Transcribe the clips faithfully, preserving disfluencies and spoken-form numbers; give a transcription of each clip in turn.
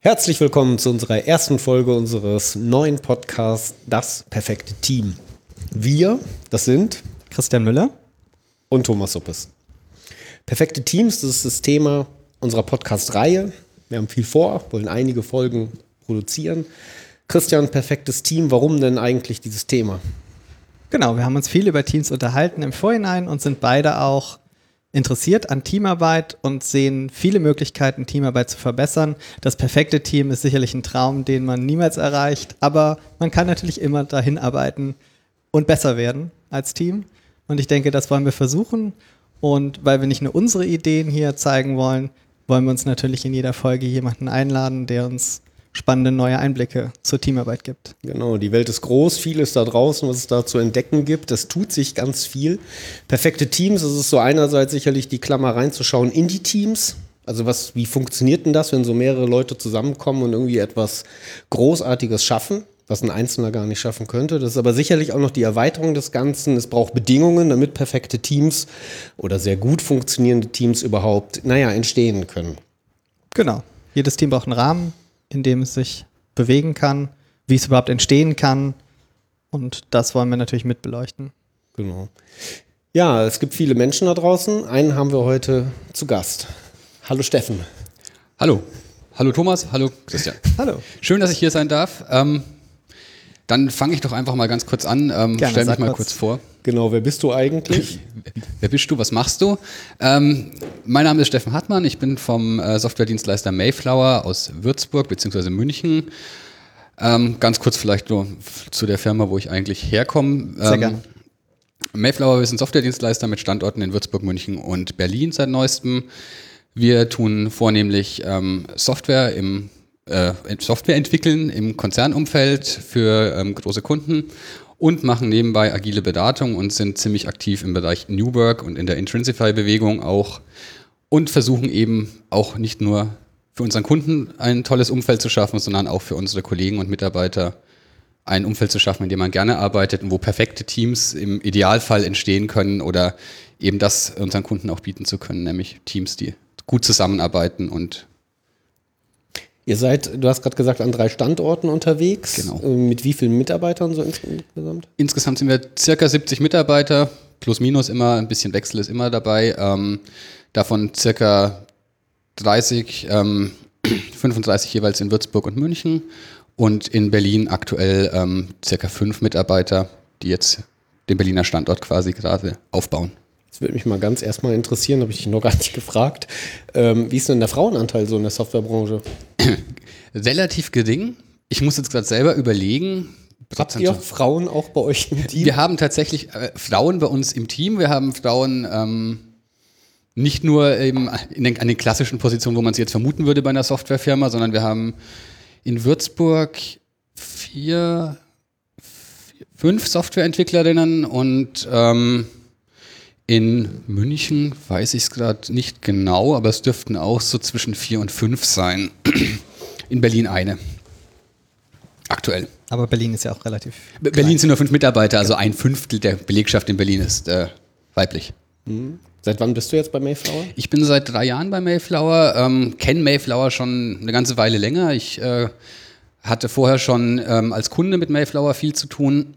Herzlich willkommen zu unserer ersten Folge unseres neuen Podcasts Das perfekte Team. Wir, das sind Christian Müller und Thomas Suppes. Perfekte Teams, das ist das Thema unserer Podcast-Reihe. Wir haben viel vor, wollen einige Folgen produzieren. Christian, perfektes Team, warum denn eigentlich dieses Thema? Genau, wir haben uns viel über Teams unterhalten im Vorhinein und sind beide auch interessiert an Teamarbeit und sehen viele Möglichkeiten, Teamarbeit zu verbessern. Das perfekte Team ist sicherlich ein Traum, den man niemals erreicht, aber man kann natürlich immer dahin arbeiten und besser werden als Team. Und ich denke, das wollen wir versuchen. Und weil wir nicht nur unsere Ideen hier zeigen wollen, wollen wir uns natürlich in jeder Folge jemanden einladen, der uns spannende neue Einblicke zur Teamarbeit gibt. Genau, die Welt ist groß, viel ist da draußen, was es da zu entdecken gibt. Es tut sich ganz viel. Perfekte Teams, das ist so einerseits sicherlich die Klammer reinzuschauen in die Teams. Also was, wie funktioniert denn das, wenn so mehrere Leute zusammenkommen und irgendwie etwas Großartiges schaffen, was ein Einzelner gar nicht schaffen könnte. Das ist aber sicherlich auch noch die Erweiterung des Ganzen. Es braucht Bedingungen, damit perfekte Teams oder sehr gut funktionierende Teams überhaupt, naja, entstehen können. Genau, jedes Team braucht einen Rahmen, in dem es sich bewegen kann, wie es überhaupt entstehen kann. Und das wollen wir natürlich mit beleuchten. Genau. Ja, es gibt viele Menschen da draußen. Einen haben wir heute zu Gast. Hallo Steffen. Hallo. Hallo Thomas. Hallo Christian. Hallo. Schön, dass ich hier sein darf. Ähm, dann fange ich doch einfach mal ganz kurz an. Ähm, Gerne, stell mich sag mal kurz. kurz vor. Genau, wer bist du eigentlich? Wer bist du? Was machst du? Ähm, mein Name ist Steffen Hartmann. Ich bin vom äh, Softwaredienstleister Mayflower aus Würzburg bzw. München. Ähm, ganz kurz vielleicht nur zu der Firma, wo ich eigentlich herkomme. Sehr Ähm, gerne. Mayflower ist ein Softwaredienstleister mit Standorten in Würzburg, München und Berlin seit neuestem. Wir tun vornehmlich ähm, Software im äh, Software entwickeln im Konzernumfeld für ähm, große Kunden und machen nebenbei agile Beratung und sind ziemlich aktiv im Bereich New Work und in der Intrinsify-Bewegung auch und versuchen eben auch nicht nur für unseren Kunden ein tolles Umfeld zu schaffen, sondern auch für unsere Kollegen und Mitarbeiter ein Umfeld zu schaffen, in dem man gerne arbeitet und wo perfekte Teams im Idealfall entstehen können oder eben das unseren Kunden auch bieten zu können, nämlich Teams, die gut zusammenarbeiten. Und Ihr seid, du hast gerade gesagt, an drei Standorten unterwegs. Genau. Mit wie vielen Mitarbeitern so insgesamt? Insgesamt sind wir circa siebzig Mitarbeiter, plus minus immer, ein bisschen Wechsel ist immer dabei. Ähm, davon circa dreißig, ähm, fünfunddreißig jeweils in Würzburg und München und in Berlin aktuell ähm, circa fünf Mitarbeiter, die jetzt den Berliner Standort quasi gerade aufbauen. Das würde mich mal ganz erstmal interessieren, habe ich dich noch gar nicht gefragt. Ähm, wie ist denn der Frauenanteil so in der Softwarebranche? Relativ gering. Ich muss jetzt gerade selber überlegen. Habt ihr Frauen auch bei euch im Team? Wir haben tatsächlich äh, Frauen bei uns im Team. Wir haben Frauen ähm, nicht nur eben in den, an den klassischen Positionen, wo man sie jetzt vermuten würde bei einer Softwarefirma, sondern wir haben in Würzburg vier, vier fünf Softwareentwicklerinnen und ähm, in München weiß ich es gerade nicht genau, aber es dürften auch so zwischen vier und fünf sein. In Berlin eine. Aktuell. Aber Berlin ist ja auch relativ Be- Berlin sind nur fünf Mitarbeiter, also ein Fünftel der Belegschaft in Berlin ist äh, weiblich. Mhm. Seit wann bist du jetzt bei Mayflower? Ich bin seit drei Jahren bei Mayflower, ähm, kenne Mayflower schon eine ganze Weile länger. Ich äh, hatte vorher schon ähm, als Kunde mit Mayflower viel zu tun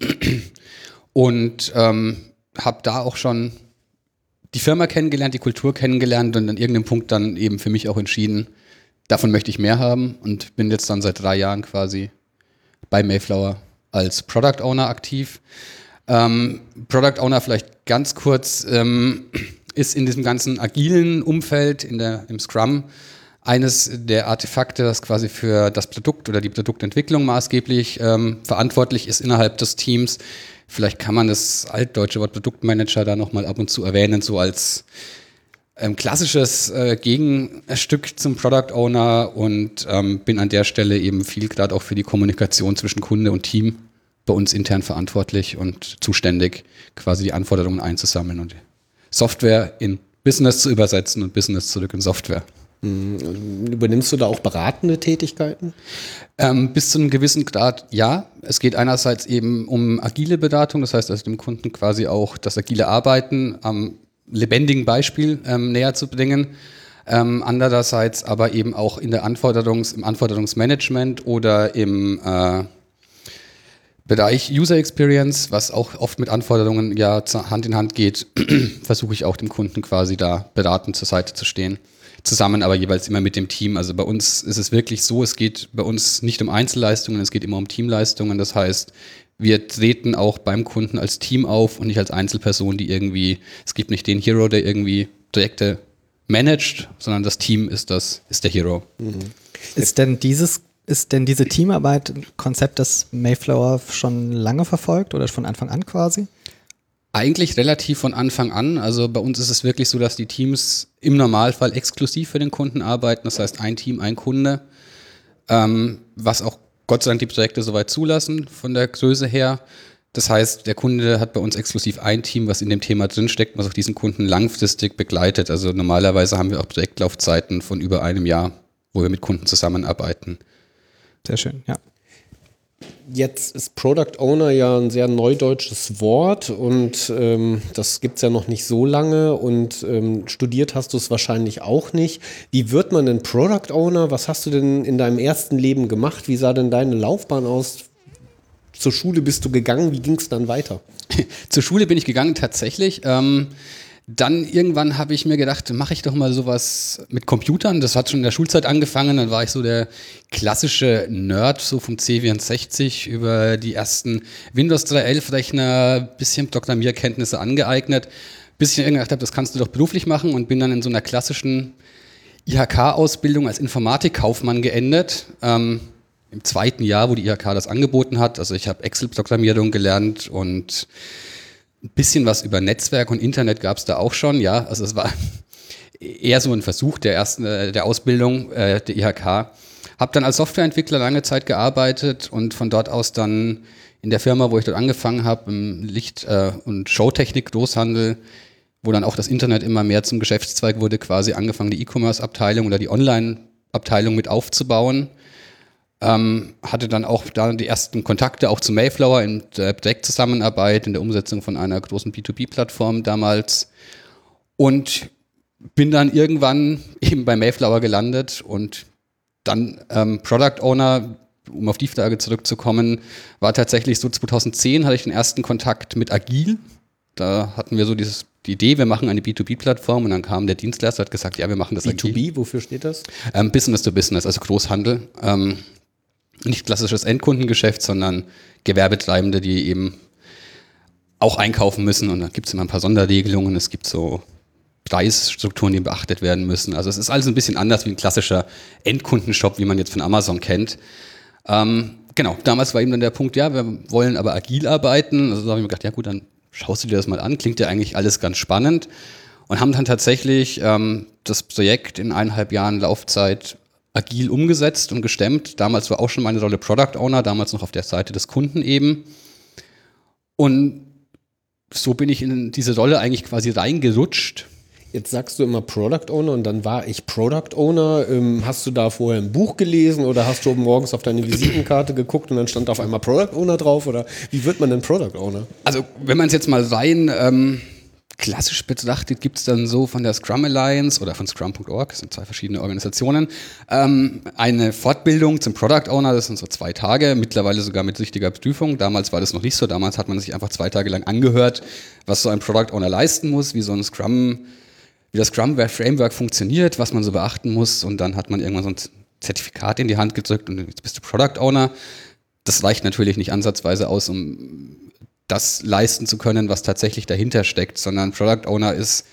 und ähm, habe da auch schon die Firma kennengelernt, die Kultur kennengelernt und an irgendeinem Punkt dann eben für mich auch entschieden, davon möchte ich mehr haben und bin jetzt dann seit drei Jahren quasi bei Mayflower als Product Owner aktiv. Ähm, Product Owner vielleicht ganz kurz ähm, ist in diesem ganzen agilen Umfeld, in der, im Scrum, eines der Artefakte, das quasi für das Produkt oder die Produktentwicklung maßgeblich ähm, verantwortlich ist innerhalb des Teams. Vielleicht kann man das altdeutsche Wort Produktmanager da nochmal ab und zu erwähnen, so als ähm, klassisches äh, Gegenstück zum Product Owner und ähm, bin an der Stelle eben viel gerade auch für die Kommunikation zwischen Kunde und Team bei uns intern verantwortlich und zuständig, quasi die Anforderungen einzusammeln und Software in Business zu übersetzen und Business zurück in Software. Übernimmst du da auch beratende Tätigkeiten? Ähm, bis zu einem gewissen Grad ja. Es geht einerseits eben um agile Beratung, das heißt also dem Kunden quasi auch das agile Arbeiten am lebendigen Beispiel ähm, näher zu bringen. Ähm, andererseits aber eben auch in der Anforderungs-, im Anforderungsmanagement oder im äh, Bereich User Experience, was auch oft mit Anforderungen ja Hand in Hand geht, versuche ich auch dem Kunden quasi da beratend zur Seite zu stehen. Zusammen, aber jeweils immer mit dem Team. Also bei uns ist es wirklich so, es geht bei uns nicht um Einzelleistungen, es geht immer um Teamleistungen. Das heißt, wir treten auch beim Kunden als Team auf und nicht als Einzelperson, die irgendwie, es gibt nicht den Hero, der irgendwie Projekte managt, sondern das Team ist das, ist der Hero. Mhm. Ist denn dieses Ist denn diese Teamarbeit ein Konzept, das Mayflower schon lange verfolgt oder von Anfang an quasi? Eigentlich relativ von Anfang an. Also bei uns ist es wirklich so, dass die Teams im Normalfall exklusiv für den Kunden arbeiten. Das heißt, ein Team, ein Kunde, ähm, was auch Gott sei Dank die Projekte soweit zulassen von der Größe her. Das heißt, der Kunde hat bei uns exklusiv ein Team, was in dem Thema drinsteckt, was auch diesen Kunden langfristig begleitet. Also normalerweise haben wir auch Projektlaufzeiten von über einem Jahr, wo wir mit Kunden zusammenarbeiten. Sehr schön, ja. Jetzt ist Product Owner ja ein sehr neudeutsches Wort und ähm, das gibt es ja noch nicht so lange und ähm, studiert hast du es wahrscheinlich auch nicht. Wie wird man denn Product Owner? Was hast du denn in deinem ersten Leben gemacht? Wie sah denn deine Laufbahn aus? Zur Schule bist du gegangen, wie ging es dann weiter? Zur Schule bin ich gegangen tatsächlich. Ähm, dann irgendwann habe ich mir gedacht, mache ich doch mal sowas mit Computern. Das hat schon in der Schulzeit angefangen. Dann war ich so der klassische Nerd, so vom C vierundsechzig über die ersten Windows drei Punkt elf Rechner, bisschen Programmierkenntnisse angeeignet, bis ich irgendwann gedacht habe, das kannst du doch beruflich machen und bin dann in so einer klassischen I H K-Ausbildung als Informatikkaufmann geendet. Ähm, im zweiten Jahr, wo die I H K das angeboten hat. Also ich habe Excel-Programmierung gelernt und ein bisschen was über Netzwerk und Internet gab es da auch schon, ja. Also es war eher so ein Versuch der ersten, äh, der Ausbildung äh, der I H K. Habe dann als Softwareentwickler lange Zeit gearbeitet und von dort aus dann in der Firma, wo ich dort angefangen habe, im Licht- äh, und Showtechnik-Großhandel, wo dann auch das Internet immer mehr zum Geschäftszweig wurde, quasi angefangen, die E-Commerce-Abteilung oder die Online-Abteilung mit aufzubauen. Ähm, hatte dann auch da die ersten Kontakte auch zu Mayflower in der Projektzusammenarbeit, in der Umsetzung von einer großen B zwei B-Plattform damals und bin dann irgendwann eben bei Mayflower gelandet und dann ähm, Product Owner, um auf die Frage zurückzukommen, war tatsächlich so zweitausendzehn hatte ich den ersten Kontakt mit Agil. Da hatten wir so dieses, die Idee, wir machen eine B zwei B-Plattform und dann kam der Dienstleister, hat gesagt, ja, wir machen das B zwei B, Agil. wofür steht das? Ähm, Business to Business, also Großhandel. Ähm, Nicht klassisches Endkundengeschäft, sondern Gewerbetreibende, die eben auch einkaufen müssen. Und da gibt es immer ein paar Sonderregelungen. Es gibt so Preisstrukturen, die beachtet werden müssen. Also es ist alles ein bisschen anders wie ein klassischer Endkundenshop, wie man jetzt von Amazon kennt. Ähm, genau, damals war eben dann der Punkt, ja, wir wollen aber agil arbeiten. Also da habe ich mir gedacht, ja gut, dann schaust du dir das mal an. Klingt ja eigentlich alles ganz spannend. Und haben dann tatsächlich ähm, das Projekt in eineinhalb Jahren Laufzeit agil umgesetzt und gestemmt. Damals war auch schon meine Rolle Product Owner, damals noch auf der Seite des Kunden eben. Und so bin ich in diese Rolle eigentlich quasi reingerutscht. Jetzt sagst du immer Product Owner und dann war ich Product Owner. Ähm, hast du da vorher ein Buch gelesen oder hast du morgens auf deine Visitenkarte geguckt und dann stand auf einmal Product Owner drauf? Oder wie wird man denn Product Owner? Also wenn man es jetzt mal rein ähm, klassisch betrachtet, gibt es dann so von der Scrum Alliance oder von Scrum Punkt org, das sind zwei verschiedene Organisationen, ähm, eine Fortbildung zum Product Owner, das sind so zwei Tage, mittlerweile sogar mit richtiger Prüfung. Damals war das noch nicht so, damals hat man sich einfach zwei Tage lang angehört, was so ein Product Owner leisten muss, wie so ein Scrum, wie das Scrum-Framework funktioniert, was man so beachten muss und dann hat man irgendwann so ein Zertifikat in die Hand gedrückt und jetzt bist du Product Owner. Das reicht natürlich nicht ansatzweise aus, um das leisten zu können, was tatsächlich dahinter steckt, sondern Product Owner ist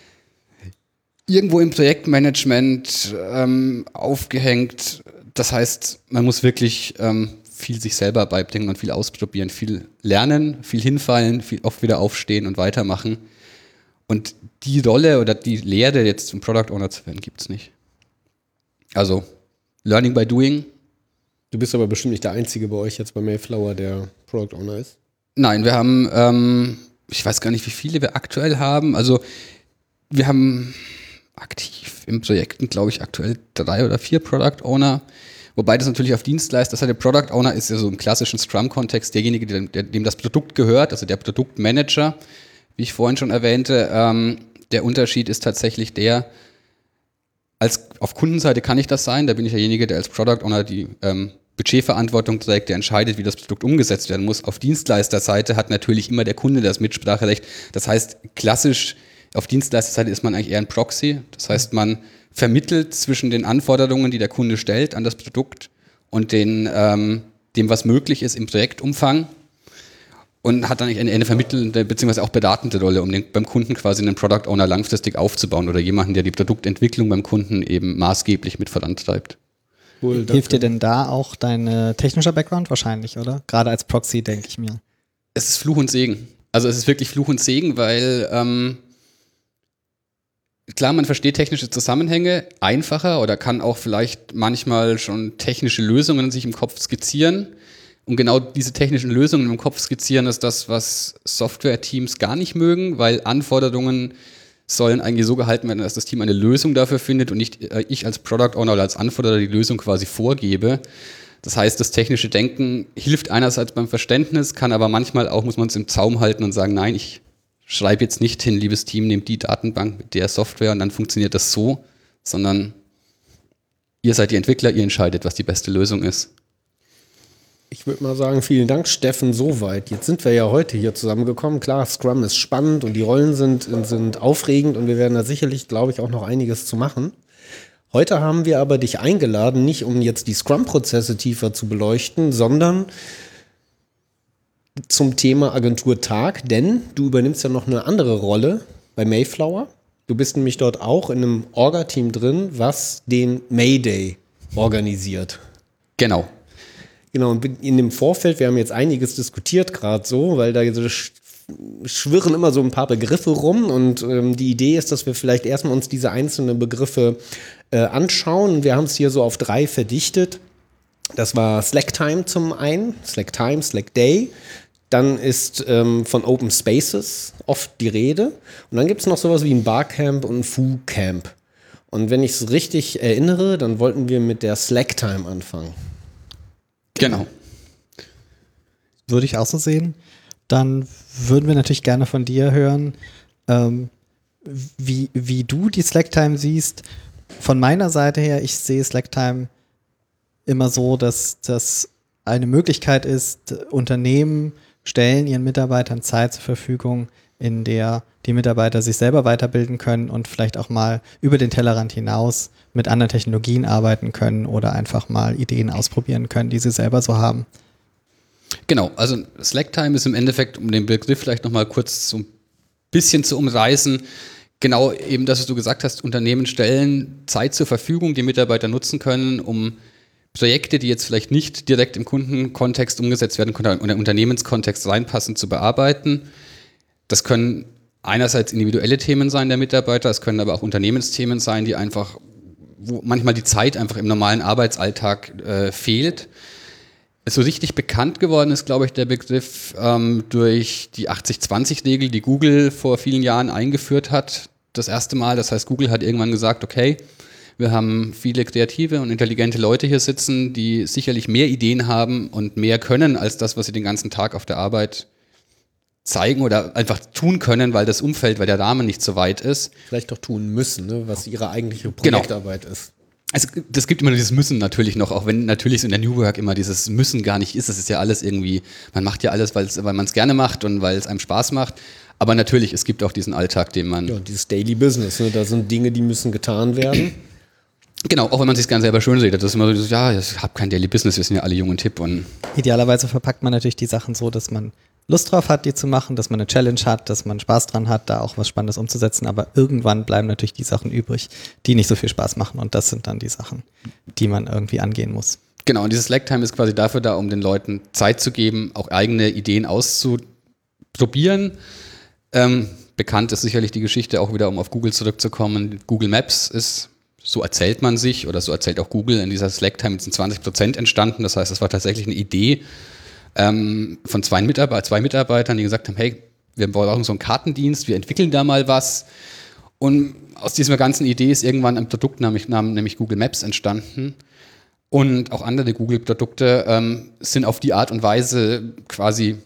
irgendwo im Projektmanagement ähm, aufgehängt. Das heißt, man muss wirklich ähm, viel sich selber beibringen und viel ausprobieren, viel lernen, viel hinfallen, viel oft wieder aufstehen und weitermachen. Und die Rolle oder die Lehre, jetzt zum Product Owner zu werden, gibt es nicht. Also Learning by Doing. Du bist aber bestimmt nicht der Einzige bei euch jetzt bei Mayflower, der Product Owner ist. Nein, wir haben, ähm, ich weiß gar nicht, wie viele wir aktuell haben. Also wir haben aktiv in Projekten, glaube ich, aktuell drei oder vier Product Owner. Wobei das natürlich auf Dienstleister, das heißt, der Product Owner ist ja so im klassischen Scrum-Kontext derjenige, dem, dem das Produkt gehört, also der Produktmanager, wie ich vorhin schon erwähnte. Ähm, der Unterschied ist tatsächlich der, auf Kundenseite kann ich das sein, da bin ich derjenige, der als Product Owner die ähm, Budgetverantwortung trägt, der entscheidet, wie das Produkt umgesetzt werden muss. Auf Dienstleisterseite hat natürlich immer der Kunde das Mitspracherecht. Das heißt, klassisch auf Dienstleisterseite ist man eigentlich eher ein Proxy. Das heißt, man vermittelt zwischen den Anforderungen, die der Kunde stellt an das Produkt und den, ähm, dem, was möglich ist im Projektumfang und hat dann eigentlich eine, eine vermittelnde bzw. auch beratende Rolle, um den, beim Kunden quasi einen Product Owner langfristig aufzubauen oder jemanden, der die Produktentwicklung beim Kunden eben maßgeblich mit vorantreibt. Cool, hilft dir denn da auch dein äh, technischer Background wahrscheinlich, oder? Gerade als Proxy, denke ich mir. Es ist Fluch und Segen. Also es ist wirklich Fluch und Segen, weil ähm, klar, man versteht technische Zusammenhänge einfacher oder kann auch vielleicht manchmal schon technische Lösungen sich im Kopf skizzieren. Und genau diese technischen Lösungen im Kopf skizzieren ist das, was Software-Teams gar nicht mögen, weil Anforderungen sollen eigentlich so gehalten werden, dass das Team eine Lösung dafür findet und nicht äh, ich als Product Owner oder als Anforderer die Lösung quasi vorgebe. Das heißt, das technische Denken hilft einerseits beim Verständnis, kann aber manchmal auch, muss man es im Zaum halten und sagen, nein, ich schreibe jetzt nicht hin, liebes Team, nehmt die Datenbank mit der Software und dann funktioniert das so, sondern ihr seid die Entwickler, ihr entscheidet, was die beste Lösung ist. Ich würde mal sagen, vielen Dank, Steffen, soweit. Jetzt sind wir ja heute hier zusammengekommen. Klar, Scrum ist spannend und die Rollen sind, sind aufregend und wir werden da sicherlich, glaube ich, auch noch einiges zu machen. Heute haben wir aber dich eingeladen, nicht um jetzt die Scrum-Prozesse tiefer zu beleuchten, sondern zum Thema Agenturtag, denn du übernimmst ja noch eine andere Rolle bei Mayflower. Du bist nämlich dort auch in einem Orga-Team drin, was den Mayday organisiert. Genau. Genau, und in dem Vorfeld, wir haben jetzt einiges diskutiert gerade so, weil da so schwirren immer so ein paar Begriffe rum und ähm, die Idee ist, dass wir vielleicht erstmal uns diese einzelnen Begriffe äh, anschauen und wir haben es hier so auf drei verdichtet. Das war Slacktime zum einen, Slacktime, Slackday. Dann ist ähm, von Open Spaces oft die Rede und dann gibt es noch sowas wie ein Barcamp und ein Foo-Camp. Und wenn ich es richtig erinnere, dann wollten wir mit der Slacktime anfangen. Genau. Würde ich auch so sehen. Dann würden wir natürlich gerne von dir hören, ähm, wie, wie du die Slacktime siehst. Von meiner Seite her, ich sehe Slacktime immer so, dass das eine Möglichkeit ist, Unternehmen stellen ihren Mitarbeitern Zeit zur Verfügung, in der die Mitarbeiter sich selber weiterbilden können und vielleicht auch mal über den Tellerrand hinaus mit anderen Technologien arbeiten können oder einfach mal Ideen ausprobieren können, die sie selber so haben. Genau, also Slacktime ist im Endeffekt, um den Begriff vielleicht nochmal kurz so ein bisschen zu umreißen, genau eben das, was du gesagt hast, Unternehmen stellen Zeit zur Verfügung, die Mitarbeiter nutzen können, um Projekte, die jetzt vielleicht nicht direkt im Kundenkontext umgesetzt werden können oder im Unternehmenskontext reinpassen, zu bearbeiten. Das können einerseits individuelle Themen sein der Mitarbeiter, es können aber auch Unternehmensthemen sein, die einfach, wo manchmal die Zeit einfach im normalen Arbeitsalltag äh, fehlt. So richtig bekannt geworden ist, glaube ich, der Begriff ähm, durch die achtzig zwanzig Regel, die Google vor vielen Jahren eingeführt hat. Das erste Mal, das heißt, Google hat irgendwann gesagt, okay, wir haben viele kreative und intelligente Leute hier sitzen, die sicherlich mehr Ideen haben und mehr können als das, was sie den ganzen Tag auf der Arbeit zeigen oder einfach tun können, weil das Umfeld, weil der Rahmen nicht so weit ist. Vielleicht auch tun müssen, ne, was ihre eigentliche Projektarbeit genau. ist. Also das gibt immer dieses Müssen natürlich noch, auch wenn natürlich so in der New Work immer dieses Müssen gar nicht ist. Das ist ja alles irgendwie, man macht ja alles, weil's, weil man es gerne macht und weil es einem Spaß macht. Aber natürlich, es gibt auch diesen Alltag, den man... Ja, dieses Daily Business, ne, da sind Dinge, die müssen getan werden. Genau, auch wenn man sich ganz selber schön sieht. Das ist immer so, ja, ich habe kein Daily Business, wir sind ja alle jung und hip. Und idealerweise verpackt man natürlich die Sachen so, dass man Lust drauf hat, die zu machen, dass man eine Challenge hat, dass man Spaß dran hat, da auch was Spannendes umzusetzen, aber irgendwann bleiben natürlich die Sachen übrig, die nicht so viel Spaß machen und das sind dann die Sachen, die man irgendwie angehen muss. Genau, und dieses Slacktime ist quasi dafür da, um den Leuten Zeit zu geben, auch eigene Ideen auszuprobieren. Ähm, bekannt ist sicherlich die Geschichte, auch wieder um auf Google zurückzukommen. Google Maps ist, so erzählt man sich oder so erzählt auch Google, in dieser Slacktime sind zwanzig Prozent entstanden, das heißt, es war tatsächlich eine Idee, Ähm, von zwei, Mitarbeiter, zwei Mitarbeitern, die gesagt haben, hey, wir brauchen so einen Kartendienst, wir entwickeln da mal was. Und aus dieser ganzen Idee ist irgendwann ein Produkt, nämlich, nämlich Google Maps, entstanden. Und auch andere Google-Produkte ähm, sind auf die Art und Weise quasi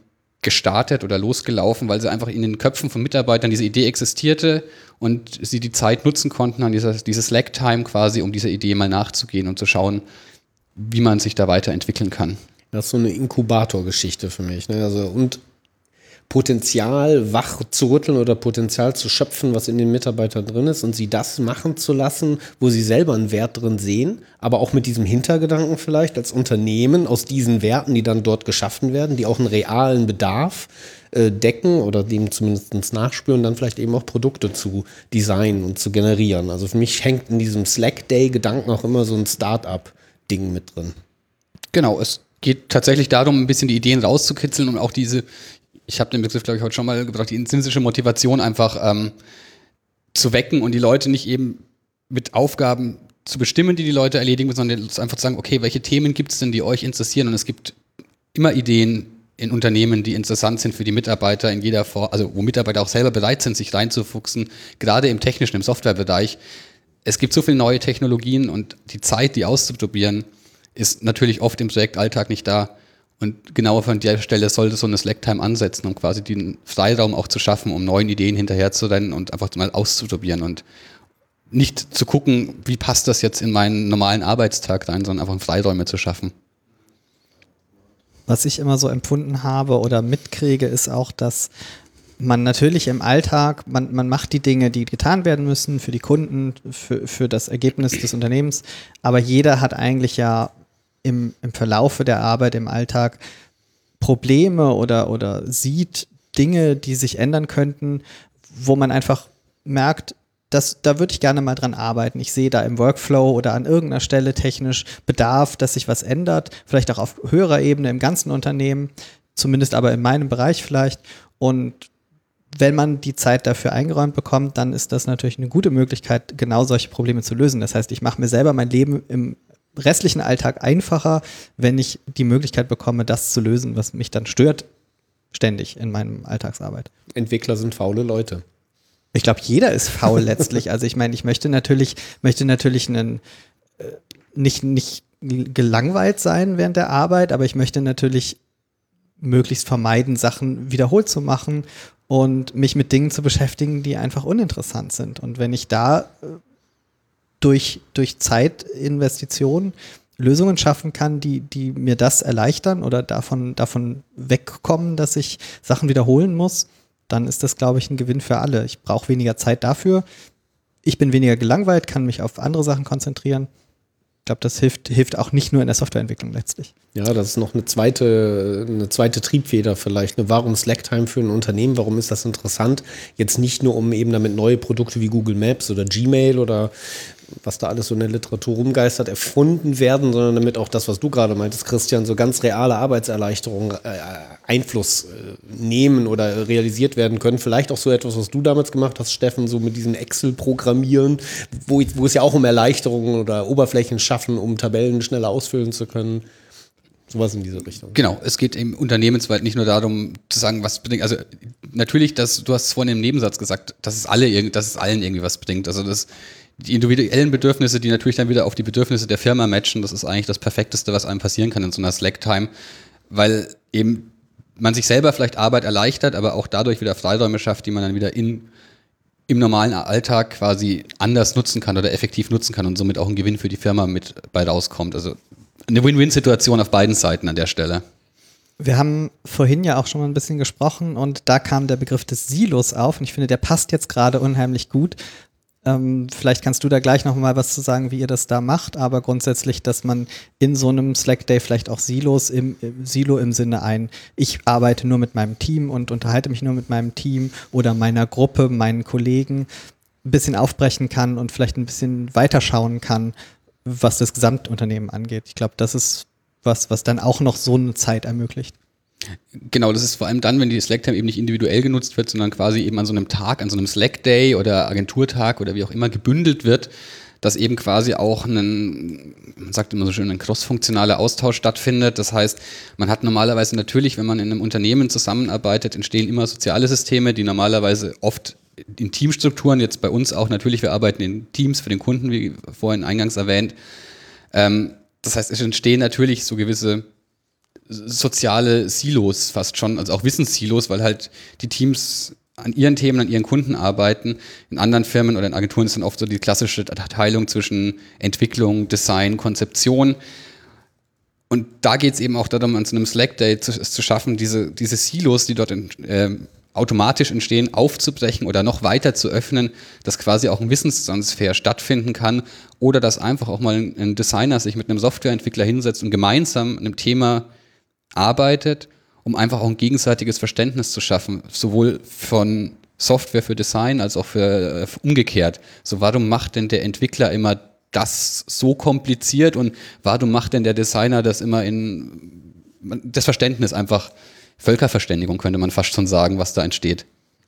gestartet oder losgelaufen, weil sie einfach in den Köpfen von Mitarbeitern diese Idee existierte und sie die Zeit nutzen konnten, an dieser, diese Slack-Time quasi, um dieser Idee mal nachzugehen und zu schauen, wie man sich da weiterentwickeln kann. Das ist so eine Inkubatorgeschichte für mich. Ne? Also, und Potenzial wach zu rütteln oder Potenzial zu schöpfen, was in den Mitarbeitern drin ist und sie das machen zu lassen, wo sie selber einen Wert drin sehen, aber auch mit diesem Hintergedanken vielleicht als Unternehmen aus diesen Werten, die dann dort geschaffen werden, die auch einen realen Bedarf äh, decken oder dem zumindest nachspüren, dann vielleicht eben auch Produkte zu designen und zu generieren. Also für mich hängt in diesem Slack-Day-Gedanken auch immer so ein Start-up-Ding mit drin. Genau, es geht tatsächlich darum, ein bisschen die Ideen rauszukitzeln und auch diese, ich habe den Begriff, glaube ich, heute schon mal gebracht, die intrinsische Motivation einfach ähm, zu wecken und die Leute nicht eben mit Aufgaben zu bestimmen, die die Leute erledigen, sondern einfach zu sagen, okay, welche Themen gibt es denn, die euch interessieren? Und es gibt immer Ideen in Unternehmen, die interessant sind für die Mitarbeiter in jeder Form, also wo Mitarbeiter auch selber bereit sind, sich reinzufuchsen, gerade im technischen, im Softwarebereich. Es gibt so viele neue Technologien und die Zeit, die auszuprobieren, ist natürlich oft im Projektalltag nicht da. Und genau von der Stelle sollte so eine Slack-Time ansetzen, um quasi den Freiraum auch zu schaffen, um neuen Ideen hinterherzurennen und einfach mal auszuprobieren und nicht zu gucken, wie passt das jetzt in meinen normalen Arbeitstag rein, sondern einfach Freiräume zu schaffen. Was ich immer so empfunden habe oder mitkriege, ist auch, dass man natürlich im Alltag, man, man macht die Dinge, die getan werden müssen für die Kunden, für, für das Ergebnis des Unternehmens, aber jeder hat eigentlich ja Im, im Verlaufe der Arbeit, im Alltag Probleme oder, oder sieht Dinge, die sich ändern könnten, wo man einfach merkt, dass, da würde ich gerne mal dran arbeiten. Ich sehe da im Workflow oder an irgendeiner Stelle technisch Bedarf, dass sich was ändert, vielleicht auch auf höherer Ebene im ganzen Unternehmen, zumindest aber in meinem Bereich vielleicht. Und wenn man die Zeit dafür eingeräumt bekommt, dann ist das natürlich eine gute Möglichkeit, genau solche Probleme zu lösen. Das heißt, ich mache mir selber mein Leben im restlichen Alltag einfacher, wenn ich die Möglichkeit bekomme, das zu lösen, was mich dann stört, ständig in meinem Alltagsarbeit. Entwickler sind faule Leute. Ich glaube, jeder ist faul letztlich. Also ich meine, ich möchte natürlich, möchte natürlich einen, äh, nicht, nicht gelangweilt sein während der Arbeit, aber ich möchte natürlich möglichst vermeiden, Sachen wiederholt zu machen und mich mit Dingen zu beschäftigen, die einfach uninteressant sind. Und wenn ich da äh, durch, durch Zeitinvestitionen Lösungen schaffen kann, die, die mir das erleichtern oder davon, davon wegkommen, dass ich Sachen wiederholen muss, dann ist das, glaube ich, ein Gewinn für alle. Ich brauche weniger Zeit dafür. Ich bin weniger gelangweilt, kann mich auf andere Sachen konzentrieren. Ich glaube, das hilft, hilft auch nicht nur in der Softwareentwicklung letztlich. Ja, das ist noch eine zweite, eine zweite Triebfeder vielleicht. Warum Slack-Time für ein Unternehmen? Warum ist das interessant? Jetzt nicht nur, um eben damit neue Produkte wie Google Maps oder Gmail oder was da alles so in der Literatur rumgeistert, erfunden werden, sondern damit auch das, was du gerade meintest, Christian, so ganz reale Arbeitserleichterungen äh, Einfluss äh, nehmen oder realisiert werden können. Vielleicht auch so etwas, was du damals gemacht hast, Steffen, so mit diesem Excel-Programmieren, wo, wo es ja auch um Erleichterungen oder Oberflächen schaffen, um Tabellen schneller ausfüllen zu können. Sowas in diese Richtung. Genau, es geht im Unternehmenswelt nicht nur darum, zu sagen, was bringt, also natürlich, das, du hast es vorhin im Nebensatz gesagt, dass es alle, dass es allen irgendwie was bringt. Also das die individuellen Bedürfnisse, die natürlich dann wieder auf die Bedürfnisse der Firma matchen, das ist eigentlich das Perfekteste, was einem passieren kann in so einer Slack-Time, weil eben man sich selber vielleicht Arbeit erleichtert, aber auch dadurch wieder Freiräume schafft, die man dann wieder in, im normalen Alltag quasi anders nutzen kann oder effektiv nutzen kann und somit auch ein Gewinn für die Firma mit bei rauskommt. Also eine Win-Win-Situation auf beiden Seiten an der Stelle. Wir haben vorhin ja auch schon mal ein bisschen gesprochen und da kam der Begriff des Silos auf und ich finde, der passt jetzt gerade unheimlich gut. Ähm, vielleicht kannst du da gleich noch mal was zu sagen, wie ihr das da macht, aber grundsätzlich, dass man in so einem Slack-Day vielleicht auch Silos im, im Silo im Sinne ein, ich arbeite nur mit meinem Team und unterhalte mich nur mit meinem Team oder meiner Gruppe, meinen Kollegen, ein bisschen aufbrechen kann und vielleicht ein bisschen weiterschauen kann, was das Gesamtunternehmen angeht. Ich glaube, das ist was, was dann auch noch so eine Zeit ermöglicht. Genau, das ist vor allem dann, wenn die Slack-Time eben nicht individuell genutzt wird, sondern quasi eben an so einem Tag, an so einem Slack-Day oder Agenturtag oder wie auch immer gebündelt wird, dass eben quasi auch ein, man sagt immer so schön, ein cross-funktionaler Austausch stattfindet. Das heißt, man hat normalerweise natürlich, wenn man in einem Unternehmen zusammenarbeitet, entstehen immer soziale Systeme, die normalerweise oft in Teamstrukturen, jetzt bei uns auch natürlich, wir arbeiten in Teams für den Kunden, wie vorhin eingangs erwähnt. Ähm, das heißt, es entstehen natürlich so gewisse soziale Silos fast schon, also auch Wissenssilos, weil halt die Teams an ihren Themen, an ihren Kunden arbeiten. In anderen Firmen oder in Agenturen ist dann oft so die klassische Teilung zwischen Entwicklung, Design, Konzeption. Und da geht es eben auch darum, an so einem Slack-Day zu, zu schaffen, diese, diese Silos, die dort in, äh, automatisch entstehen, aufzubrechen oder noch weiter zu öffnen, dass quasi auch ein Wissenstransfer stattfinden kann oder dass einfach auch mal ein, ein Designer sich mit einem Softwareentwickler hinsetzt und gemeinsam an einem Thema arbeitet, um einfach auch ein gegenseitiges Verständnis zu schaffen, sowohl von Software für Design als auch für äh, umgekehrt. So, warum macht denn der Entwickler immer das so kompliziert und warum macht denn der Designer das immer in das Verständnis einfach, Völkerverständigung könnte man fast schon sagen, was da entsteht.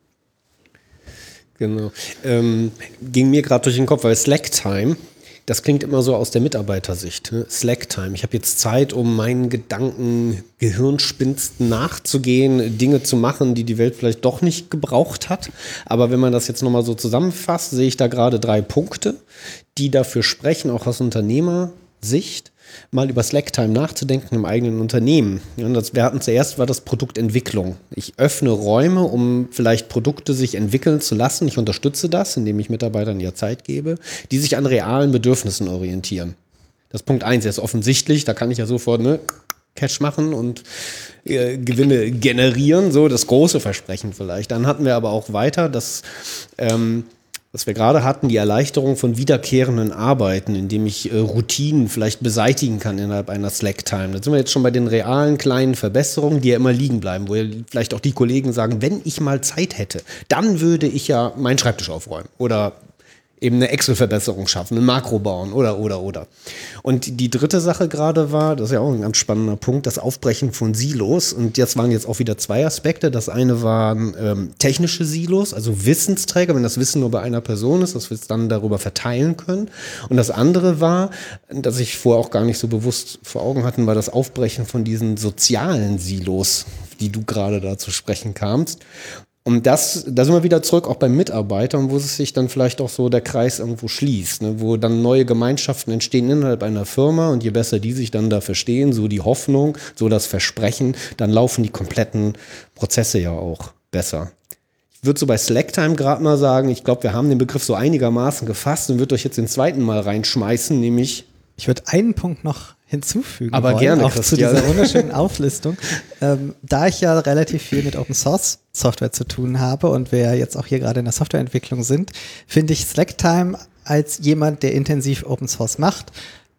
Genau. Ähm, ging mir gerade durch den Kopf, weil Slack-Time, das klingt immer so aus der Mitarbeitersicht. Ne? Slack-Time. Ich habe jetzt Zeit, um meinen Gedanken, Gehirnspinsten nachzugehen, Dinge zu machen, die die Welt vielleicht doch nicht gebraucht hat. Aber wenn man das jetzt nochmal so zusammenfasst, sehe ich da gerade drei Punkte, die dafür sprechen, auch aus Unternehmersicht, mal über Slack-Time nachzudenken im eigenen Unternehmen. Ja, das, wir hatten zuerst war das Produktentwicklung. Ich öffne Räume, um vielleicht Produkte sich entwickeln zu lassen. Ich unterstütze das, indem ich Mitarbeitern ja Zeit gebe, die sich an realen Bedürfnissen orientieren. Das Punkt eins, der ist offensichtlich, da kann ich ja sofort ne, Cash machen und äh, Gewinne generieren, so das große Versprechen vielleicht. Dann hatten wir aber auch weiter, dass ähm, was wir gerade hatten, die Erleichterung von wiederkehrenden Arbeiten, indem ich äh, Routinen vielleicht beseitigen kann innerhalb einer Slack-Time. Da sind wir jetzt schon bei den realen kleinen Verbesserungen, die ja immer liegen bleiben, wo ja vielleicht auch die Kollegen sagen, wenn ich mal Zeit hätte, dann würde ich ja meinen Schreibtisch aufräumen oder eben eine Excel-Verbesserung schaffen, ein Makro bauen oder, oder, oder. Und die dritte Sache gerade war, das ist ja auch ein ganz spannender Punkt, das Aufbrechen von Silos. Und jetzt waren jetzt auch wieder zwei Aspekte. Das eine waren ähm, technische Silos, also Wissensträger, wenn das Wissen nur bei einer Person ist, dass wir es dann darüber verteilen können. Und das andere war, das ich vorher auch gar nicht so bewusst vor Augen hatten, war das Aufbrechen von diesen sozialen Silos, die du gerade da zu sprechen kamst. Und das, da sind wir wieder zurück auch beim Mitarbeiter, wo es sich dann vielleicht auch so der Kreis irgendwo schließt, ne, wo dann neue Gemeinschaften entstehen innerhalb einer Firma und je besser die sich dann da verstehen, so die Hoffnung, so das Versprechen, dann laufen die kompletten Prozesse ja auch besser. Ich würde so bei Slack-Time gerade mal sagen, ich glaube, wir haben den Begriff so einigermaßen gefasst und würde euch jetzt den zweiten Mal reinschmeißen, nämlich ich würde einen Punkt noch hinzufügen aber wollen, gerne, auch Christian. zu dieser wunderschönen Auflistung. ähm, da ich ja relativ viel mit Open Source Software zu tun habe und wir ja jetzt auch hier gerade in der Softwareentwicklung sind, finde ich Slack-Time als jemand, der intensiv Open Source macht,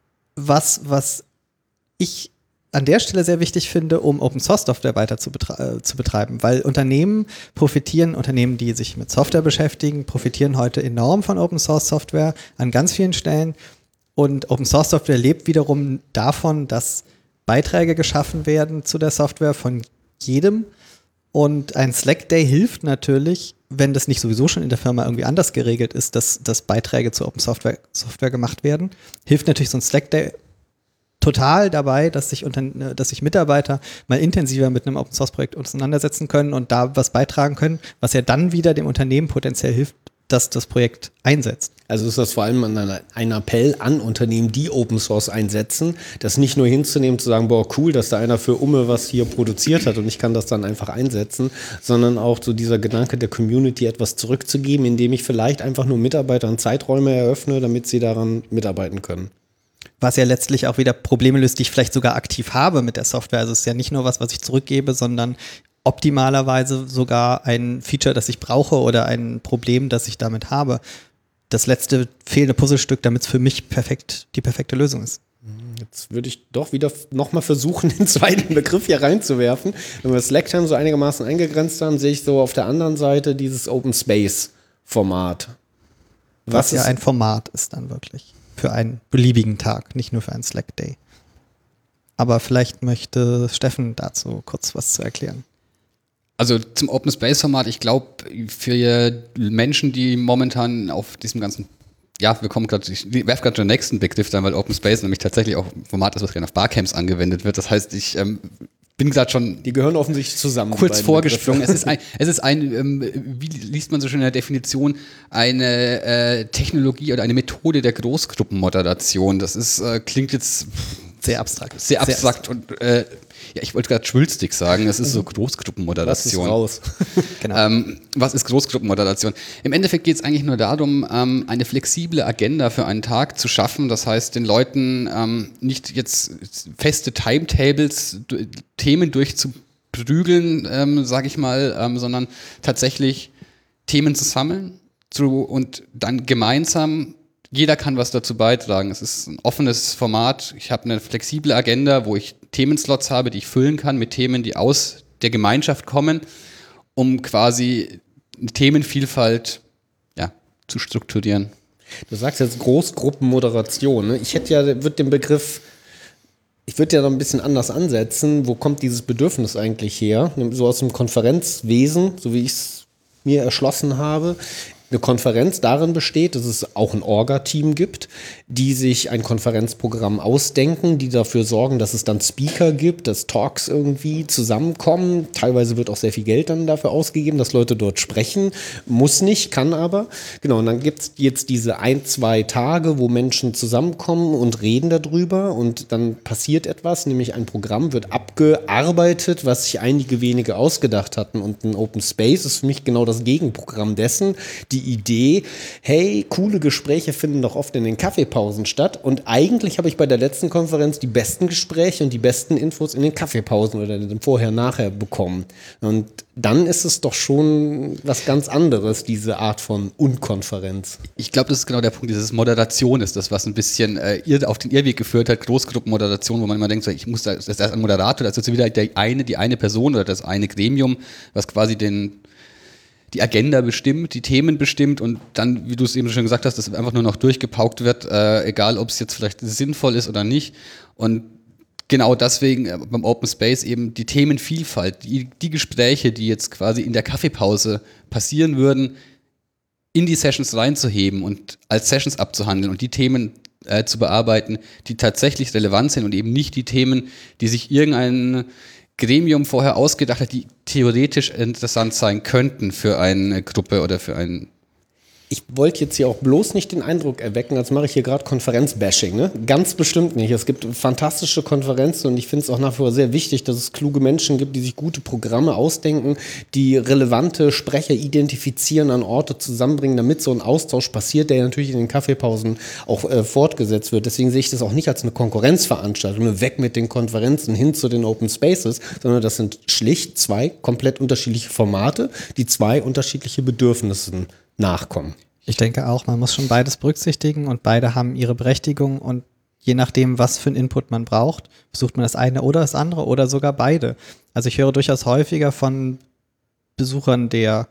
was, was ich an der Stelle sehr wichtig finde, um Open Source Software weiter zu, betre- äh, zu betreiben, weil Unternehmen profitieren, Unternehmen, die sich mit Software beschäftigen, profitieren heute enorm von Open Source Software an ganz vielen Stellen. Und Open Source Software lebt wiederum davon, dass Beiträge geschaffen werden zu der Software von jedem. Und ein Slack Day hilft natürlich, wenn das nicht sowieso schon in der Firma irgendwie anders geregelt ist, dass, dass Beiträge zu Open Software, Software gemacht werden, hilft natürlich so ein Slack Day total dabei, dass sich, unter, dass sich Mitarbeiter mal intensiver mit einem Open Source Projekt auseinandersetzen können und da was beitragen können, was ja dann wieder dem Unternehmen potenziell hilft, dass das Projekt einsetzt. Also ist das vor allem ein Appell an Unternehmen, die Open Source einsetzen, das nicht nur hinzunehmen, zu sagen, boah, cool, dass da einer für Umme was hier produziert hat und ich kann das dann einfach einsetzen, sondern auch so dieser Gedanke der Community etwas zurückzugeben, indem ich vielleicht einfach nur Mitarbeitern Zeiträume eröffne, damit sie daran mitarbeiten können. Was ja letztlich auch wieder Probleme löst, die ich vielleicht sogar aktiv habe mit der Software. Also es ist ja nicht nur was, was ich zurückgebe, sondern optimalerweise sogar ein Feature, das ich brauche oder ein Problem, das ich damit habe. Das letzte fehlende Puzzlestück, damit es für mich perfekt die perfekte Lösung ist. Jetzt würde ich doch wieder nochmal versuchen, den zweiten Begriff hier reinzuwerfen. Wenn wir Slack-Time so einigermaßen eingegrenzt haben, sehe ich so auf der anderen Seite dieses Open Space-Format. Was, Was ja ein Format ist dann wirklich. Für einen beliebigen Tag, nicht nur für einen Slack-Day. Aber vielleicht möchte Steffen dazu kurz was zu erklären. Also zum Open Space Format, ich glaube, für Menschen, die momentan auf diesem ganzen, ja, wir kommen gerade, ich werfe gerade den nächsten Begriff dann, weil Open Space nämlich tatsächlich auch ein Format ist, was gerne auf Barcamps angewendet wird. Das heißt, ich ähm, bin gerade schon. Die gehören offensichtlich zusammen. Kurz vorgesprungen. Es ist ein, es ist ein ähm, wie liest man so schön in der Definition, eine äh, Technologie oder eine Methode der Großgruppenmoderation. Das ist, äh, klingt jetzt sehr abstrakt. Sehr abstrakt sehr und äh, Ja, ich wollte gerade Schwülstig sagen, das ist so Großgruppenmoderation. Das ist raus. Genau. Ähm, was ist Großgruppenmoderation? Im Endeffekt geht es eigentlich nur darum, ähm, eine flexible Agenda für einen Tag zu schaffen. Das heißt, den Leuten ähm, nicht jetzt feste Timetables, d- Themen durchzuprügeln, ähm, sage ich mal, ähm, sondern tatsächlich Themen zu sammeln zu, und dann gemeinsam, jeder kann was dazu beitragen. Es ist ein offenes Format. Ich habe eine flexible Agenda, wo ich Themenslots habe, die ich füllen kann mit Themen, die aus der Gemeinschaft kommen, um quasi eine Themenvielfalt ja, zu strukturieren. Du sagst jetzt Großgruppenmoderation. Ne? Ich hätte ja, würde den Begriff, ich würde ja noch ein bisschen anders ansetzen. Wo kommt dieses Bedürfnis eigentlich her? So aus dem Konferenzwesen, so wie ich es mir erschlossen habe. Eine Konferenz darin besteht, dass es auch ein Orga-Team gibt, die sich ein Konferenzprogramm ausdenken, die dafür sorgen, dass es dann Speaker gibt, dass Talks irgendwie zusammenkommen. Teilweise wird auch sehr viel Geld dann dafür ausgegeben, dass Leute dort sprechen. Muss nicht, kann aber. Genau, und dann gibt es jetzt diese ein, zwei Tage, wo Menschen zusammenkommen und reden darüber und dann passiert etwas, nämlich ein Programm wird abgearbeitet, was sich einige wenige ausgedacht hatten, und ein Open Space ist für mich genau das Gegenprogramm dessen. Die Die Idee, hey, coole Gespräche finden doch oft in den Kaffeepausen statt, und eigentlich habe ich bei der letzten Konferenz die besten Gespräche und die besten Infos in den Kaffeepausen oder dem Vorher-Nachher bekommen. Und dann ist es doch schon was ganz anderes, diese Art von Unkonferenz. Ich glaube, das ist genau der Punkt, dieses Moderation ist das, was ein bisschen äh, ir- auf den Irrweg geführt hat, Großgruppenmoderation, wo man immer denkt, so, ich muss da, das ist ein Moderator, das ist jetzt wieder der eine, die eine Person oder das eine Gremium, was quasi den die Agenda bestimmt, die Themen bestimmt und dann, wie du es eben schon gesagt hast, dass einfach nur noch durchgepaukt wird, äh, egal ob es jetzt vielleicht sinnvoll ist oder nicht. Und genau deswegen äh, beim Open Space eben die Themenvielfalt, die, die Gespräche, die jetzt quasi in der Kaffeepause passieren würden, in die Sessions reinzuheben und als Sessions abzuhandeln und die Themen äh, zu bearbeiten, die tatsächlich relevant sind und eben nicht die Themen, die sich irgendein Gremium vorher ausgedacht hat, die theoretisch interessant sein könnten für eine Gruppe oder für einen. Ich wollte jetzt hier auch bloß nicht den Eindruck erwecken, als mache ich hier gerade Konferenzbashing. Ne? Ganz bestimmt nicht. Es gibt fantastische Konferenzen und ich finde es auch nach wie vor sehr wichtig, dass es kluge Menschen gibt, die sich gute Programme ausdenken, die relevante Sprecher identifizieren, an Orte zusammenbringen, damit so ein Austausch passiert, der natürlich in den Kaffeepausen auch äh, fortgesetzt wird. Deswegen sehe ich das auch nicht als eine Konkurrenzveranstaltung, nur weg mit den Konferenzen hin zu den Open Spaces, sondern das sind schlicht zwei komplett unterschiedliche Formate, die zwei unterschiedliche Bedürfnisse nachkommen. Ich denke auch, man muss schon beides berücksichtigen und beide haben ihre Berechtigung und je nachdem, was für einen Input man braucht, versucht man das eine oder das andere oder sogar beide. Also ich höre durchaus häufiger von Besuchern der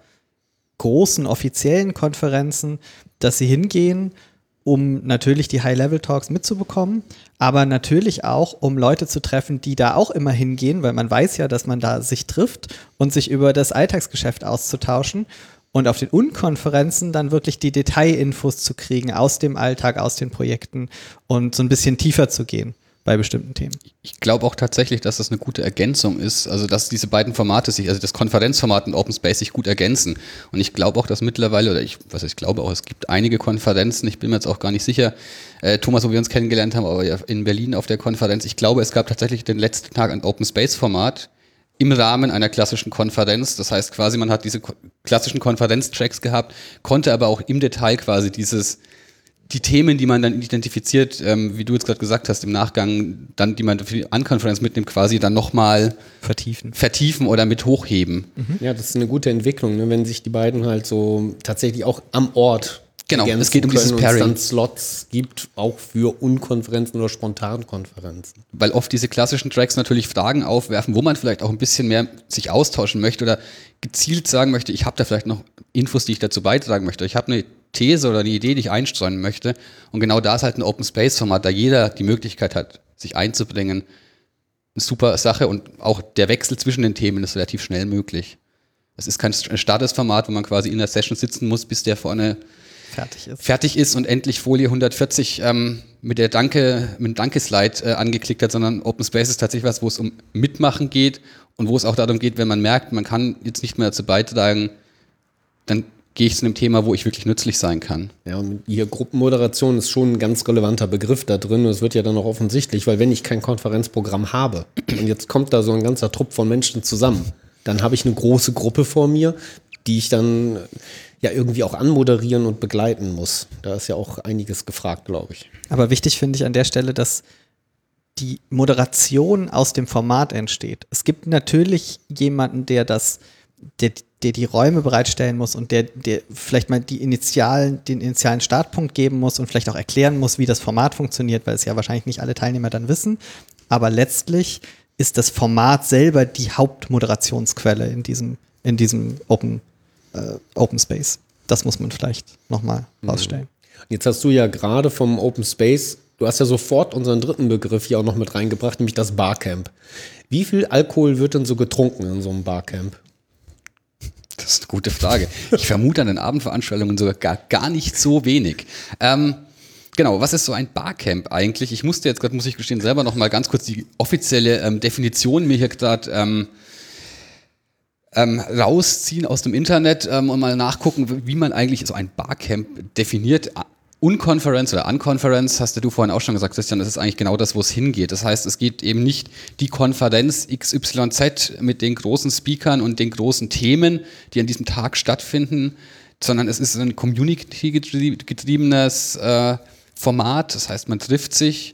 großen offiziellen Konferenzen, dass sie hingehen, um natürlich die High-Level-Talks mitzubekommen, aber natürlich auch, um Leute zu treffen, die da auch immer hingehen, weil man weiß ja, dass man da sich trifft und sich über das Alltagsgeschäft auszutauschen. Und auf den Unkonferenzen dann wirklich die Detailinfos zu kriegen aus dem Alltag, aus den Projekten und so ein bisschen tiefer zu gehen bei bestimmten Themen. Ich glaube auch tatsächlich, dass das eine gute Ergänzung ist, also dass diese beiden Formate sich, also das Konferenzformat und Open Space sich gut ergänzen. Und ich glaube auch, dass mittlerweile, oder ich, was ich glaube auch, es gibt einige Konferenzen, ich bin mir jetzt auch gar nicht sicher, äh, Thomas, wo wir uns kennengelernt haben, aber in Berlin auf der Konferenz, ich glaube, es gab tatsächlich den letzten Tag ein Open Space Format, im Rahmen einer klassischen Konferenz. Das heißt quasi, man hat diese ko- klassischen Konferenztracks gehabt, konnte aber auch im Detail quasi dieses, die Themen, die man dann identifiziert, ähm, wie du jetzt gerade gesagt hast, im Nachgang, dann, die man für die Unconference mitnimmt, quasi dann nochmal vertiefen. vertiefen oder mit hochheben. Mhm. Ja, das ist eine gute Entwicklung, ne? Wenn sich die beiden halt so tatsächlich auch am Ort Genau, ergänzen es geht um dieses können und Pairing. es dann Slots gibt, auch für Unkonferenzen oder Spontankonferenzen. Weil oft diese klassischen Tracks natürlich Fragen aufwerfen, wo man vielleicht auch ein bisschen mehr sich austauschen möchte oder gezielt sagen möchte, ich habe da vielleicht noch Infos, die ich dazu beitragen möchte. Ich habe eine These oder eine Idee, die ich einstreuen möchte. Und genau da ist halt ein Open Space Format, da jeder die Möglichkeit hat, sich einzubringen. Eine super Sache und auch der Wechsel zwischen den Themen ist relativ schnell möglich. Es ist kein Statusformat, wo man quasi in der Session sitzen muss, bis der vorne fertig ist. fertig ist und endlich Folie hundertvierzig ähm, mit der Danke, mit dem Danke-Slide äh, angeklickt hat, sondern Open Space ist tatsächlich was, wo es um Mitmachen geht und wo es auch darum geht, wenn man merkt, man kann jetzt nicht mehr dazu beitragen, dann gehe ich zu einem Thema, wo ich wirklich nützlich sein kann. Ja, und hier Gruppenmoderation ist schon ein ganz relevanter Begriff da drin. Und es wird ja dann auch offensichtlich, weil wenn ich kein Konferenzprogramm habe und jetzt kommt da so ein ganzer Trupp von Menschen zusammen, dann habe ich eine große Gruppe vor mir, die ich dann ja irgendwie auch anmoderieren und begleiten muss. Da ist ja auch einiges gefragt, glaube ich. Aber wichtig finde ich an der Stelle, dass die Moderation aus dem Format entsteht. Es gibt natürlich jemanden, der das, der, der die Räume bereitstellen muss und der, der vielleicht mal die initialen, den initialen Startpunkt geben muss und vielleicht auch erklären muss, wie das Format funktioniert, weil es ja wahrscheinlich nicht alle Teilnehmer dann wissen. Aber letztlich ist das Format selber die Hauptmoderationsquelle in diesem, in diesem Open, äh, Open Space. Das muss man vielleicht nochmal rausstellen. Jetzt hast du ja gerade vom Open Space, du hast ja sofort unseren dritten Begriff hier auch noch mit reingebracht, nämlich das Barcamp. Wie viel Alkohol wird denn so getrunken in so einem Barcamp? Das ist eine gute Frage. Ich vermute an den Abendveranstaltungen sogar gar, gar nicht so wenig. Ähm, genau, was ist so ein Barcamp eigentlich? Ich musste jetzt gerade, muss ich gestehen, selber noch mal ganz kurz die offizielle ähm, Definition mir hier gerade ähm, ähm, rausziehen aus dem Internet ähm, und mal nachgucken, wie man eigentlich so ein Barcamp definiert. Unconference oder Unconference, hast du vorhin auch schon gesagt, Christian, das ist eigentlich genau das, wo es hingeht. Das heißt, es geht eben nicht die Konferenz X Y Z mit den großen Speakern und den großen Themen, die an diesem Tag stattfinden, sondern es ist ein community-getriebenes äh, Format. Das heißt, man trifft sich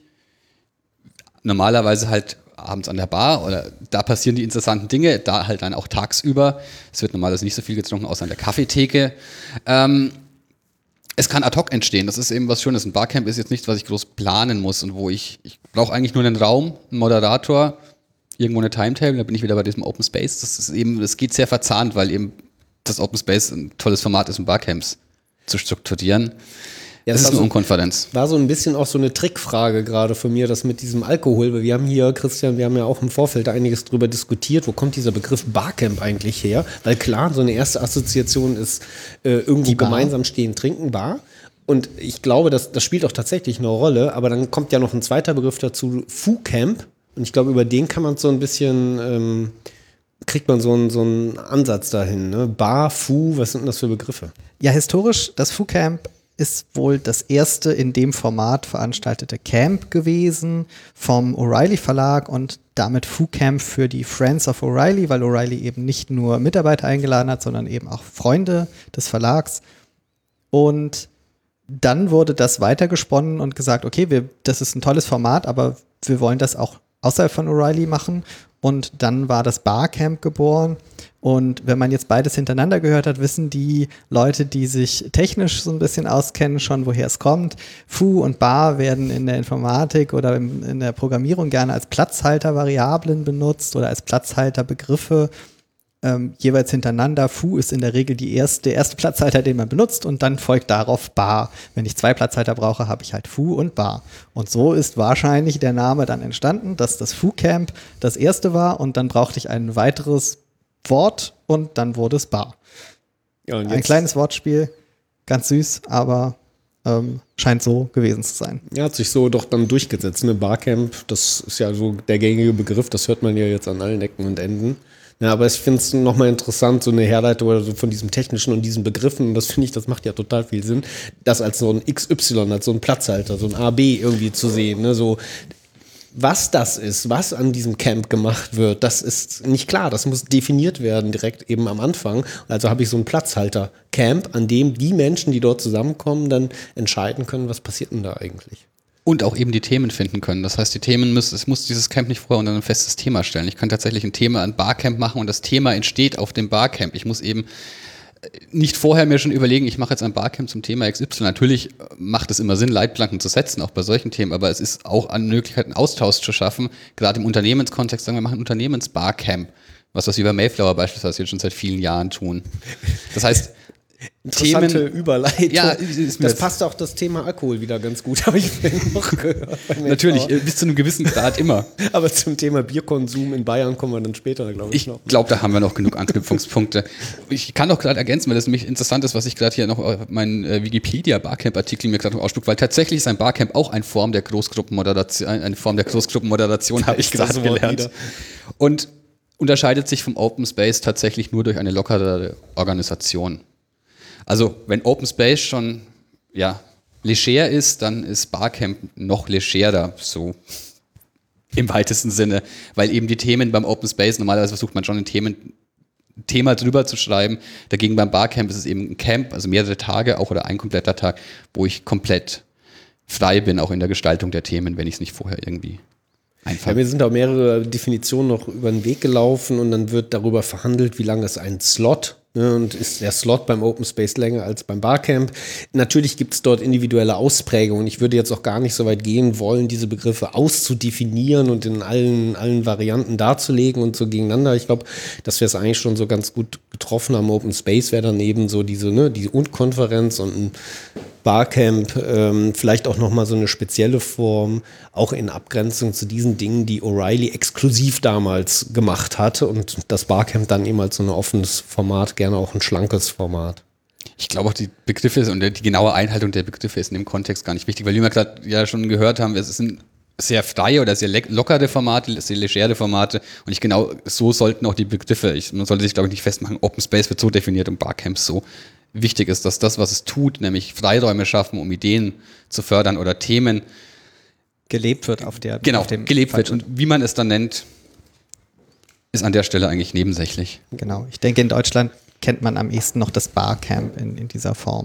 normalerweise halt abends an der Bar oder da passieren die interessanten Dinge, da halt dann auch tagsüber. Es wird normalerweise nicht so viel getrunken, außer an der Kaffeetheke. Ähm, Es kann ad hoc entstehen, das ist eben was Schönes. Ein Barcamp ist jetzt nichts, was ich groß planen muss und wo ich, ich brauche eigentlich nur einen Raum, einen Moderator, irgendwo eine Timetable, da bin ich wieder bei diesem Open Space. Das ist eben, das geht sehr verzahnt, weil eben das Open Space ein tolles Format ist, um Barcamps zu strukturieren. Ja, das, das ist eine Unkonferenz. War so ein bisschen auch so eine Trickfrage gerade von mir, das mit diesem Alkohol, weil wir haben hier, Christian, wir haben ja auch im Vorfeld einiges drüber diskutiert, wo kommt dieser Begriff Barcamp eigentlich her? Weil klar, so eine erste Assoziation ist äh, irgendwo gemeinsam stehen, trinken, Bar. Und ich glaube, das, das spielt auch tatsächlich eine Rolle, aber dann kommt ja noch ein zweiter Begriff dazu, Fu-Camp. Und ich glaube, über den kann man so ein bisschen, ähm, kriegt man so einen, so einen Ansatz dahin. Ne? Bar, Fu, was sind das für Begriffe? Ja, historisch, das Fu-Camp ist wohl das erste in dem Format veranstaltete Camp gewesen vom O'Reilly Verlag und damit Fu-Camp für die Friends of O'Reilly, weil O'Reilly eben nicht nur Mitarbeiter eingeladen hat, sondern eben auch Freunde des Verlags. Und dann wurde das weitergesponnen und gesagt, okay, wir, das ist ein tolles Format, aber wir wollen das auch außerhalb von O'Reilly machen. Und dann war das Barcamp geboren. Und wenn man jetzt beides hintereinander gehört hat, wissen die Leute, die sich technisch so ein bisschen auskennen, schon, woher es kommt. Fu und Bar werden in der Informatik oder in der Programmierung gerne als Platzhaltervariablen benutzt oder als Platzhalterbegriffe ähm, jeweils hintereinander. Fu ist in der Regel die erste, der erste Platzhalter, den man benutzt und dann folgt darauf Bar. Wenn ich zwei Platzhalter brauche, habe ich halt Fu und Bar. Und so ist wahrscheinlich der Name dann entstanden, dass das Fu-Camp das erste war und dann brauchte ich ein weiteres Wort und dann wurde es Bar. Ja, und ein kleines Wortspiel, ganz süß, aber ähm, scheint so gewesen zu sein. Ja, hat sich so doch dann durchgesetzt. Ne? Barcamp, das ist ja so der gängige Begriff, das hört man ja jetzt an allen Ecken und Enden. Ja, aber ich finde es nochmal interessant, so eine Herleitung oder so von diesem Technischen und diesen Begriffen, und das finde ich, das macht ja total viel Sinn, das als so ein X Y, als so ein Platzhalter, so ein A B irgendwie zu sehen, ne? So, was das ist, was an diesem Camp gemacht wird, das ist nicht klar. Das muss definiert werden direkt eben am Anfang. Also habe ich so einen Platzhalter-Camp, an dem die Menschen, die dort zusammenkommen, dann entscheiden können, was passiert denn da eigentlich. Und auch eben die Themen finden können. Das heißt, die Themen müssen, es muss dieses Camp nicht vorher unter ein festes Thema stellen. Ich kann tatsächlich ein Thema, ein Barcamp machen und das Thema entsteht auf dem Barcamp. Ich muss eben nicht vorher mir schon überlegen, ich mache jetzt ein Barcamp zum Thema X Y. Natürlich macht es immer Sinn, Leitplanken zu setzen, auch bei solchen Themen, aber es ist auch eine Möglichkeit, einen Austausch zu schaffen, gerade im Unternehmenskontext, sagen wir machen ein Unternehmensbarcamp, was was wir bei Mayflower beispielsweise jetzt schon seit vielen Jahren tun. Das heißt, interessante Themen, Überleitung. Ja, ist das passt auch das Thema Alkohol wieder ganz gut, habe ich noch gehört. Natürlich, bis zu einem gewissen Grad immer. Aber zum Thema Bierkonsum in Bayern kommen wir dann später, glaube ich, ich noch. Ich glaube, da haben wir noch genug Anknüpfungspunkte. Ich kann auch gerade ergänzen, weil das nämlich interessant ist, was ich gerade hier noch auf meinen äh, Wikipedia-Barcamp-Artikel mir gerade noch ausspuckt, weil tatsächlich ist ein Barcamp auch eine Form der Großgruppenmoderation, eine Form der Großgruppenmoderation, habe ich gerade gelernt. Wieder. Und unterscheidet sich vom Open Space tatsächlich nur durch eine lockere Organisation. Also wenn Open Space schon ja, leger ist, dann ist Barcamp noch legerer, so im weitesten Sinne, weil eben die Themen beim Open Space, normalerweise versucht man schon ein Themen, Thema drüber zu schreiben, dagegen beim Barcamp ist es eben ein Camp, also mehrere Tage auch oder ein kompletter Tag, wo ich komplett frei bin, auch in der Gestaltung der Themen, wenn ich es nicht vorher irgendwie Ja, mir sind auch mehrere Definitionen noch über den Weg gelaufen und dann wird darüber verhandelt, wie lange ist ein Slot, ne, und ist der Slot beim Open Space länger als beim Barcamp. Natürlich gibt es dort individuelle Ausprägungen. Ich würde jetzt auch gar nicht so weit gehen wollen, diese Begriffe auszudefinieren und in allen, allen Varianten darzulegen und so gegeneinander. Ich glaube, dass wir es eigentlich schon so ganz gut getroffen haben. Open Space wäre dann eben so diese, ne, die Und-Konferenz und ein Barcamp, ähm, vielleicht auch nochmal so eine spezielle Form, auch in Abgrenzung zu diesen Dingen, die O'Reilly exklusiv damals gemacht hatte und das Barcamp dann eben als so ein offenes Format, gerne auch ein schlankes Format. Ich glaube auch, die Begriffe und die genaue Einhaltung der Begriffe ist in dem Kontext gar nicht wichtig, weil wie wir gerade ja schon gehört haben, es sind sehr freie oder sehr lockere Formate, sehr legere Formate und ich genau so sollten auch die Begriffe, ich, man sollte sich glaube ich nicht festmachen, Open Space wird so definiert und Barcamp so. Wichtig ist, dass das, was es tut, nämlich Freiräume schaffen, um Ideen zu fördern oder Themen gelebt wird auf der genau auf dem gelebt wird Fall. und wie man es dann nennt, ist an der Stelle eigentlich nebensächlich. Genau. Ich denke, in Deutschland kennt man am ehesten noch das Barcamp in, in dieser Form.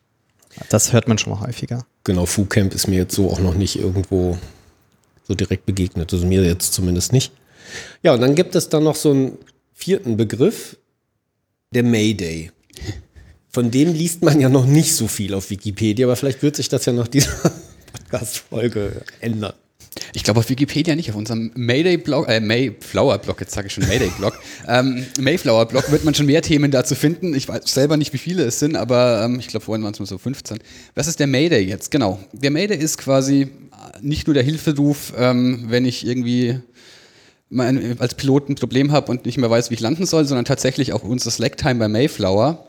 Das hört man schon mal häufiger. Genau, Foodcamp ist mir jetzt so auch noch nicht irgendwo so direkt begegnet, also mir jetzt zumindest nicht. Ja, und dann gibt es dann noch so einen vierten Begriff, der Mayday. Von dem liest man ja noch nicht so viel auf Wikipedia, aber vielleicht wird sich das ja nach dieser Podcast-Folge ändern. Ich glaube auf Wikipedia nicht, auf unserem Mayday-Blog, äh, Mayflower-Blog, jetzt sage ich schon Mayday-Blog, ähm, Mayflower-Blog wird man schon mehr Themen dazu finden. Ich weiß selber nicht, wie viele es sind, aber ähm, ich glaube, vorhin waren es nur so fünfzehn. Was ist der Mayday jetzt? Genau. Der Mayday ist quasi nicht nur der Hilferuf, ähm, wenn ich irgendwie mein, als Pilot ein Problem habe und nicht mehr weiß, wie ich landen soll, sondern tatsächlich auch unser Slack-Time bei Mayflower.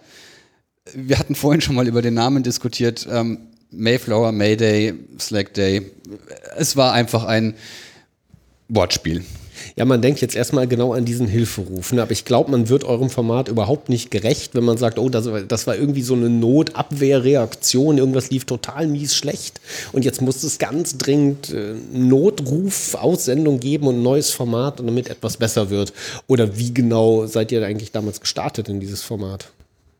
Wir hatten vorhin schon mal über den Namen diskutiert, ähm, Mayflower, Mayday, Slack Day. Es war einfach ein Wortspiel. Ja, man denkt jetzt erstmal genau an diesen Hilferuf, ne? Aber ich glaube, man wird eurem Format überhaupt nicht gerecht, wenn man sagt, oh, das, das war irgendwie so eine Notabwehrreaktion, irgendwas lief total mies schlecht und jetzt muss es ganz dringend äh, Notruf, Aussendung geben und ein neues Format, damit etwas besser wird. Oder wie genau seid ihr eigentlich damals gestartet in dieses Format?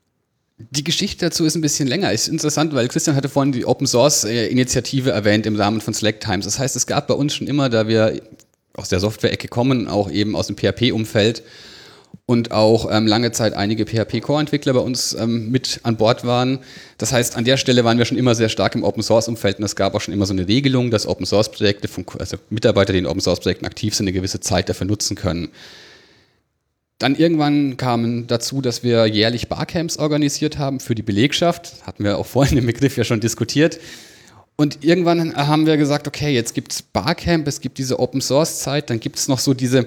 Die Geschichte dazu ist ein bisschen länger. Ist interessant, weil Christian hatte vorhin die Open Source Initiative erwähnt im Rahmen von Slack Times. Das heißt, es gab bei uns schon immer, da wir aus der Software-Ecke kommen, auch eben aus dem P H P-Umfeld und auch ähm, lange Zeit einige P H P-Core-Entwickler bei uns ähm, mit an Bord waren. Das heißt, an der Stelle waren wir schon immer sehr stark im Open Source-Umfeld und es gab auch schon immer so eine Regelung, dass Open Source-Projekte, also Mitarbeiter, die in Open Source-Projekten aktiv sind, eine gewisse Zeit dafür nutzen können. Dann irgendwann kam dazu, dass wir jährlich Barcamps organisiert haben für die Belegschaft. Hatten wir auch vorhin im Begriff ja schon diskutiert. Und irgendwann haben wir gesagt, okay, jetzt gibt es Barcamp, es gibt diese Open-Source-Zeit, dann gibt es noch so diese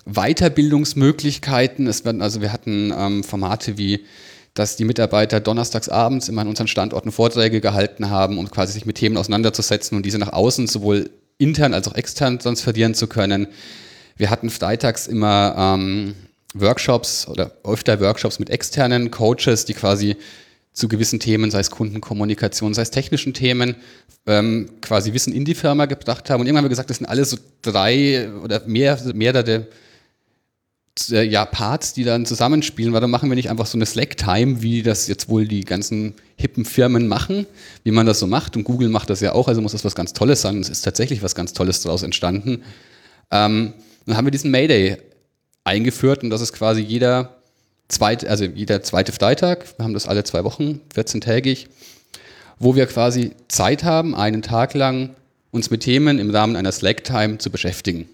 Weiterbildungsmöglichkeiten. Es werden, also wir hatten ähm, Formate wie, dass die Mitarbeiter donnerstags abends immer an unseren Standorten Vorträge gehalten haben, um quasi sich mit Themen auseinanderzusetzen und diese nach außen sowohl intern als auch extern transferieren zu können. Wir hatten freitags immer ähm, Workshops oder öfter Workshops mit externen Coaches, die quasi zu gewissen Themen, sei es Kundenkommunikation, sei es technischen Themen, ähm, quasi Wissen in die Firma gebracht haben. Und irgendwann haben wir gesagt, das sind alles so drei oder mehr, mehrere äh, ja, Parts, die dann zusammenspielen. Warum machen wir nicht einfach so eine Slack-Time, wie das jetzt wohl die ganzen hippen Firmen machen, wie man das so macht. Und Google macht das ja auch, also muss das was ganz Tolles sein. Und es ist tatsächlich was ganz Tolles daraus entstanden. Ähm, dann haben wir diesen Mayday eingeführt und das ist quasi jeder zweite, also jeder zweite Freitag, wir haben das alle zwei Wochen, vierzehntägig, wo wir quasi Zeit haben, einen Tag lang uns mit Themen im Rahmen einer Slack-Time zu beschäftigen.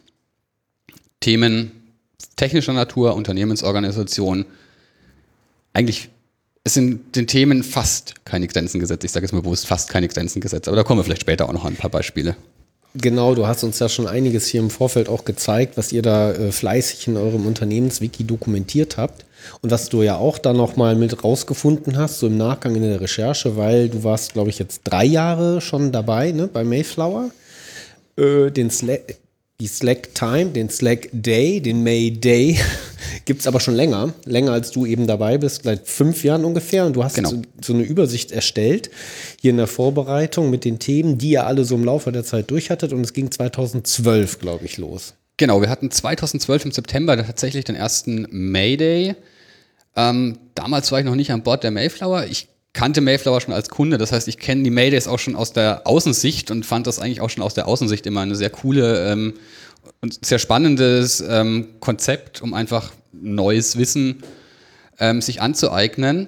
Themen technischer Natur, Unternehmensorganisation, eigentlich, es sind den Themen fast keine Grenzen gesetzt, ich sage jetzt mal bewusst fast keine Grenzen gesetzt, aber da kommen wir vielleicht später auch noch an ein paar Beispiele. Genau, du hast uns ja schon einiges hier im Vorfeld auch gezeigt, was ihr da äh, fleißig in eurem Unternehmenswiki dokumentiert habt und was du ja auch da nochmal mit rausgefunden hast, so im Nachgang in der Recherche, weil du warst, glaube ich, jetzt drei Jahre schon dabei, ne, bei Mayflower, äh, den Slack, die Slack Time, den Slack Day, den May Day Gibt es aber schon länger, länger als du eben dabei bist, seit fünf Jahren ungefähr. Und du hast Genau. so, so eine Übersicht erstellt, hier in der Vorbereitung mit den Themen, die ihr alle so im Laufe der Zeit durchhattet. Und es ging zweitausendzwölf, glaube ich, los. Genau, wir hatten zweitausendzwölf im September tatsächlich den ersten Mayday. Ähm, damals war ich noch nicht an Bord der Mayflower. Ich kannte Mayflower schon als Kunde, das heißt, ich kenne die Maydays auch schon aus der Außensicht und fand das eigentlich auch schon aus der Außensicht immer eine sehr coole ähm, und sehr spannendes ähm, Konzept, um einfach neues Wissen ähm, sich anzueignen.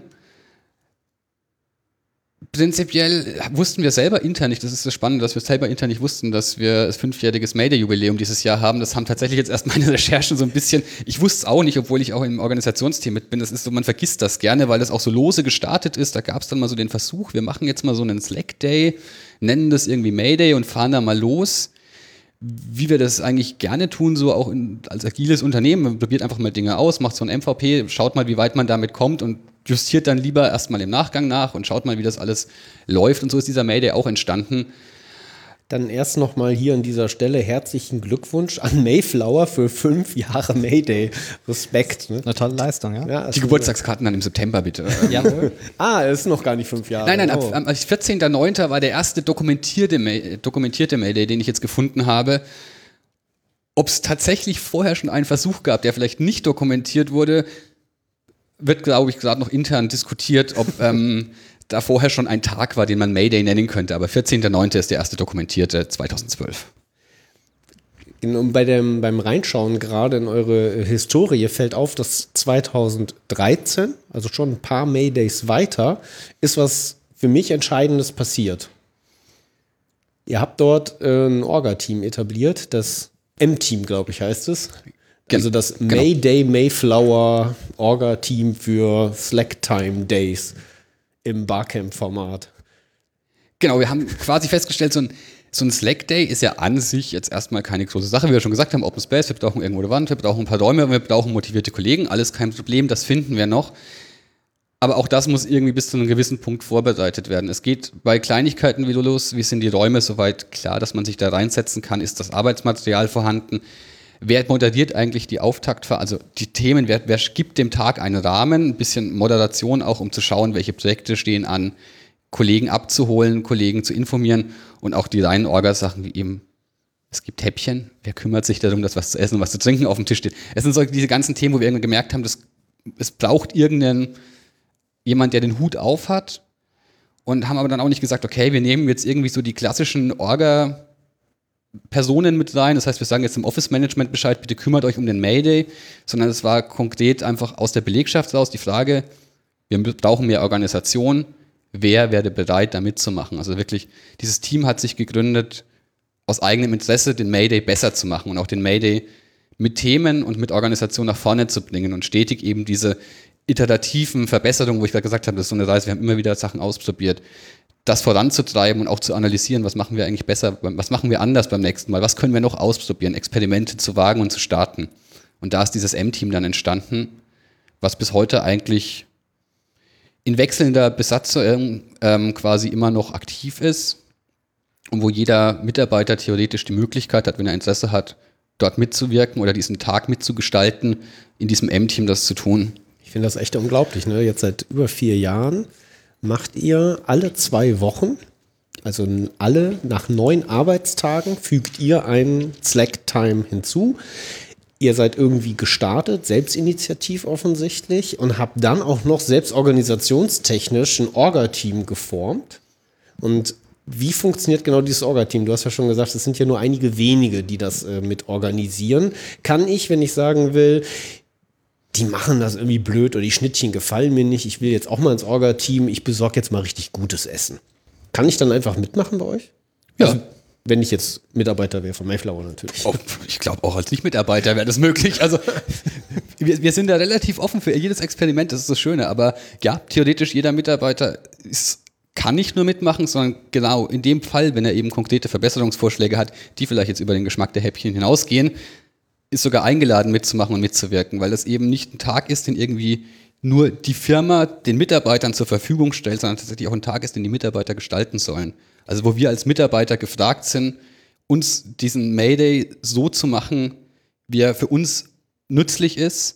Prinzipiell wussten wir selber intern nicht, das ist das Spannende, dass wir selber intern nicht wussten, dass wir das fünfjähriges Mayday-Jubiläum dieses Jahr haben. Das haben tatsächlich jetzt erst meine Recherchen so ein bisschen, ich wusste es auch nicht, obwohl ich auch im Organisationsteam mit bin. Das ist so, man vergisst das gerne, weil das auch so lose gestartet ist. Da gab es dann mal so den Versuch, wir machen jetzt mal so einen Slack-Day, nennen das irgendwie Mayday und fahren da mal los. Wie wir das eigentlich gerne tun, so auch in, als agiles Unternehmen. Man probiert einfach mal Dinge aus, macht so ein M V P, schaut mal, wie weit man damit kommt und justiert dann lieber erstmal im Nachgang nach und schaut mal, wie das alles läuft. Und so ist dieser Mayday auch entstanden. Dann erst nochmal hier an dieser Stelle herzlichen Glückwunsch an Mayflower für fünf Jahre Mayday. Respekt. Ne? Eine tolle Leistung, ja. Ja, Die Geburtstagskarten dann im September, bitte. Jawohl. Ah, es ist noch gar nicht fünf Jahre. Nein, nein, ab, Oh. am vierzehnten neunten war der erste dokumentierte, May, dokumentierte Mayday, den ich jetzt gefunden habe. Ob es tatsächlich vorher schon einen Versuch gab, der vielleicht nicht dokumentiert wurde, wird, glaube ich, gerade noch intern diskutiert, ob ähm, da vorher schon ein Tag war, den man Mayday nennen könnte. Aber vierzehnten neunten ist der erste dokumentierte zweitausendzwölf. Und bei dem, beim Reinschauen gerade in eure Historie fällt auf, dass zweitausenddreizehn, also schon ein paar Maydays weiter, ist was für mich Entscheidendes passiert. Ihr habt dort äh, ein Orga-Team etabliert, das M-Team, glaube ich, heißt es. Also das Genau. Mayday Mayflower Orga-Team für Slack-Time Days im Barcamp-Format. Genau, wir haben quasi festgestellt, so ein, so ein Slack-Day ist ja an sich jetzt erstmal keine große Sache. Wie wir schon gesagt haben, Open Space, wir brauchen irgendwo eine Wand, wir brauchen ein paar Räume, wir brauchen motivierte Kollegen, alles kein Problem, das finden wir noch. Aber auch das muss irgendwie bis zu einem gewissen Punkt vorbereitet werden. Es geht bei Kleinigkeiten wieder los, wie sind die Räume soweit klar, dass man sich da reinsetzen kann, ist das Arbeitsmaterial vorhanden, wer moderiert eigentlich die Auftaktphase, also die Themen, wer, wer gibt dem Tag einen Rahmen, ein bisschen Moderation auch, um zu schauen, welche Projekte stehen an, Kollegen abzuholen, Kollegen zu informieren und auch die reinen Orgasachen wie eben, es gibt Häppchen, wer kümmert sich darum, dass was zu essen und was zu trinken auf dem Tisch steht. Es sind so diese ganzen Themen, wo wir irgendwann gemerkt haben, dass es braucht irgendeinen jemand, der den Hut auf hat und haben aber dann auch nicht gesagt, okay, wir nehmen jetzt irgendwie so die klassischen Orga-Personen mit rein, das heißt, wir sagen jetzt im Office-Management Bescheid, bitte kümmert euch um den Mayday, sondern es war konkret einfach aus der Belegschaft raus die Frage, wir brauchen mehr Organisation, wer wäre bereit, da mitzumachen? Also wirklich, dieses Team hat sich gegründet, aus eigenem Interesse den Mayday besser zu machen und auch den Mayday mit Themen und mit Organisation nach vorne zu bringen und stetig eben diese iterativen Verbesserungen, wo ich gerade gesagt habe, das ist so eine Reise, wir haben immer wieder Sachen ausprobiert, das voranzutreiben und auch zu analysieren, was machen wir eigentlich besser, was machen wir anders beim nächsten Mal, was können wir noch ausprobieren, Experimente zu wagen und zu starten. Und da ist dieses M-Team dann entstanden, was bis heute eigentlich in wechselnder Besatzung ähm, quasi immer noch aktiv ist und wo jeder Mitarbeiter theoretisch die Möglichkeit hat, wenn er Interesse hat, dort mitzuwirken oder diesen Tag mitzugestalten, in diesem M-Team das zu tun. Ich finde das echt unglaublich. Ne? Jetzt seit über vier Jahren macht ihr alle zwei Wochen, also alle nach neun Arbeitstagen, fügt ihr einen Slack-Time hinzu. Ihr seid irgendwie gestartet, selbstinitiativ offensichtlich, und habt dann auch noch selbst organisationstechnisch ein Orga-Team geformt. Und wie funktioniert genau dieses Orga-Team? Du hast ja schon gesagt, es sind ja nur einige wenige, die das äh, mit organisieren. Kann ich, wenn ich sagen will, die machen das irgendwie blöd oder die Schnittchen gefallen mir nicht, ich will jetzt auch mal ins Orga-Team, ich besorge jetzt mal richtig gutes Essen. Kann ich dann einfach mitmachen bei euch? Ja. Also, wenn ich jetzt Mitarbeiter wäre von Mayflower natürlich. Oh, ich glaube, auch als Nicht-Mitarbeiter wäre das möglich. Also wir, wir sind da relativ offen für jedes Experiment, das ist das Schöne. Aber ja, theoretisch jeder Mitarbeiter ist, kann nicht nur mitmachen, sondern genau in dem Fall, wenn er eben konkrete Verbesserungsvorschläge hat, die vielleicht jetzt über den Geschmack der Häppchen hinausgehen, ist sogar eingeladen mitzumachen und mitzuwirken, weil das eben nicht ein Tag ist, den irgendwie nur die Firma den Mitarbeitern zur Verfügung stellt, sondern tatsächlich auch ein Tag ist, den die Mitarbeiter gestalten sollen. Also wo wir als Mitarbeiter gefragt sind, uns diesen Mayday so zu machen, wie er für uns nützlich ist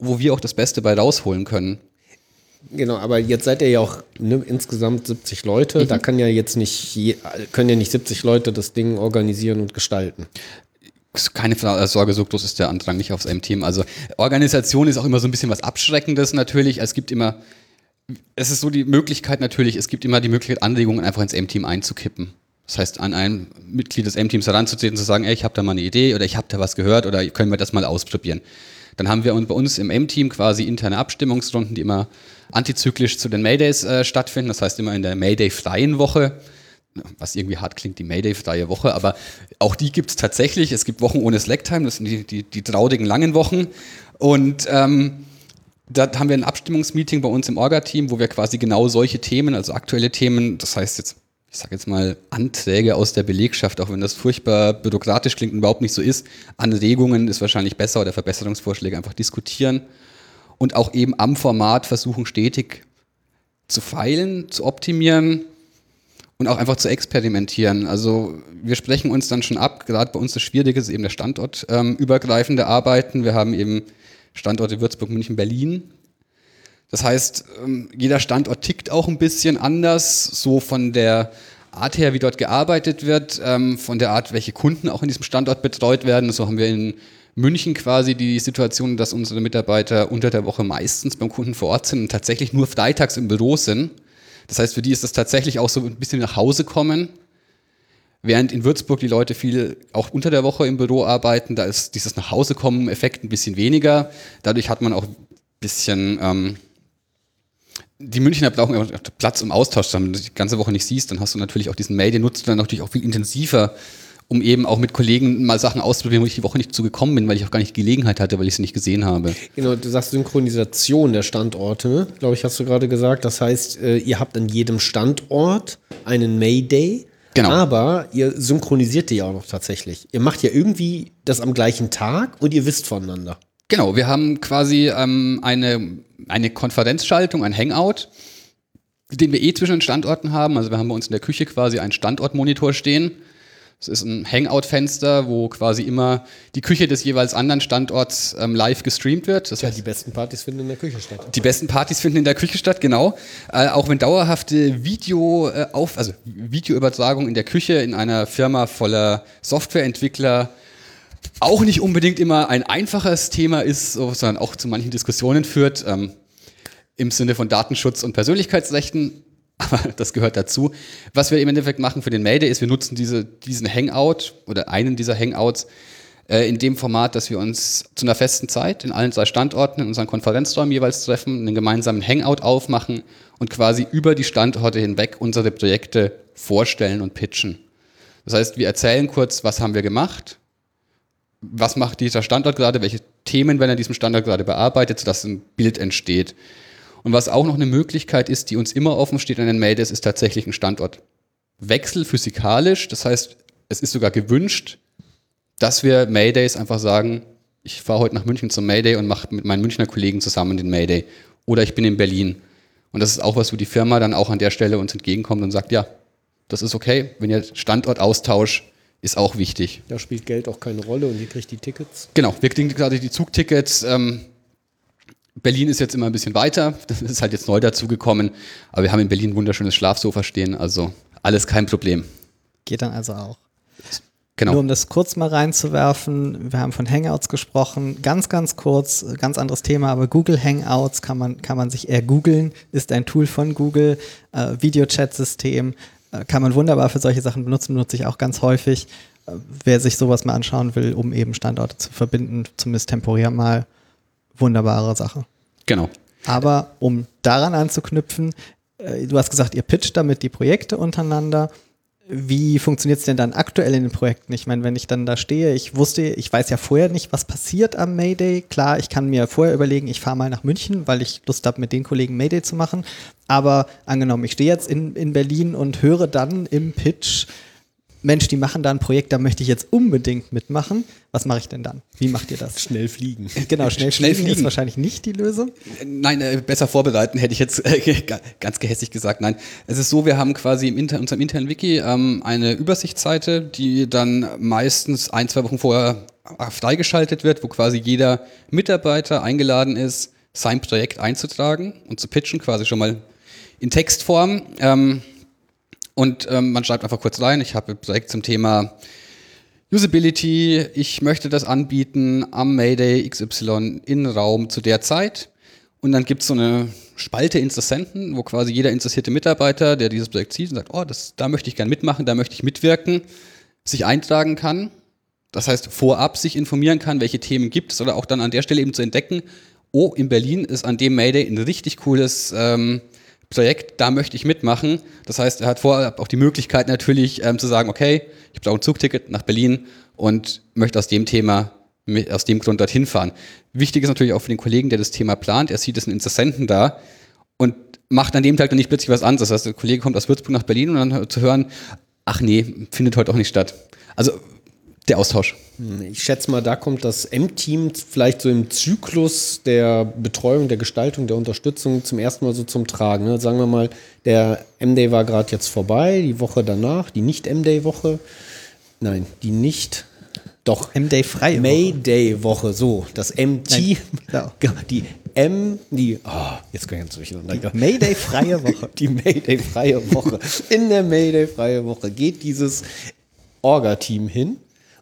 wo wir auch das Beste bei rausholen können. Genau, aber jetzt seid ihr ja auch ne, insgesamt siebzig Leute. Mhm. Da kann ja jetzt nicht, je, können ja nicht siebzig Leute das Ding organisieren und gestalten. Keine Sorge, so groß ist der Andrang nicht aufs M-Team. Also Organisation ist auch immer so ein bisschen was Abschreckendes natürlich. Es gibt immer, es ist so die Möglichkeit natürlich, es gibt immer die Möglichkeit, Anregungen einfach ins M-Team einzukippen. Das heißt, an ein Mitglied des M-Teams heranzutreten und zu sagen, ey, ich habe da mal eine Idee oder ich habe da was gehört oder können wir das mal ausprobieren. Dann haben wir bei uns im M-Team quasi interne Abstimmungsrunden, die immer antizyklisch zu den Maydays äh, stattfinden. Das heißt immer in der Mayday-freien Woche, was irgendwie hart klingt, die Mayday-freie Woche, aber auch die gibt es tatsächlich. Es gibt Wochen ohne Slack-Time, das sind die, die, die traurigen langen Wochen. Und ähm, da haben wir ein Abstimmungsmeeting bei uns im Orga-Team, wo wir quasi genau solche Themen, also aktuelle Themen, das heißt jetzt, ich sage jetzt mal Anträge aus der Belegschaft, auch wenn das furchtbar bürokratisch klingt und überhaupt nicht so ist, Anregungen ist wahrscheinlich besser oder Verbesserungsvorschläge einfach diskutieren und auch eben am Format versuchen stetig zu feilen, zu optimieren und auch einfach zu experimentieren. Also wir sprechen uns dann schon ab, gerade bei uns das Schwierige ist eben der standortübergreifende ähm, Arbeiten. Wir haben eben Standorte Würzburg, München, Berlin. Das heißt, jeder Standort tickt auch ein bisschen anders, so von der Art her, wie dort gearbeitet wird, von der Art, welche Kunden auch in diesem Standort betreut werden. So haben wir in München quasi die Situation, dass unsere Mitarbeiter unter der Woche meistens beim Kunden vor Ort sind und tatsächlich nur freitags im Büro sind. Das heißt, für die ist das tatsächlich auch so ein bisschen nach Hause kommen. Während in Würzburg die Leute viel auch unter der Woche im Büro arbeiten, da ist dieses Nach-Hause-Kommen-Effekt ein bisschen weniger. Dadurch hat man auch ein bisschen... Ähm, Die Münchner brauchen immer Platz im Austausch, wenn du die ganze Woche nicht siehst, dann hast du natürlich auch diesen Mail, den nutzt du dann natürlich auch viel intensiver, um eben auch mit Kollegen mal Sachen auszuprobieren, wo ich die Woche nicht zugekommen bin, weil ich auch gar nicht Gelegenheit hatte, weil ich sie nicht gesehen habe. Genau, du sagst Synchronisation der Standorte, glaube ich, hast du gerade gesagt. Das heißt, ihr habt an jedem Standort einen Mayday, genau. Aber ihr synchronisiert die ja auch noch tatsächlich. Ihr macht ja irgendwie das am gleichen Tag und ihr wisst voneinander. Genau, wir haben quasi ähm, eine, eine Konferenzschaltung, ein Hangout, den wir eh zwischen den Standorten haben. Also wir haben bei uns in der Küche quasi einen Standortmonitor stehen. Das ist ein Hangout-Fenster, wo quasi immer die Küche des jeweils anderen Standorts ähm, live gestreamt wird. Das ja, heißt, die besten Partys finden in der Küche statt. Die besten Partys finden in der Küche statt, genau. Äh, auch wenn dauerhafte Video äh, auf, also Videoübertragung in der Küche in einer Firma voller Softwareentwickler auch nicht unbedingt immer ein einfaches Thema ist, sondern auch zu manchen Diskussionen führt, ähm, im Sinne von Datenschutz und Persönlichkeitsrechten, aber das gehört dazu. Was wir im Endeffekt machen für den Mayday ist, wir nutzen diese, diesen Hangout oder einen dieser Hangouts äh, in dem Format, dass wir uns zu einer festen Zeit in allen drei Standorten in unseren Konferenzräumen jeweils treffen, einen gemeinsamen Hangout aufmachen und quasi über die Standorte hinweg unsere Projekte vorstellen und pitchen. Das heißt, wir erzählen kurz, was haben wir gemacht, was macht dieser Standort gerade, welche Themen werden an diesem Standort gerade bearbeitet, sodass ein Bild entsteht. Und was auch noch eine Möglichkeit ist, die uns immer offen steht an den Maydays, ist tatsächlich ein Standortwechsel physikalisch. Das heißt, es ist sogar gewünscht, dass wir Maydays einfach sagen, ich fahre heute nach München zum Mayday und mache mit meinen Münchner Kollegen zusammen den Mayday. Oder ich bin in Berlin. Und das ist auch was, wo die Firma dann auch an der Stelle uns entgegenkommt und sagt, ja, das ist okay, wenn ihr Standortaustausch ist auch wichtig. Da spielt Geld auch keine Rolle und ihr kriegt die Tickets? Genau, wir kriegen gerade die Zugtickets. Ähm, Berlin ist jetzt immer ein bisschen weiter, das ist halt jetzt neu dazugekommen, aber wir haben in Berlin ein wunderschönes Schlafsofa stehen, also alles kein Problem. Geht dann also auch. Genau. Nur um das kurz mal reinzuwerfen, wir haben von Hangouts gesprochen, ganz, ganz kurz, ganz anderes Thema, aber Google Hangouts kann man, kann man sich eher googeln, ist ein Tool von Google, äh, Videochat-System, kann man wunderbar für solche Sachen benutzen, benutze ich auch ganz häufig. Wer sich sowas mal anschauen will, um eben Standorte zu verbinden, zumindest temporär mal, wunderbare Sache. Genau. Aber um daran anzuknüpfen, du hast gesagt, ihr pitcht damit die Projekte untereinander. Wie funktioniert es denn dann aktuell in den Projekten? Ich meine, wenn ich dann da stehe, ich wusste, ich weiß ja vorher nicht, was passiert am Mayday. Klar, ich kann mir vorher überlegen, ich fahre mal nach München, weil ich Lust habe, mit den Kollegen Mayday zu machen. Aber angenommen, ich stehe jetzt in, in Berlin und höre dann im Pitch, Mensch, die machen da ein Projekt, da möchte ich jetzt unbedingt mitmachen. Was mache ich denn dann? Wie macht ihr das? Schnell fliegen. Genau, schnell, schnell fliegen, fliegen ist wahrscheinlich nicht die Lösung. Nein, äh, besser vorbereiten hätte ich jetzt äh, ganz gehässig gesagt. Nein, es ist so, wir haben quasi in inter, unserem internen Wiki ähm, eine Übersichtsseite, die dann meistens ein, zwei Wochen vorher freigeschaltet wird, wo quasi jeder Mitarbeiter eingeladen ist, sein Projekt einzutragen und zu pitchen, quasi schon mal in Textform. Ähm, Und ähm, man schreibt einfach kurz rein, ich habe ein Projekt zum Thema Usability, ich möchte das anbieten am Mayday X Y in Raum zu der Zeit. Und dann gibt es so eine Spalte Interessenten, wo quasi jeder interessierte Mitarbeiter, der dieses Projekt sieht und sagt, oh, das, da möchte ich gerne mitmachen, da möchte ich mitwirken, sich eintragen kann. Das heißt, vorab sich informieren kann, welche Themen gibt es oder auch dann an der Stelle eben zu entdecken, oh, in Berlin ist an dem Mayday ein richtig cooles ähm, Projekt, da möchte ich mitmachen. Das heißt, er hat vorher auch die Möglichkeit natürlich ähm, zu sagen, okay, ich brauche ein Zugticket nach Berlin und möchte aus dem Thema, aus dem Grund dorthin fahren. Wichtig ist natürlich auch für den Kollegen, der das Thema plant, er sieht es einen Interessenten da und macht an dem Tag dann nicht plötzlich was anderes. Das heißt, der Kollege kommt aus Würzburg nach Berlin und dann zu hören, ach nee, findet heute auch nicht statt. Also der Austausch. Ich schätze mal, da kommt das M-Team vielleicht so im Zyklus der Betreuung, der Gestaltung, der Unterstützung zum ersten Mal so zum Tragen. Ne? Sagen wir mal, der M-Day war gerade jetzt vorbei, die Woche danach, die Nicht-M-Day-Woche. Nein, die nicht, doch. M-Day-freie Woche. Mayday-Woche, so. Das M-Team, Nein, die M, die, oh, jetzt kann ich ganz durcheinander. Die Mayday-freie Woche. Die Mayday-freie Woche. In der Mayday-freie Woche geht dieses Orga-Team hin.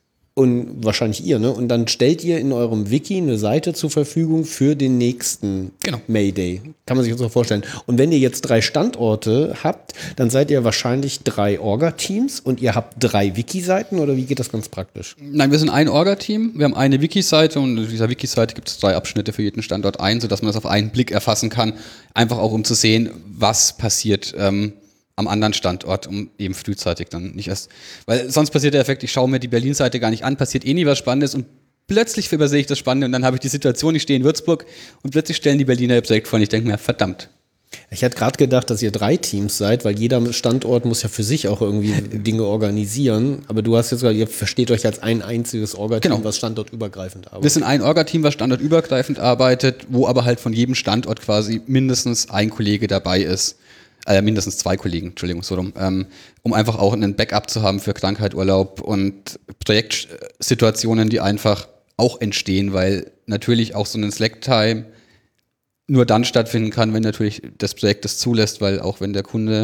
Und wahrscheinlich ihr, ne? Und dann stellt ihr in eurem Wiki eine Seite zur Verfügung für den nächsten genau. Mayday. Kann man sich das so vorstellen. Und wenn ihr jetzt drei Standorte habt, dann seid ihr wahrscheinlich drei Orga-Teams und ihr habt drei Wiki-Seiten oder wie geht das ganz praktisch? Nein, wir sind ein Orga-Team, wir haben eine Wiki-Seite und in dieser Wiki-Seite gibt es drei Abschnitte für jeden Standort ein, sodass man das auf einen Blick erfassen kann. Einfach auch um zu sehen, was passiert ähm, am anderen Standort, um eben frühzeitig dann nicht erst, weil sonst passiert der Effekt, ich schaue mir die Berlin-Seite gar nicht an, passiert eh nie was Spannendes und plötzlich übersehe ich das Spannende und dann habe ich die Situation, ich stehe in Würzburg und plötzlich stellen die Berliner ihr Projekt vor und ich denke mir, verdammt. Ich hätte gerade gedacht, dass ihr drei Teams seid, weil jeder Standort muss ja für sich auch irgendwie Dinge organisieren, aber du hast jetzt gesagt, ihr versteht euch als ein einziges Orga-Team, genau. was standortübergreifend arbeitet. Wir sind ein Orga-Team, was standortübergreifend arbeitet, wo aber halt von jedem Standort quasi mindestens ein Kollege dabei ist. Äh, mindestens zwei Kollegen, Entschuldigung, so rum, ähm, um einfach auch einen Backup zu haben für Krankheit, Urlaub und Projektsituationen, die einfach auch entstehen, weil natürlich auch so ein Slack-Time nur dann stattfinden kann, wenn natürlich das Projekt das zulässt, weil auch wenn der Kunde,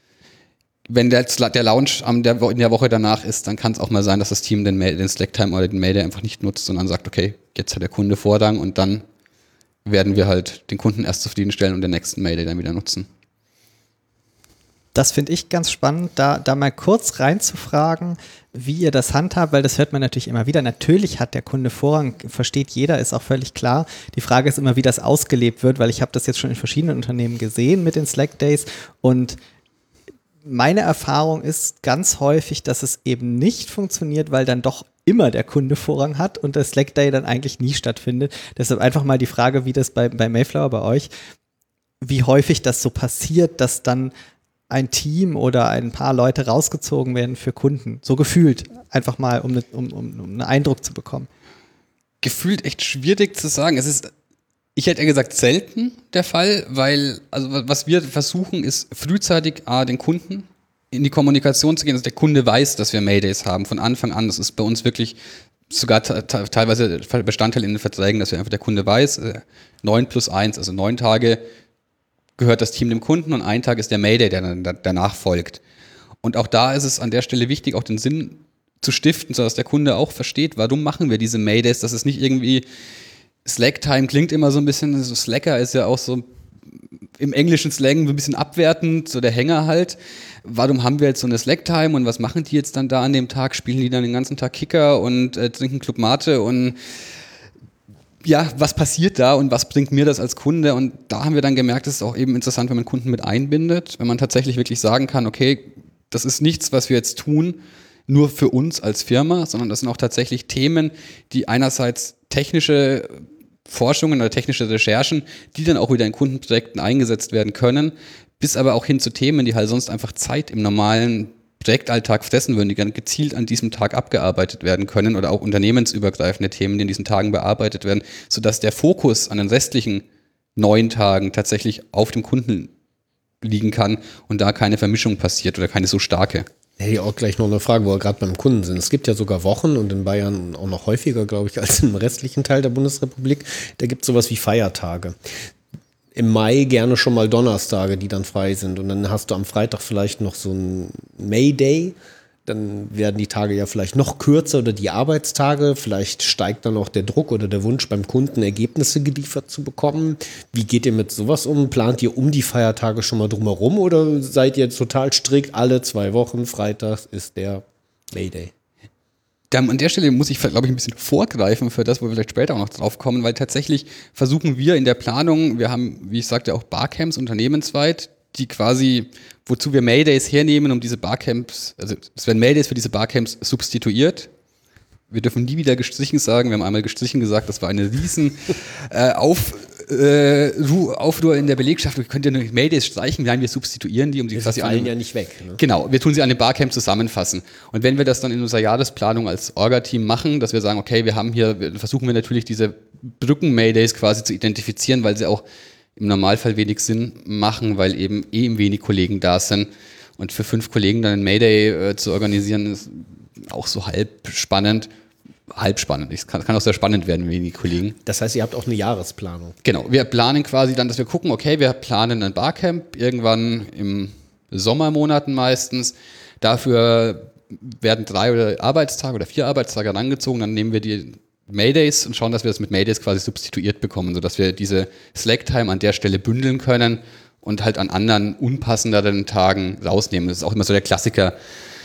wenn der, der Launch am der, in der Woche danach ist, dann kann es auch mal sein, dass das Team den, den Slack-Time oder den Mayday einfach nicht nutzt, sondern sagt, okay, jetzt hat der Kunde Vorrang und dann werden wir halt den Kunden erst zufriedenstellen und den nächsten Mayday dann wieder nutzen. Das finde ich ganz spannend, da, da mal kurz reinzufragen, wie ihr das handhabt, weil das hört man natürlich immer wieder. Natürlich hat der Kunde Vorrang, versteht jeder, ist auch völlig klar. Die Frage ist immer, wie das ausgelebt wird, weil ich habe das jetzt schon in verschiedenen Unternehmen gesehen mit den Slack Days und meine Erfahrung ist ganz häufig, dass es eben nicht funktioniert, weil dann doch immer der Kunde Vorrang hat und der Slack Day dann eigentlich nie stattfindet. Deshalb einfach mal die Frage, wie das bei, bei Mayflower, bei euch, wie häufig das so passiert, dass dann ein Team oder ein paar Leute rausgezogen werden für Kunden. So gefühlt. Einfach mal, um, ne, um, um, um einen Eindruck zu bekommen. Gefühlt echt schwierig zu sagen. Es ist, ich hätte eher gesagt, selten der Fall, weil, also was wir versuchen, ist frühzeitig A, den Kunden in die Kommunikation zu gehen, dass der Kunde weiß, dass wir Maydays haben, von Anfang an. Das ist bei uns wirklich sogar teilweise Bestandteil in den Verträgen, dass wir einfach der Kunde weiß, neun plus eins, also neun Tage gehört das Team dem Kunden und ein Tag ist der Mayday, der dann danach folgt. Und auch da ist es an der Stelle wichtig, auch den Sinn zu stiften, sodass der Kunde auch versteht, warum machen wir diese Maydays, dass es nicht irgendwie Slack-Time klingt immer so ein bisschen, so Slacker ist ja auch so im englischen Slang ein bisschen abwertend, so der Hänger halt. Warum haben wir jetzt so eine Slack-Time und was machen die jetzt dann da an dem Tag? Spielen die dann den ganzen Tag Kicker und äh, trinken Club Mate und ja, was passiert da und was bringt mir das als Kunde? Und da haben wir dann gemerkt, es ist auch eben interessant, wenn man Kunden mit einbindet, wenn man tatsächlich wirklich sagen kann, okay, das ist nichts, was wir jetzt tun, nur für uns als Firma, sondern das sind auch tatsächlich Themen, die einerseits technische Forschungen oder technische Recherchen, die dann auch wieder in Kundenprojekten eingesetzt werden können, bis aber auch hin zu Themen, die halt sonst einfach Zeit im normalen Projektalltag fressen würden, die dann gezielt an diesem Tag abgearbeitet werden können oder auch unternehmensübergreifende Themen, die in diesen Tagen bearbeitet werden, sodass der Fokus an den restlichen neun Tagen tatsächlich auf dem Kunden liegen kann und da keine Vermischung passiert oder keine so starke. Hätte ich auch gleich noch eine Frage, wo wir gerade beim Kunden sind. Es gibt ja sogar Wochen und in Bayern auch noch häufiger, glaube ich, als im restlichen Teil der Bundesrepublik. Da gibt es sowas wie Feiertage. Im Mai gerne schon mal Donnerstage, die dann frei sind. Und dann hast du am Freitag vielleicht noch so ein May-Day. Dann werden die Tage ja vielleicht noch kürzer oder die Arbeitstage. Vielleicht steigt dann auch der Druck oder der Wunsch beim Kunden, Ergebnisse geliefert zu bekommen. Wie geht ihr mit sowas um? Plant ihr um die Feiertage schon mal drumherum oder seid ihr total strikt? Alle zwei Wochen, freitags ist der Mayday. Da, an der Stelle muss ich, glaube ich, ein bisschen vorgreifen für das, wo wir vielleicht später auch noch drauf kommen, weil tatsächlich versuchen wir in der Planung, wir haben, wie ich sagte, auch Barcamps unternehmensweit, die quasi, wozu wir Maydays hernehmen, um diese Barcamps, also es werden Maydays für diese Barcamps substituiert. Wir dürfen nie wieder gestrichen sagen, wir haben einmal gestrichen gesagt, das war eine riesen äh, Auf, äh, Aufruhr in der Belegschaft, wir können ja nur Maydays streichen, nein, wir substituieren die, um sie Sie quasi fallen an, ja nicht weg. Ne? Genau, wir tun sie an dem Barcamp zusammenfassen. Und wenn wir das dann in unserer Jahresplanung als Orga-Team machen, dass wir sagen, okay, wir haben hier, versuchen wir natürlich diese Brücken-Maydays quasi zu identifizieren, weil sie auch im Normalfall wenig Sinn machen, weil eben eh wenig Kollegen da sind. Und für fünf Kollegen dann ein Mayday äh, zu organisieren, ist auch so halb spannend. Halb spannend. Es kann, kann auch sehr spannend werden, wenig Kollegen. Das heißt, ihr habt auch eine Jahresplanung. Genau. Wir planen quasi dann, dass wir gucken, okay, wir planen ein Barcamp irgendwann im Sommermonaten meistens. Dafür werden drei oder Arbeitstage oder vier Arbeitstage herangezogen. Dann nehmen wir die Maydays und schauen, dass wir das mit Maydays quasi substituiert bekommen, sodass wir diese Slack-Time an der Stelle bündeln können und halt an anderen unpassenderen Tagen rausnehmen. Das ist auch immer so der Klassiker,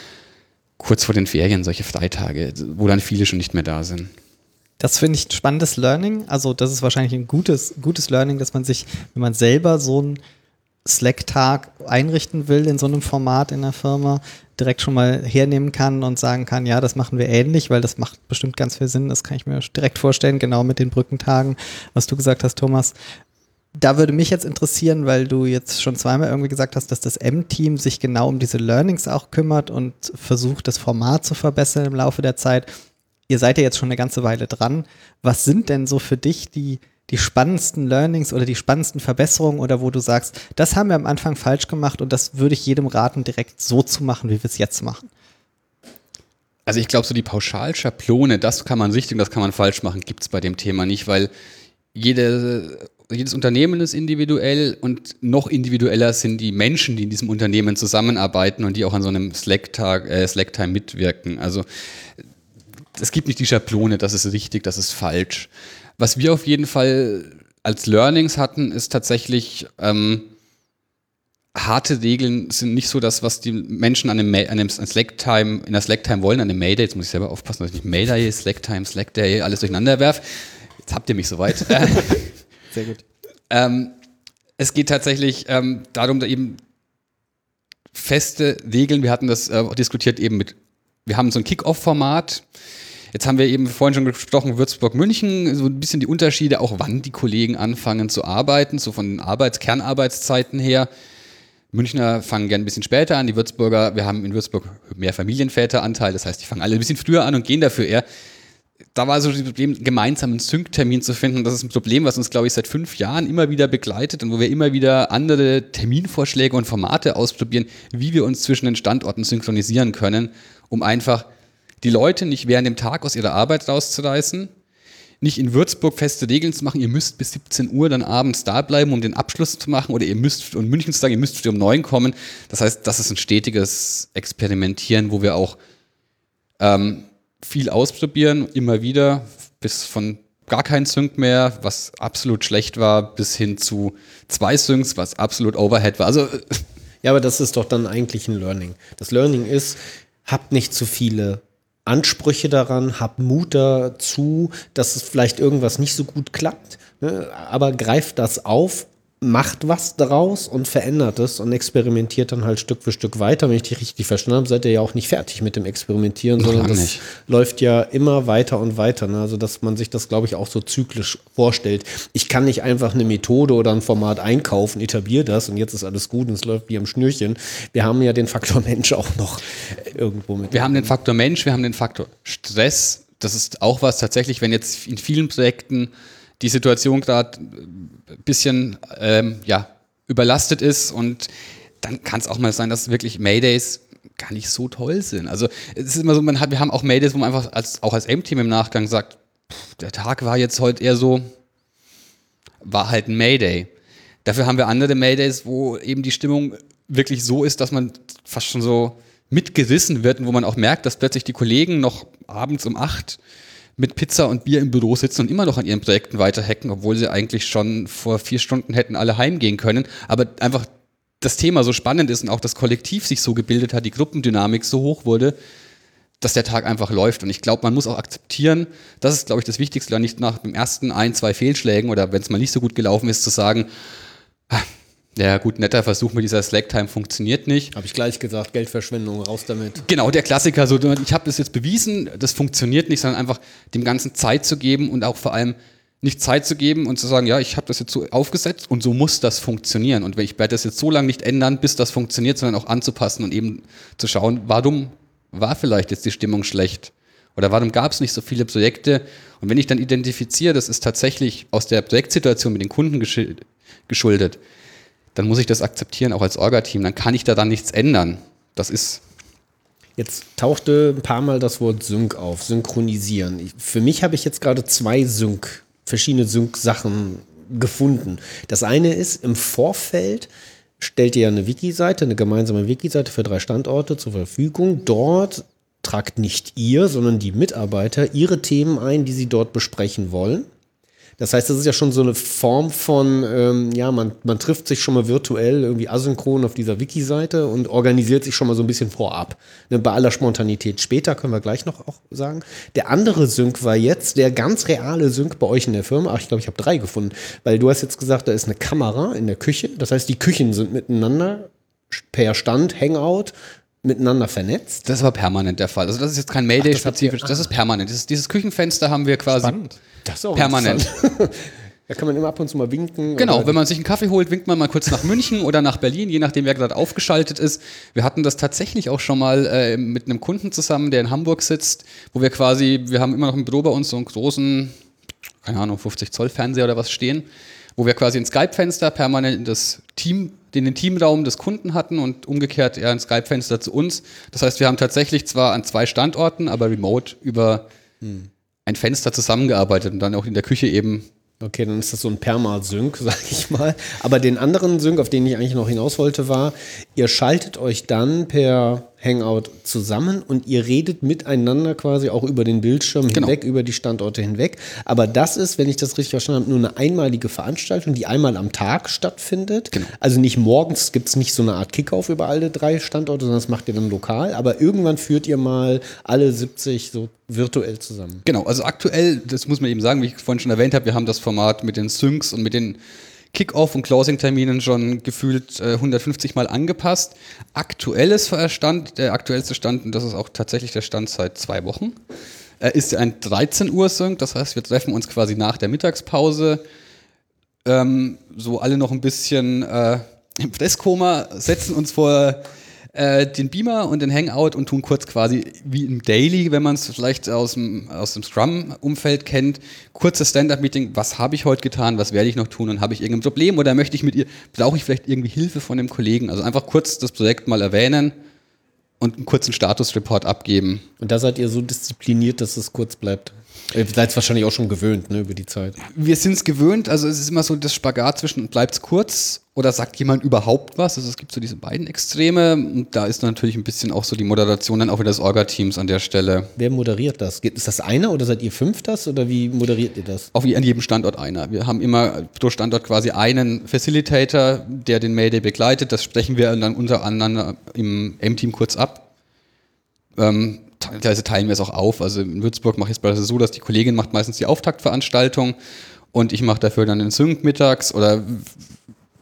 kurz vor den Ferien, solche Freitage, wo dann viele schon nicht mehr da sind. Das finde ich ein spannendes Learning. Also das ist wahrscheinlich ein gutes, gutes Learning, dass man sich, wenn man selber so einen Slack-Tag einrichten will in so einem Format in der Firma, direkt schon mal hernehmen kann und sagen kann, ja, das machen wir ähnlich, weil das macht bestimmt ganz viel Sinn. Das kann ich mir direkt vorstellen, genau mit den Brückentagen, was du gesagt hast, Thomas. Da würde mich jetzt interessieren, weil du jetzt schon zweimal irgendwie gesagt hast, dass das M-Team sich genau um diese Learnings auch kümmert und versucht, das Format zu verbessern im Laufe der Zeit. Ihr seid ja jetzt schon eine ganze Weile dran. Was sind denn so für dich die, die spannendsten Learnings oder die spannendsten Verbesserungen oder wo du sagst, das haben wir am Anfang falsch gemacht und das würde ich jedem raten, direkt so zu machen, wie wir es jetzt machen? Also ich glaube, so die Pauschalschablone, das kann man richtig und das kann man falsch machen, gibt es bei dem Thema nicht, weil jede... Jedes Unternehmen ist individuell und noch individueller sind die Menschen, die in diesem Unternehmen zusammenarbeiten und die auch an so einem Slack-Tag, äh, Slack-Time mitwirken. Also es gibt nicht die Schablone, das ist richtig, das ist falsch. Was wir auf jeden Fall als Learnings hatten, ist tatsächlich ähm, harte Regeln sind nicht so das, was die Menschen an einem, an einem Slack-Time, in der Slack-Time wollen, an einem Mayday. Jetzt muss ich selber aufpassen, dass ich nicht Mayday, Slack-Time, Slack-Day, alles durcheinander werfe. Jetzt habt ihr mich soweit. Sehr gut. Ähm, es geht tatsächlich ähm, darum, da eben feste Regeln, wir hatten das äh, diskutiert eben mit, wir haben so ein Kick-Off-Format, jetzt haben wir eben vorhin schon gesprochen, Würzburg-München, so ein bisschen die Unterschiede, auch wann die Kollegen anfangen zu arbeiten, so von den Arbeits-, Kernarbeitszeiten her. Münchner fangen gerne ein bisschen später an, die Würzburger, wir haben in Würzburg mehr Familienväteranteil, das heißt, die fangen alle ein bisschen früher an und gehen dafür eher. Da war so das Problem, gemeinsam einen Sync-Termin zu finden. Das ist ein Problem, was uns, glaube ich, seit fünf Jahren immer wieder begleitet und wo wir immer wieder andere Terminvorschläge und Formate ausprobieren, wie wir uns zwischen den Standorten synchronisieren können, um einfach die Leute nicht während dem Tag aus ihrer Arbeit rauszureißen, nicht in Würzburg feste Regeln zu machen, ihr müsst bis siebzehn Uhr dann abends da bleiben, um den Abschluss zu machen, oder ihr müsst, und München zu sagen, ihr müsst um neun kommen. Das heißt, das ist ein stetiges Experimentieren, wo wir auch ähm, viel ausprobieren, immer wieder, bis von gar kein Sync mehr, was absolut schlecht war, bis hin zu zwei Syncs, was absolut Overhead war. Also ja, aber das ist doch dann eigentlich ein Learning. Das Learning ist, habt nicht zu viele Ansprüche daran, habt Mut dazu, dass es vielleicht irgendwas nicht so gut klappt, ne? Aber greift das auf macht was daraus und verändert es und experimentiert dann halt Stück für Stück weiter. Wenn ich dich richtig verstanden habe, seid ihr ja auch nicht fertig mit dem Experimentieren, sondern das nicht. Läuft ja immer weiter und weiter. Ne? Also, dass man sich das, glaube ich, auch so zyklisch vorstellt. Ich kann nicht einfach eine Methode oder ein Format einkaufen, etabliere das und jetzt ist alles gut und es läuft wie am Schnürchen. Wir haben ja den Faktor Mensch auch noch irgendwo mit. Wir haben den Faktor Mensch, wir haben den Faktor Stress. Das ist auch was tatsächlich, wenn jetzt in vielen Projekten die Situation gerade ein bisschen ähm, ja, überlastet ist und dann kann es auch mal sein, dass wirklich Maydays gar nicht so toll sind. Also es ist immer so, man hat, wir haben auch Maydays, wo man einfach als, auch als M-Team im Nachgang sagt, pff, der Tag war jetzt heute eher so, war halt ein Mayday. Dafür haben wir andere Maydays, wo eben die Stimmung wirklich so ist, dass man fast schon so mitgerissen wird und wo man auch merkt, dass plötzlich die Kollegen noch abends um acht mit Pizza und Bier im Büro sitzen und immer noch an ihren Projekten weiterhacken, obwohl sie eigentlich schon vor vier Stunden hätten alle heimgehen können. Aber einfach das Thema so spannend ist und auch das Kollektiv sich so gebildet hat, die Gruppendynamik so hoch wurde, dass der Tag einfach läuft. Und ich glaube, man muss auch akzeptieren, das ist, glaube ich, das Wichtigste, nicht nach dem ersten ein, zwei Fehlschlägen oder wenn es mal nicht so gut gelaufen ist, zu sagen, ja gut, netter Versuch mit dieser Slack-Time funktioniert nicht. Habe ich gleich gesagt, Geldverschwendung, raus damit. Genau, der Klassiker, so ich habe das jetzt bewiesen, das funktioniert nicht, sondern einfach dem Ganzen Zeit zu geben und auch vor allem nicht Zeit zu geben und zu sagen, ja, ich habe das jetzt so aufgesetzt und so muss das funktionieren. Und wenn ich werde das jetzt so lange nicht ändern, bis das funktioniert, sondern auch anzupassen und eben zu schauen, warum war vielleicht jetzt die Stimmung schlecht? Oder warum gab es nicht so viele Projekte? Und wenn ich dann identifiziere, das ist tatsächlich aus der Projektsituation mit den Kunden geschuldet, dann muss ich das akzeptieren, auch als Orga-Team. Dann kann ich da dann nichts ändern. Das ist... Jetzt tauchte ein paar Mal das Wort Sync auf, synchronisieren. Ich, für mich habe ich jetzt gerade zwei Sync, verschiedene Sync-Sachen gefunden. Das eine ist, im Vorfeld stellt ihr eine Wiki-Seite, eine gemeinsame Wiki-Seite für drei Standorte zur Verfügung. Dort tragt nicht ihr, sondern die Mitarbeiter ihre Themen ein, die sie dort besprechen wollen. Das heißt, das ist ja schon so eine Form von, ähm, ja, man, man trifft sich schon mal virtuell irgendwie asynchron auf dieser Wiki-Seite und organisiert sich schon mal so ein bisschen vorab. Ne, bei aller Spontanität später, können wir gleich noch auch sagen. Der andere Sync war jetzt der ganz reale Sync bei euch in der Firma. Ach, ich glaube, ich habe drei gefunden. Weil du hast jetzt gesagt, da ist eine Kamera in der Küche. Das heißt, die Küchen sind miteinander per Stand, Hangout, miteinander vernetzt. Das ist aber permanent der Fall. Also das ist jetzt kein Mayday-spezifisch, das, das ist permanent. Dieses, dieses Küchenfenster haben wir quasi Spannend. Das ist auch permanent. Da kann man immer ab und zu mal winken. Genau, wenn man sich einen Kaffee holt, winkt man mal kurz nach München oder nach Berlin, je nachdem, wer gerade aufgeschaltet ist. Wir hatten das tatsächlich auch schon mal äh, mit einem Kunden zusammen, der in Hamburg sitzt, wo wir quasi, wir haben immer noch im Büro bei uns so einen großen, keine Ahnung, fünfzig Zoll Fernseher oder was stehen, wo wir quasi ein Skype-Fenster permanent in das Team, in den Teamraum des Kunden hatten und umgekehrt eher ein Skype-Fenster zu uns. Das heißt, wir haben tatsächlich zwar an zwei Standorten, aber remote über hm. ein Fenster zusammengearbeitet und dann auch in der Küche eben. Okay, dann ist das so ein Perma-Sync, sag ich mal. Aber den anderen Sync, auf den ich eigentlich noch hinaus wollte, war, ihr schaltet euch dann per Hangout zusammen und ihr redet miteinander quasi auch über den Bildschirm genau. hinweg, über die Standorte hinweg. Aber das ist, wenn ich das richtig verstanden habe, nur eine einmalige Veranstaltung, die einmal am Tag stattfindet. Genau. Also nicht morgens gibt es nicht so eine Art Kickoff über alle drei Standorte, sondern das macht ihr dann lokal. Aber irgendwann führt ihr mal alle siebzig so virtuell zusammen. Genau, also aktuell, das muss man eben sagen, wie ich vorhin schon erwähnt habe, wir haben das Format mit den Syncs und mit den Kick-Off- und Closing-Terminen schon gefühlt äh, hundertfünfzig Mal angepasst. Aktuelles Stand, der aktuellste Stand, und das ist auch tatsächlich der Stand seit zwei Wochen, äh, ist ein dreizehn Uhr Sync. Das heißt, wir treffen uns quasi nach der Mittagspause, ähm, so alle noch ein bisschen äh, im Fresskoma, setzen uns vor äh, den Beamer und den Hangout und tun kurz quasi wie im Daily, wenn man es vielleicht aus dem, aus dem Scrum-Umfeld kennt, kurzes Stand-Up-Meeting, was habe ich heute getan, was werde ich noch tun und habe ich irgendein Problem oder möchte ich mit ihr, brauche ich vielleicht irgendwie Hilfe von dem Kollegen, also einfach kurz das Projekt mal erwähnen und einen kurzen Status-Report abgeben. Und da seid ihr so diszipliniert, dass es kurz bleibt? Ihr seid es wahrscheinlich auch schon gewöhnt, ne, über die Zeit. Wir sind es gewöhnt, also es ist immer so das Spagat zwischen, bleibt es kurz oder sagt jemand überhaupt was? Also es gibt so diese beiden Extreme und da ist natürlich ein bisschen auch so die Moderation dann auch wieder des Orga-Teams an der Stelle. Wer moderiert das? Ist das einer oder seid ihr fünf das oder wie moderiert ihr das? Auf an jedem Standort einer. Wir haben immer pro Standort quasi einen Facilitator, der den Mayday begleitet. Das sprechen wir dann unter anderem im M-Team kurz ab. Ähm, Teilweise teilen wir es auch auf. Also in Würzburg mache ich es beispielsweise so, dass die Kollegin macht meistens die Auftaktveranstaltung und ich mache dafür dann den Sync mittags oder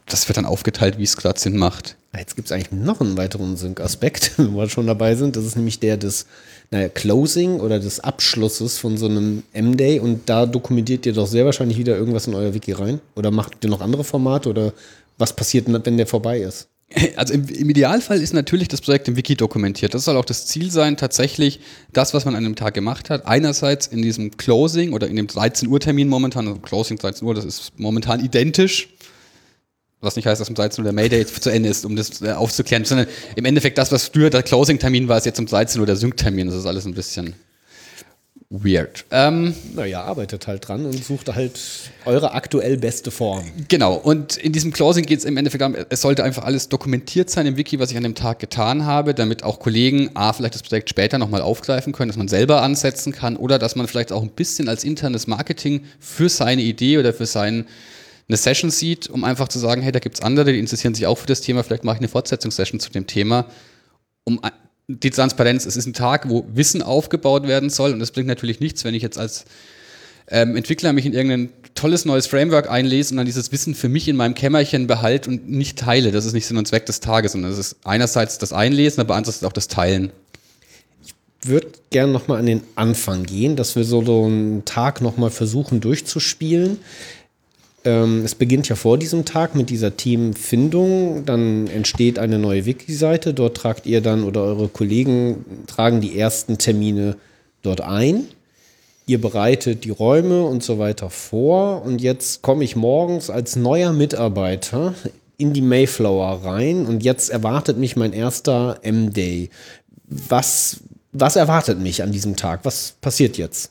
das wird dann aufgeteilt, wie es gerade Sinn macht. Jetzt gibt es eigentlich noch einen weiteren Sync-Aspekt, wenn wir schon dabei sind. Das ist nämlich der des naja, Closing oder des Abschlusses von so einem M-Day. Und da dokumentiert ihr doch sehr wahrscheinlich wieder irgendwas in euer Wiki rein. Oder macht ihr noch andere Formate? Oder was passiert, wenn der vorbei ist? Also im, im Idealfall ist natürlich das Projekt im Wiki dokumentiert. Das soll auch das Ziel sein, tatsächlich das, was man an einem Tag gemacht hat, einerseits in diesem Closing oder in dem dreizehn Uhr Termin momentan, also Closing dreizehn Uhr, das ist momentan identisch, was nicht heißt, dass um dreizehn Uhr der Mayday zu Ende ist, um das äh, aufzuklären, sondern im Endeffekt das, was früher der Closing-Termin war, ist jetzt um dreizehn Uhr der Sync-Termin. Das ist alles ein bisschen weird. Ähm, naja, arbeitet halt dran und sucht halt eure aktuell beste Form. Genau, und in diesem Closing geht es im Endeffekt darum, es sollte einfach alles dokumentiert sein im Wiki, was ich an dem Tag getan habe, damit auch Kollegen A, vielleicht das Projekt später nochmal aufgreifen können, dass man selber ansetzen kann oder dass man vielleicht auch ein bisschen als internes Marketing für seine Idee oder für seinen eine Session sieht, um einfach zu sagen, hey, da gibt es andere, die interessieren sich auch für das Thema, vielleicht mache ich eine Fortsetzungssession zu dem Thema, um die Transparenz, es ist ein Tag, wo Wissen aufgebaut werden soll und es bringt natürlich nichts, wenn ich jetzt als ähm, Entwickler mich in irgendein tolles neues Framework einlese und dann dieses Wissen für mich in meinem Kämmerchen behalte und nicht teile. Das ist nicht Sinn und Zweck des Tages, sondern das ist einerseits das Einlesen, aber andererseits auch das Teilen. Ich würde gerne nochmal an den Anfang gehen, dass wir so einen Tag nochmal versuchen durchzuspielen. Ähm, es beginnt ja vor diesem Tag mit dieser Teamfindung, dann entsteht eine neue Wiki-Seite, dort tragt ihr dann oder eure Kollegen tragen die ersten Termine dort ein. Ihr bereitet die Räume und so weiter vor und jetzt komme ich morgens als neuer Mitarbeiter in die Mayflower rein und jetzt erwartet mich mein erster M-Day. Was, was erwartet mich an diesem Tag? Was passiert jetzt?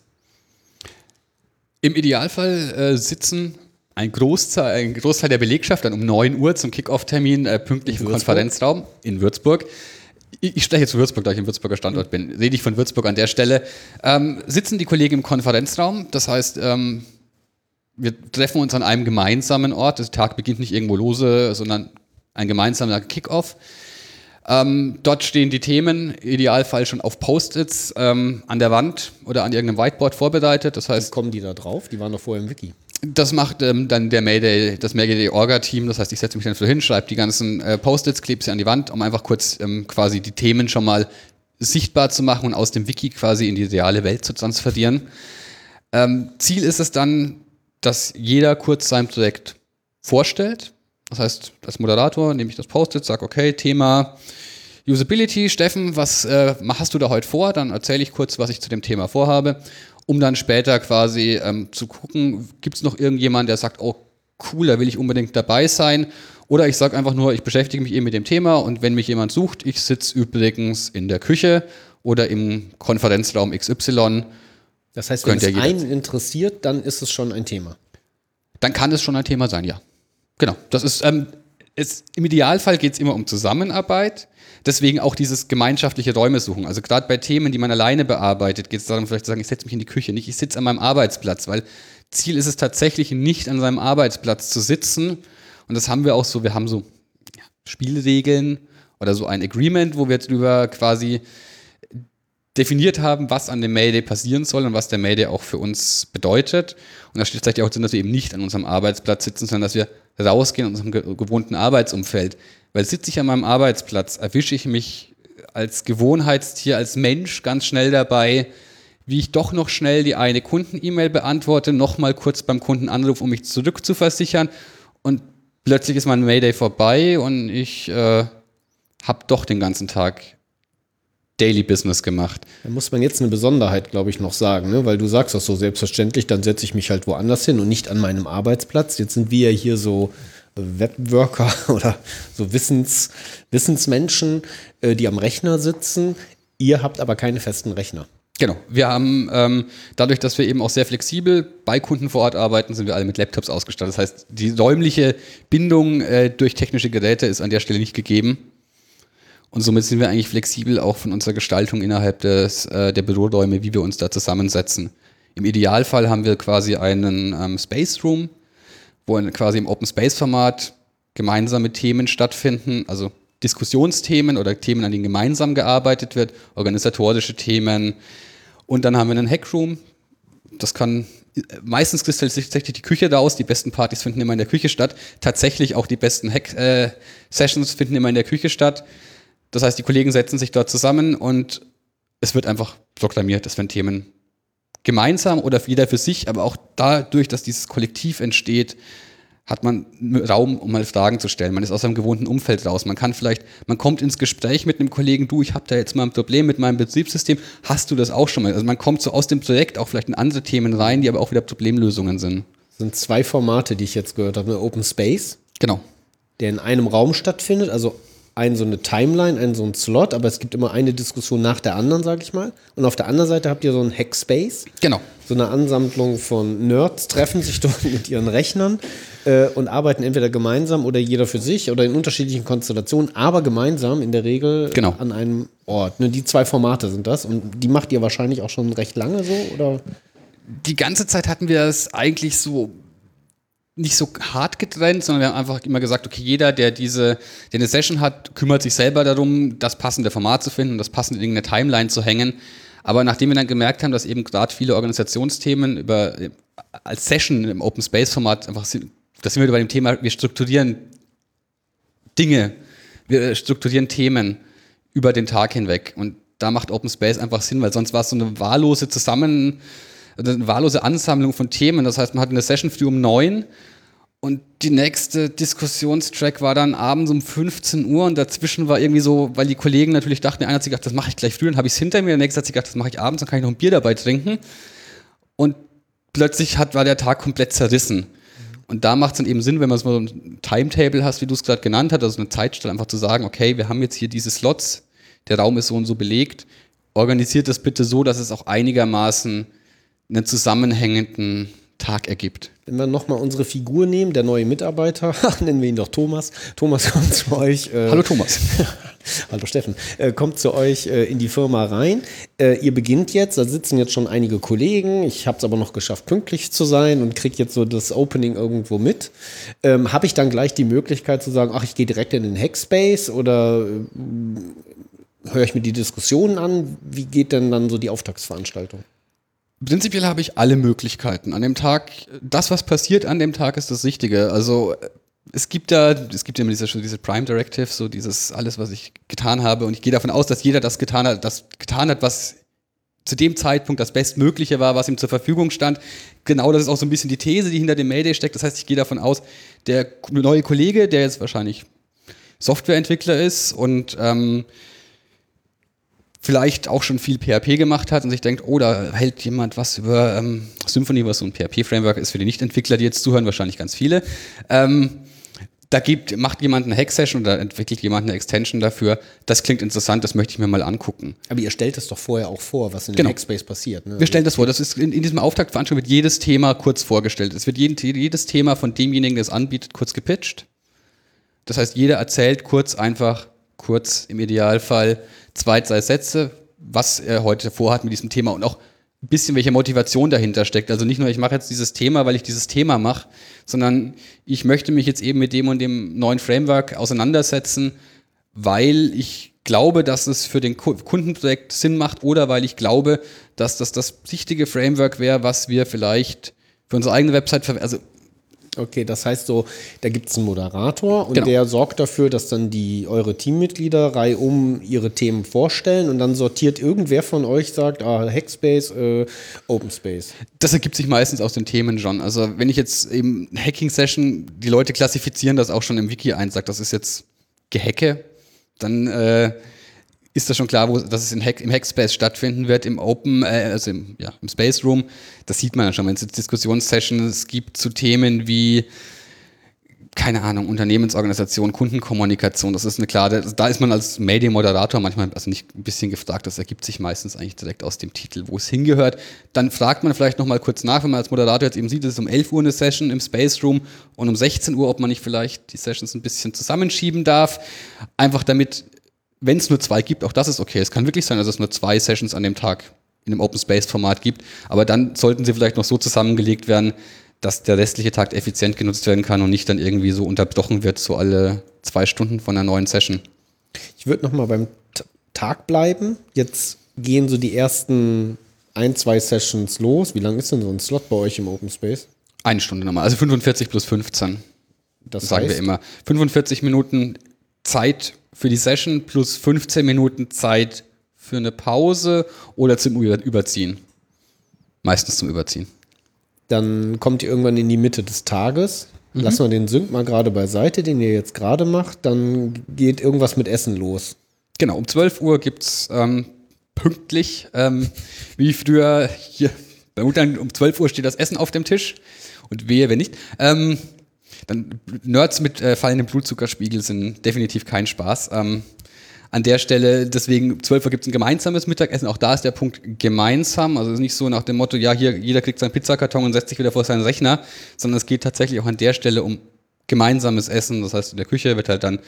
Im Idealfall äh, sitzen ein Großteil, ein Großteil der Belegschaft dann um neun Uhr zum Kick-Off-Termin äh, pünktlich im Konferenzraum in Würzburg. Ich, ich spreche jetzt von Würzburg, da ich im Würzburger Standort bin. Rede ich von Würzburg an der Stelle. Ähm, sitzen die Kollegen im Konferenzraum. Das heißt, ähm, wir treffen uns an einem gemeinsamen Ort. Der Tag beginnt nicht irgendwo lose, sondern ein gemeinsamer Kick-Off. Ähm, dort stehen die Themen, im Idealfall schon auf Post-its ähm, an der Wand oder an irgendeinem Whiteboard vorbereitet. Das heißt, wie kommen die da drauf? Die waren doch vorher im Wiki. Das macht ähm, dann der Mayday, das Mayday-Orga-Team. Das heißt, ich setze mich dann so hin, schreibe die ganzen äh, Post-its, klebe sie an die Wand, um einfach kurz ähm, quasi die Themen schon mal sichtbar zu machen und aus dem Wiki quasi in die reale Welt zu transferieren. Ähm, Ziel ist es dann, dass jeder kurz sein Projekt vorstellt. Das heißt, als Moderator nehme ich das Post-it, sage, okay, Thema Usability. Steffen, was äh, hast du da heute vor? Dann erzähle ich kurz, was ich zu dem Thema vorhabe, um dann später quasi ähm, zu gucken, gibt es noch irgendjemand, der sagt, oh cool, da will ich unbedingt dabei sein. Oder ich sage einfach nur, ich beschäftige mich eben mit dem Thema und wenn mich jemand sucht, ich sitze übrigens in der Küche oder im Konferenzraum X Y. Das heißt, wenn es einen interessiert, dann ist es schon ein Thema. Dann kann es schon ein Thema sein, ja. Genau, das ist, ähm, es, im Idealfall geht es immer um Zusammenarbeit, deswegen auch dieses gemeinschaftliche Räume suchen. Also gerade bei Themen, die man alleine bearbeitet, geht es darum, vielleicht zu sagen, ich setze mich in die Küche, nicht ich sitze an meinem Arbeitsplatz, weil Ziel ist es tatsächlich nicht an seinem Arbeitsplatz zu sitzen und das haben wir auch so, wir haben so ja, Spielregeln oder so ein Agreement, wo wir drüber quasi definiert haben, was an dem Mayday passieren soll und was der Mayday auch für uns bedeutet. Und da steht vielleicht auch drin, dass wir eben nicht an unserem Arbeitsplatz sitzen, sondern dass wir rausgehen in unserem ge- gewohnten Arbeitsumfeld. Weil sitze ich an meinem Arbeitsplatz, erwische ich mich als Gewohnheitstier, als Mensch ganz schnell dabei, wie ich doch noch schnell die eine Kunden-E-Mail beantworte, nochmal kurz beim Kunden anrufe, um mich zurückzuversichern und plötzlich ist mein Mayday vorbei und ich äh, habe doch den ganzen Tag Daily Business gemacht. Da muss man jetzt eine Besonderheit, glaube ich, noch sagen, ne? Weil du sagst das so selbstverständlich, dann setze ich mich halt woanders hin und nicht an meinem Arbeitsplatz. Jetzt sind wir ja hier so Webworker oder so Wissens, Wissensmenschen, äh, die am Rechner sitzen. Ihr habt aber keine festen Rechner. Genau. Wir haben, ähm, dadurch, dass wir eben auch sehr flexibel bei Kunden vor Ort arbeiten, sind wir alle mit Laptops ausgestattet. Das heißt, die räumliche Bindung äh, durch technische Geräte ist an der Stelle nicht gegeben. Und somit sind wir eigentlich flexibel auch von unserer Gestaltung innerhalb des, äh, der Büroräume, wie wir uns da zusammensetzen. Im Idealfall haben wir quasi einen ähm, Space Room, wo quasi im Open Space Format gemeinsame Themen stattfinden, also Diskussionsthemen oder Themen, an denen gemeinsam gearbeitet wird, organisatorische Themen. Und dann haben wir einen Hackroom, Das kann, meistens kristallisiert sich tatsächlich die Küche da aus, die besten Partys finden immer in der Küche statt. Tatsächlich auch die besten Hack-Sessions äh, finden immer in der Küche statt. Das heißt, die Kollegen setzen sich dort zusammen und es wird einfach proklamiert, es werden Themen gemeinsam oder jeder für sich, aber auch dadurch, dass dieses Kollektiv entsteht, hat man Raum, um mal Fragen zu stellen. Man ist aus seinem gewohnten Umfeld raus. Man kann vielleicht, man kommt ins Gespräch mit einem Kollegen, du, ich habe da jetzt mal ein Problem mit meinem Betriebssystem. Hast du das auch schon mal? Also man kommt so aus dem Projekt auch vielleicht in andere Themen rein, die aber auch wieder Problemlösungen sind. Das sind zwei Formate, die ich jetzt gehört habe. Open Space, genau, der in einem Raum stattfindet, also ein so eine Timeline, ein so ein Slot, aber es gibt immer eine Diskussion nach der anderen, sag ich mal. Und auf der anderen Seite habt ihr so ein Hackspace. Genau. So eine Ansammlung von Nerds treffen sich dort mit ihren Rechnern äh, und arbeiten entweder gemeinsam oder jeder für sich oder in unterschiedlichen Konstellationen, aber gemeinsam in der Regel genau. an einem Ort. Ne, die zwei Formate sind das und die macht ihr wahrscheinlich auch schon recht lange so, oder? Die ganze Zeit hatten wir es eigentlich so nicht so hart getrennt, sondern wir haben einfach immer gesagt, okay, jeder, der diese, der eine Session hat, kümmert sich selber darum, das passende Format zu finden, das passende Ding in der Timeline zu hängen. Aber nachdem wir dann gemerkt haben, dass eben gerade viele Organisationsthemen über, als Session im Open Space Format einfach sind, da sind wir bei dem Thema, wir strukturieren Dinge, wir strukturieren Themen über den Tag hinweg. Und da macht Open Space einfach Sinn, weil sonst war es so eine wahllose Zusammen, eine wahllose Ansammlung von Themen. Das heißt, man hat eine Session früh um neun und die nächste Diskussionstrack war dann abends um fünfzehn Uhr und dazwischen war irgendwie so, weil die Kollegen natürlich dachten, der eine hat sich gedacht, das mache ich gleich früh, dann habe ich es hinter mir, der nächste hat sich gedacht, das mache ich abends, dann kann ich noch ein Bier dabei trinken und plötzlich hat, war der Tag komplett zerrissen. Und da macht es dann eben Sinn, wenn man so ein Timetable hast, wie du es gerade genannt hast, also eine Zeitstelle, einfach zu sagen, okay, wir haben jetzt hier diese Slots, der Raum ist so und so belegt, organisiert das bitte so, dass es auch einigermaßen einen zusammenhängenden Tag ergibt. Wenn wir nochmal unsere Figur nehmen, der neue Mitarbeiter, nennen wir ihn doch Thomas. Thomas kommt zu euch. Äh, Hallo Thomas. Hallo Steffen. Äh, kommt zu euch äh, in die Firma rein. Äh, ihr beginnt jetzt, da sitzen jetzt schon einige Kollegen. Ich habe es aber noch geschafft, pünktlich zu sein und kriege jetzt so das Opening irgendwo mit. Ähm, habe ich dann gleich die Möglichkeit zu sagen, ach, ich gehe direkt in den Hackspace oder äh, höre ich mir die Diskussionen an? Wie geht denn dann so die Auftaktsveranstaltung? Prinzipiell habe ich alle Möglichkeiten. An dem Tag, das, was passiert an dem Tag, ist das Richtige. Also es gibt da, es gibt ja immer diese, diese Prime Directive, so dieses alles, was ich getan habe. Und ich gehe davon aus, dass jeder das getan hat, das getan hat, was zu dem Zeitpunkt das Bestmögliche war, was ihm zur Verfügung stand. Genau, das ist auch so ein bisschen die These, die hinter dem Mayday steckt. Das heißt, ich gehe davon aus, der neue Kollege, der jetzt wahrscheinlich Softwareentwickler ist und ähm, vielleicht auch schon viel P H P gemacht hat und sich denkt, oh, da hält jemand was über ähm, Symfony, was so ein P H P-Framework ist für die Nicht-Entwickler, die jetzt zuhören, wahrscheinlich ganz viele. Ähm, da gibt, macht jemand eine Hack-Session oder entwickelt jemand eine Extension dafür. Das klingt interessant, das möchte ich mir mal angucken. Aber ihr stellt es doch vorher auch vor, was in genau. dem Hackspace passiert. Ne? Wir stellen das vor. Das ist in, in diesem Auftaktveranstaltung wird jedes Thema kurz vorgestellt. Es wird jeden, jedes Thema von demjenigen, der es anbietet, kurz gepitcht. Das heißt, jeder erzählt kurz einfach, kurz im Idealfall, zwei, drei Sätze, was er heute vorhat mit diesem Thema und auch ein bisschen, welche Motivation dahinter steckt. Also nicht nur, ich mache jetzt dieses Thema, weil ich dieses Thema mache, sondern ich möchte mich jetzt eben mit dem und dem neuen Framework auseinandersetzen, weil ich glaube, dass es für den Kundenprojekt Sinn macht oder weil ich glaube, dass das das richtige Framework wäre, was wir vielleicht für unsere eigene Website verwenden. Also okay, das heißt so, da gibt es einen Moderator und genau. der sorgt dafür, dass dann die eure Teammitglieder reihum ihre Themen vorstellen und dann sortiert irgendwer von euch, sagt, ah, Hackspace, äh, Open Space. Das ergibt sich meistens aus den Themen schon. Also wenn ich jetzt eben Hacking-Session, die Leute klassifizieren das auch schon im Wiki ein, sagt, das ist jetzt Gehacke, dann äh, ist das schon klar, wo, dass es in Hack, im Hackspace stattfinden wird, im Open, äh, also im, ja, im Space Room. Das sieht man ja schon, wenn es jetzt Diskussionssessions gibt zu Themen wie, keine Ahnung, Unternehmensorganisation, Kundenkommunikation. Das ist eine klare, da ist man als Mayday-Moderator manchmal, also nicht ein bisschen gefragt, das ergibt sich meistens eigentlich direkt aus dem Titel, wo es hingehört. Dann fragt man vielleicht nochmal kurz nach, wenn man als Moderator jetzt eben sieht, es ist um elf Uhr eine Session im Space Room und um sechzehn Uhr, ob man nicht vielleicht die Sessions ein bisschen zusammenschieben darf. Einfach damit, wenn es nur zwei gibt, auch das ist okay. Es kann wirklich sein, dass es nur zwei Sessions an dem Tag in einem Open-Space-Format gibt, aber dann sollten sie vielleicht noch so zusammengelegt werden, dass der restliche Tag effizient genutzt werden kann und nicht dann irgendwie so unterbrochen wird, so alle zwei Stunden von einer neuen Session. Ich würde noch mal beim T- Tag bleiben. Jetzt gehen so die ersten ein, zwei Sessions los. Wie lang ist denn so ein Slot bei euch im Open Space? Eine Stunde nochmal, also fünfundvierzig plus fünfzehn. Das, Das sagen heißt, wir immer. fünfundvierzig Minuten Zeit für die Session plus fünfzehn Minuten Zeit für eine Pause oder zum Überziehen. Meistens zum Überziehen. Dann kommt ihr irgendwann in die Mitte des Tages. Mhm. Lassen wir den Sync mal gerade beiseite, den ihr jetzt gerade macht. Dann geht irgendwas mit Essen los. Genau, um zwölf Uhr gibt es ähm, pünktlich, ähm, wie früher hier bei Muttern, um zwölf Uhr steht das Essen auf dem Tisch. Und wehe, wenn nicht. Ähm, dann Nerds mit äh, fallendem Blutzuckerspiegel sind definitiv kein Spaß. Ähm, an der Stelle, deswegen um zwölf Uhr gibt es ein gemeinsames Mittagessen. Auch da ist der Punkt gemeinsam. Also es ist nicht so nach dem Motto, ja, hier jeder kriegt seinen Pizzakarton und setzt sich wieder vor seinen Rechner, sondern es geht tatsächlich auch an der Stelle um gemeinsames Essen. Das heißt, in der Küche wird halt dann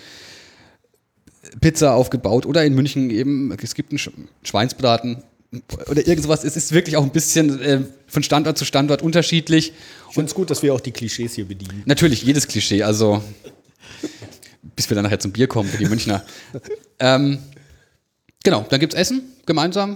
Pizza aufgebaut oder in München eben, es gibt einen Schweinsbraten oder irgend sowas. Es ist wirklich auch ein bisschen äh, von Standort zu Standort unterschiedlich. Ich finde es gut, dass wir auch die Klischees hier bedienen. Natürlich, jedes Klischee, also bis wir dann nachher zum Bier kommen für die Münchner. ähm, genau, dann gibt's Essen gemeinsam.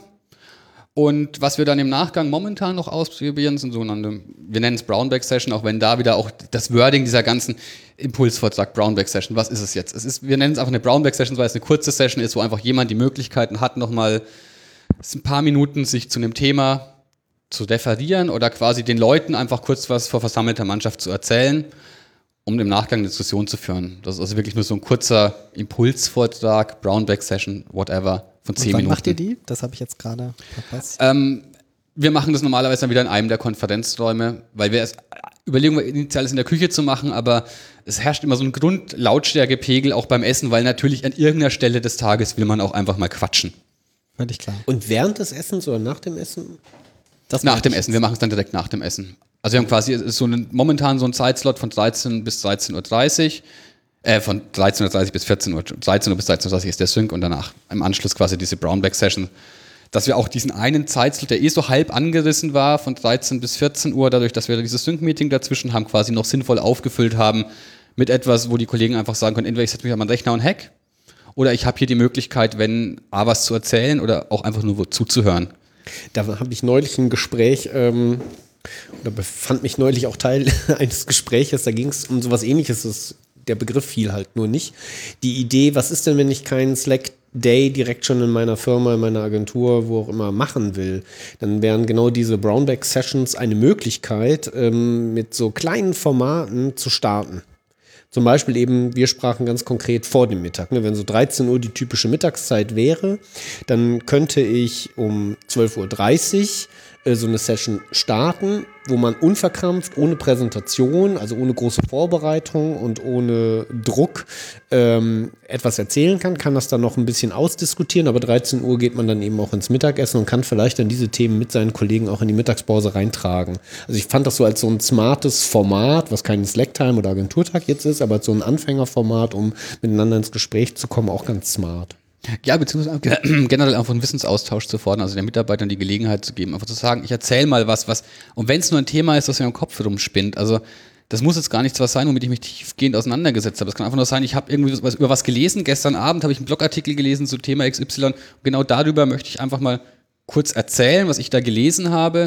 Und was wir dann im Nachgang momentan noch ausprobieren, sind sogenannte, wir nennen es Brownback-Session, auch wenn da wieder auch das Wording dieser ganzen Impulsvortrag Brownback-Session, was ist es jetzt? Es ist, wir nennen es einfach eine Brownback-Session, weil es eine kurze Session ist, wo einfach jemand die Möglichkeiten hat, nochmal ein paar Minuten sich zu einem Thema zu referieren oder quasi den Leuten einfach kurz was vor versammelter Mannschaft zu erzählen, um im Nachgang eine Diskussion zu führen. Das ist also wirklich nur so ein kurzer Impulsvortrag, Brownback-Session, whatever, von zehn Und wann Minuten. macht ihr die? Das habe ich jetzt gerade verpasst. Ähm, wir machen das normalerweise dann wieder in einem der Konferenzräume, weil wir es überlegen, initial es in der Küche zu machen, aber es herrscht immer so ein Grundlautstärkepegel auch beim Essen, weil natürlich an irgendeiner Stelle des Tages will man auch einfach mal quatschen. Völlig klar. Und während des Essens oder nach dem Essen? Das Nach dem Essen, wir machen es dann direkt nach dem Essen. Also wir haben quasi so einen, momentan so einen Zeitslot von dreizehn bis dreizehn Uhr dreißig, äh, von dreizehn Uhr dreißig bis vierzehn Uhr, dreizehn Uhr bis dreizehn Uhr dreißig ist der Sync und danach im Anschluss quasi diese Brownback-Session, dass wir auch diesen einen Zeitslot, der eh so halb angerissen war, von dreizehn bis vierzehn Uhr, dadurch, dass wir dieses Sync-Meeting dazwischen haben, quasi noch sinnvoll aufgefüllt haben mit etwas, wo die Kollegen einfach sagen können, entweder ich setze mich an meinen Rechner und hack, oder ich habe hier die Möglichkeit, wenn A, was zu erzählen oder auch einfach nur zuzuhören. Da habe ich neulich ein Gespräch, ähm, oder befand mich neulich auch Teil eines Gespräches, da ging es um sowas Ähnliches, das, der Begriff fiel halt nur nicht. Die Idee, was ist denn, wenn ich keinen Slack-Day direkt schon in meiner Firma, in meiner Agentur, wo auch immer machen will, dann wären genau diese Brownback-Sessions eine Möglichkeit, ähm, mit so kleinen Formaten zu starten. Zum Beispiel eben, wir sprachen ganz konkret vor dem Mittag. Ne? Wenn so dreizehn Uhr die typische Mittagszeit wäre, dann könnte ich um zwölf Uhr dreißig äh, so eine Session starten, wo man unverkrampft, ohne Präsentation, also ohne große Vorbereitung und ohne Druck ähm, etwas erzählen kann, kann das dann noch ein bisschen ausdiskutieren, aber dreizehn Uhr geht man dann eben auch ins Mittagessen und kann vielleicht dann diese Themen mit seinen Kollegen auch in die Mittagspause reintragen. Also ich fand das so als so ein smartes Format, was kein Slacktime oder Agenturtag jetzt ist, aber als so ein Anfängerformat, um miteinander ins Gespräch zu kommen, auch ganz smart. Ja, beziehungsweise generell einfach einen Wissensaustausch zu fordern, also den Mitarbeitern die Gelegenheit zu geben, einfach zu sagen, ich erzähle mal was, was, und wenn es nur ein Thema ist, das mir im Kopf rumspinnt, also das muss jetzt gar nichts was sein, womit ich mich tiefgehend auseinandergesetzt habe. Es kann einfach nur sein, ich habe irgendwie was, über was gelesen, gestern Abend habe ich einen Blogartikel gelesen zu Thema X Y, und genau darüber möchte ich einfach mal kurz erzählen, was ich da gelesen habe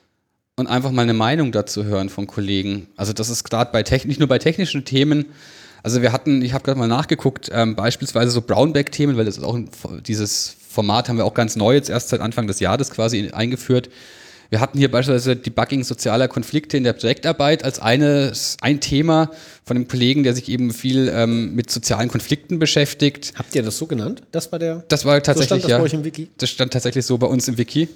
und einfach mal eine Meinung dazu hören von Kollegen. Also das ist gerade bei Techn- nicht nur bei technischen Themen. Also wir hatten, ich habe gerade mal nachgeguckt, ähm, beispielsweise so Brownback-Themen, weil das ist auch ein, dieses Format haben wir auch ganz neu jetzt erst seit Anfang des Jahres quasi eingeführt. Wir hatten hier beispielsweise Debugging sozialer Konflikte in der Projektarbeit als eines, ein Thema von einem Kollegen, der sich eben viel ähm, mit sozialen Konflikten beschäftigt. Habt ihr das so genannt? Das war der? Das war tatsächlich, so stand das ja. bei euch im Wiki? Das stand tatsächlich so bei uns im Wiki.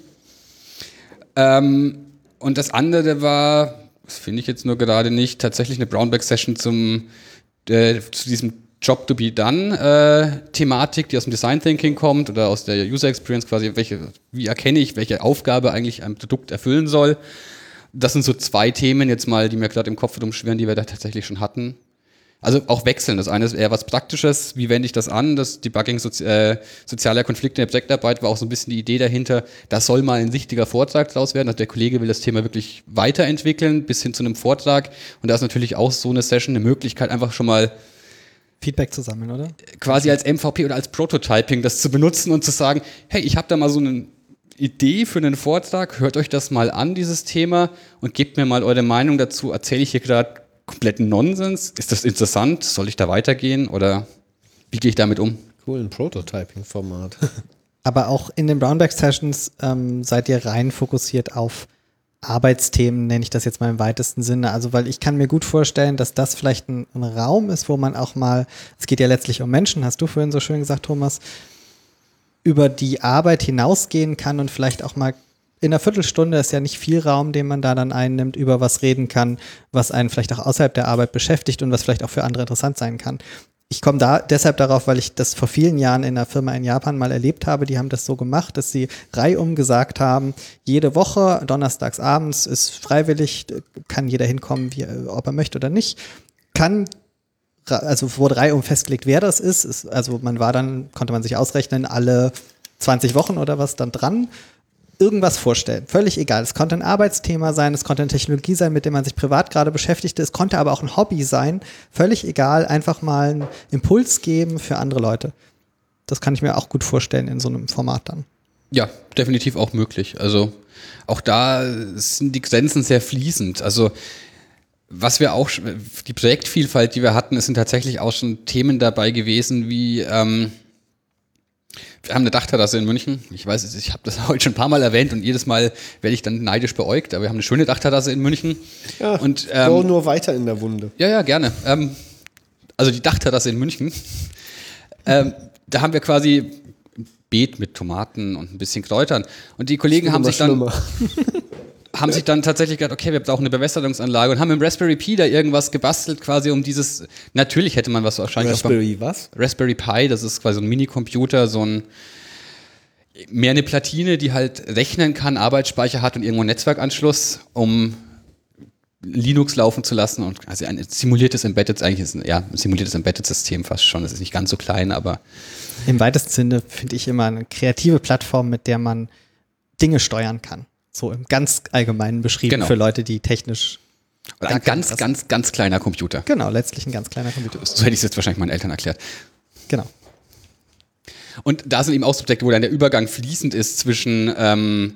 Ähm, und das andere war, das finde ich jetzt nur gerade nicht, tatsächlich eine Brownback-Session zum Äh, zu diesem Job to be done äh, Thematik, die aus dem Design Thinking kommt oder aus der User Experience quasi, welche, wie erkenne ich, welche Aufgabe eigentlich ein Produkt erfüllen soll. Das sind so zwei Themen jetzt mal, die mir gerade im Kopf rumschwirren, die wir da tatsächlich schon hatten. Also auch wechseln. Das eine ist eher was Praktisches, wie wende ich das an? Das Debugging sozi- äh, sozialer Konflikte in der Projektarbeit war auch so ein bisschen die Idee dahinter, da soll mal ein richtiger Vortrag draus werden. Also der Kollege will das Thema wirklich weiterentwickeln, bis hin zu einem Vortrag. Und da ist natürlich auch so eine Session eine Möglichkeit, einfach schon mal Feedback zu sammeln, oder? quasi als M V P oder als Prototyping das zu benutzen und zu sagen, hey, ich habe da mal so einen Idee für einen Vortrag, hört euch das mal an, dieses Thema, und gebt mir mal eure Meinung dazu. Erzähle ich hier gerade kompletten Nonsens? Ist das interessant? Soll ich da weitergehen oder wie gehe ich damit um? Cool, ein Prototyping-Format. Aber auch in den Brownback-Sessions ähm, seid ihr rein fokussiert auf Arbeitsthemen, nenne ich das jetzt mal im weitesten Sinne. Also, weil ich kann mir gut vorstellen, dass das vielleicht ein, ein Raum ist, wo man auch mal, es geht ja letztlich um Menschen, hast du vorhin so schön gesagt, Thomas, über die Arbeit hinausgehen kann und vielleicht auch mal in einer Viertelstunde, ist ja nicht viel Raum, den man da dann einnimmt, über was reden kann, was einen vielleicht auch außerhalb der Arbeit beschäftigt und was vielleicht auch für andere interessant sein kann. Ich komme da deshalb darauf, weil ich das vor vielen Jahren in einer Firma in Japan mal erlebt habe. Die haben das so gemacht, dass sie reihum gesagt haben, jede Woche, donnerstags abends ist freiwillig, kann jeder hinkommen, wie, ob er möchte oder nicht. Kann, also wurde reihum festgelegt, wer das ist. ist. Also man war dann, konnte man sich ausrechnen, alle zwanzig Wochen oder was dann dran. Irgendwas vorstellen. Völlig egal. Es konnte ein Arbeitsthema sein, es konnte eine Technologie sein, mit der man sich privat gerade beschäftigte. Es konnte aber auch ein Hobby sein. Völlig egal. Einfach mal einen Impuls geben für andere Leute. Das kann ich mir auch gut vorstellen in so einem Format dann. Ja, definitiv auch möglich. Also auch da sind die Grenzen sehr fließend. Also was wir auch, die Projektvielfalt, die wir hatten, es sind tatsächlich auch schon Themen dabei gewesen wie ähm, wir haben eine Dachterrasse in München. Ich weiß, ich habe das heute schon ein paar Mal erwähnt und jedes Mal werde ich dann neidisch beäugt. Aber wir haben eine schöne Dachterrasse in München. Ja, und, ähm, go nur weiter in der Wunde. Ja, ja, gerne. Ähm, also die Dachterrasse in München. ähm, da haben wir quasi ein Beet mit Tomaten und ein bisschen Kräutern. Und die Kollegen haben sich dann... haben sich dann tatsächlich gedacht, okay, wir brauchen eine Bewässerungsanlage und haben im Raspberry Pi da irgendwas gebastelt, quasi um dieses, natürlich hätte man was wahrscheinlich Raspberry auch was? Raspberry Pi, das ist quasi so ein Minicomputer, so ein, mehr eine Platine, die halt rechnen kann, Arbeitsspeicher hat und irgendwo einen Netzwerkanschluss, um Linux laufen zu lassen und also ein simuliertes Embedded, eigentlich ist ein, ja, ein simuliertes Embedded-System fast schon, das ist nicht ganz so klein, aber im weitesten Sinne finde ich immer eine kreative Plattform, mit der man Dinge steuern kann. So im ganz Allgemeinen beschrieben, genau. Für Leute, die technisch... Oder ein ganz, ganz, ganz kleiner Computer. Genau, letztlich ein ganz kleiner Computer. So hätte ich es jetzt wahrscheinlich meinen Eltern erklärt. Genau. Und da sind eben auch Subjekte, wo dann der Übergang fließend ist zwischen, ähm,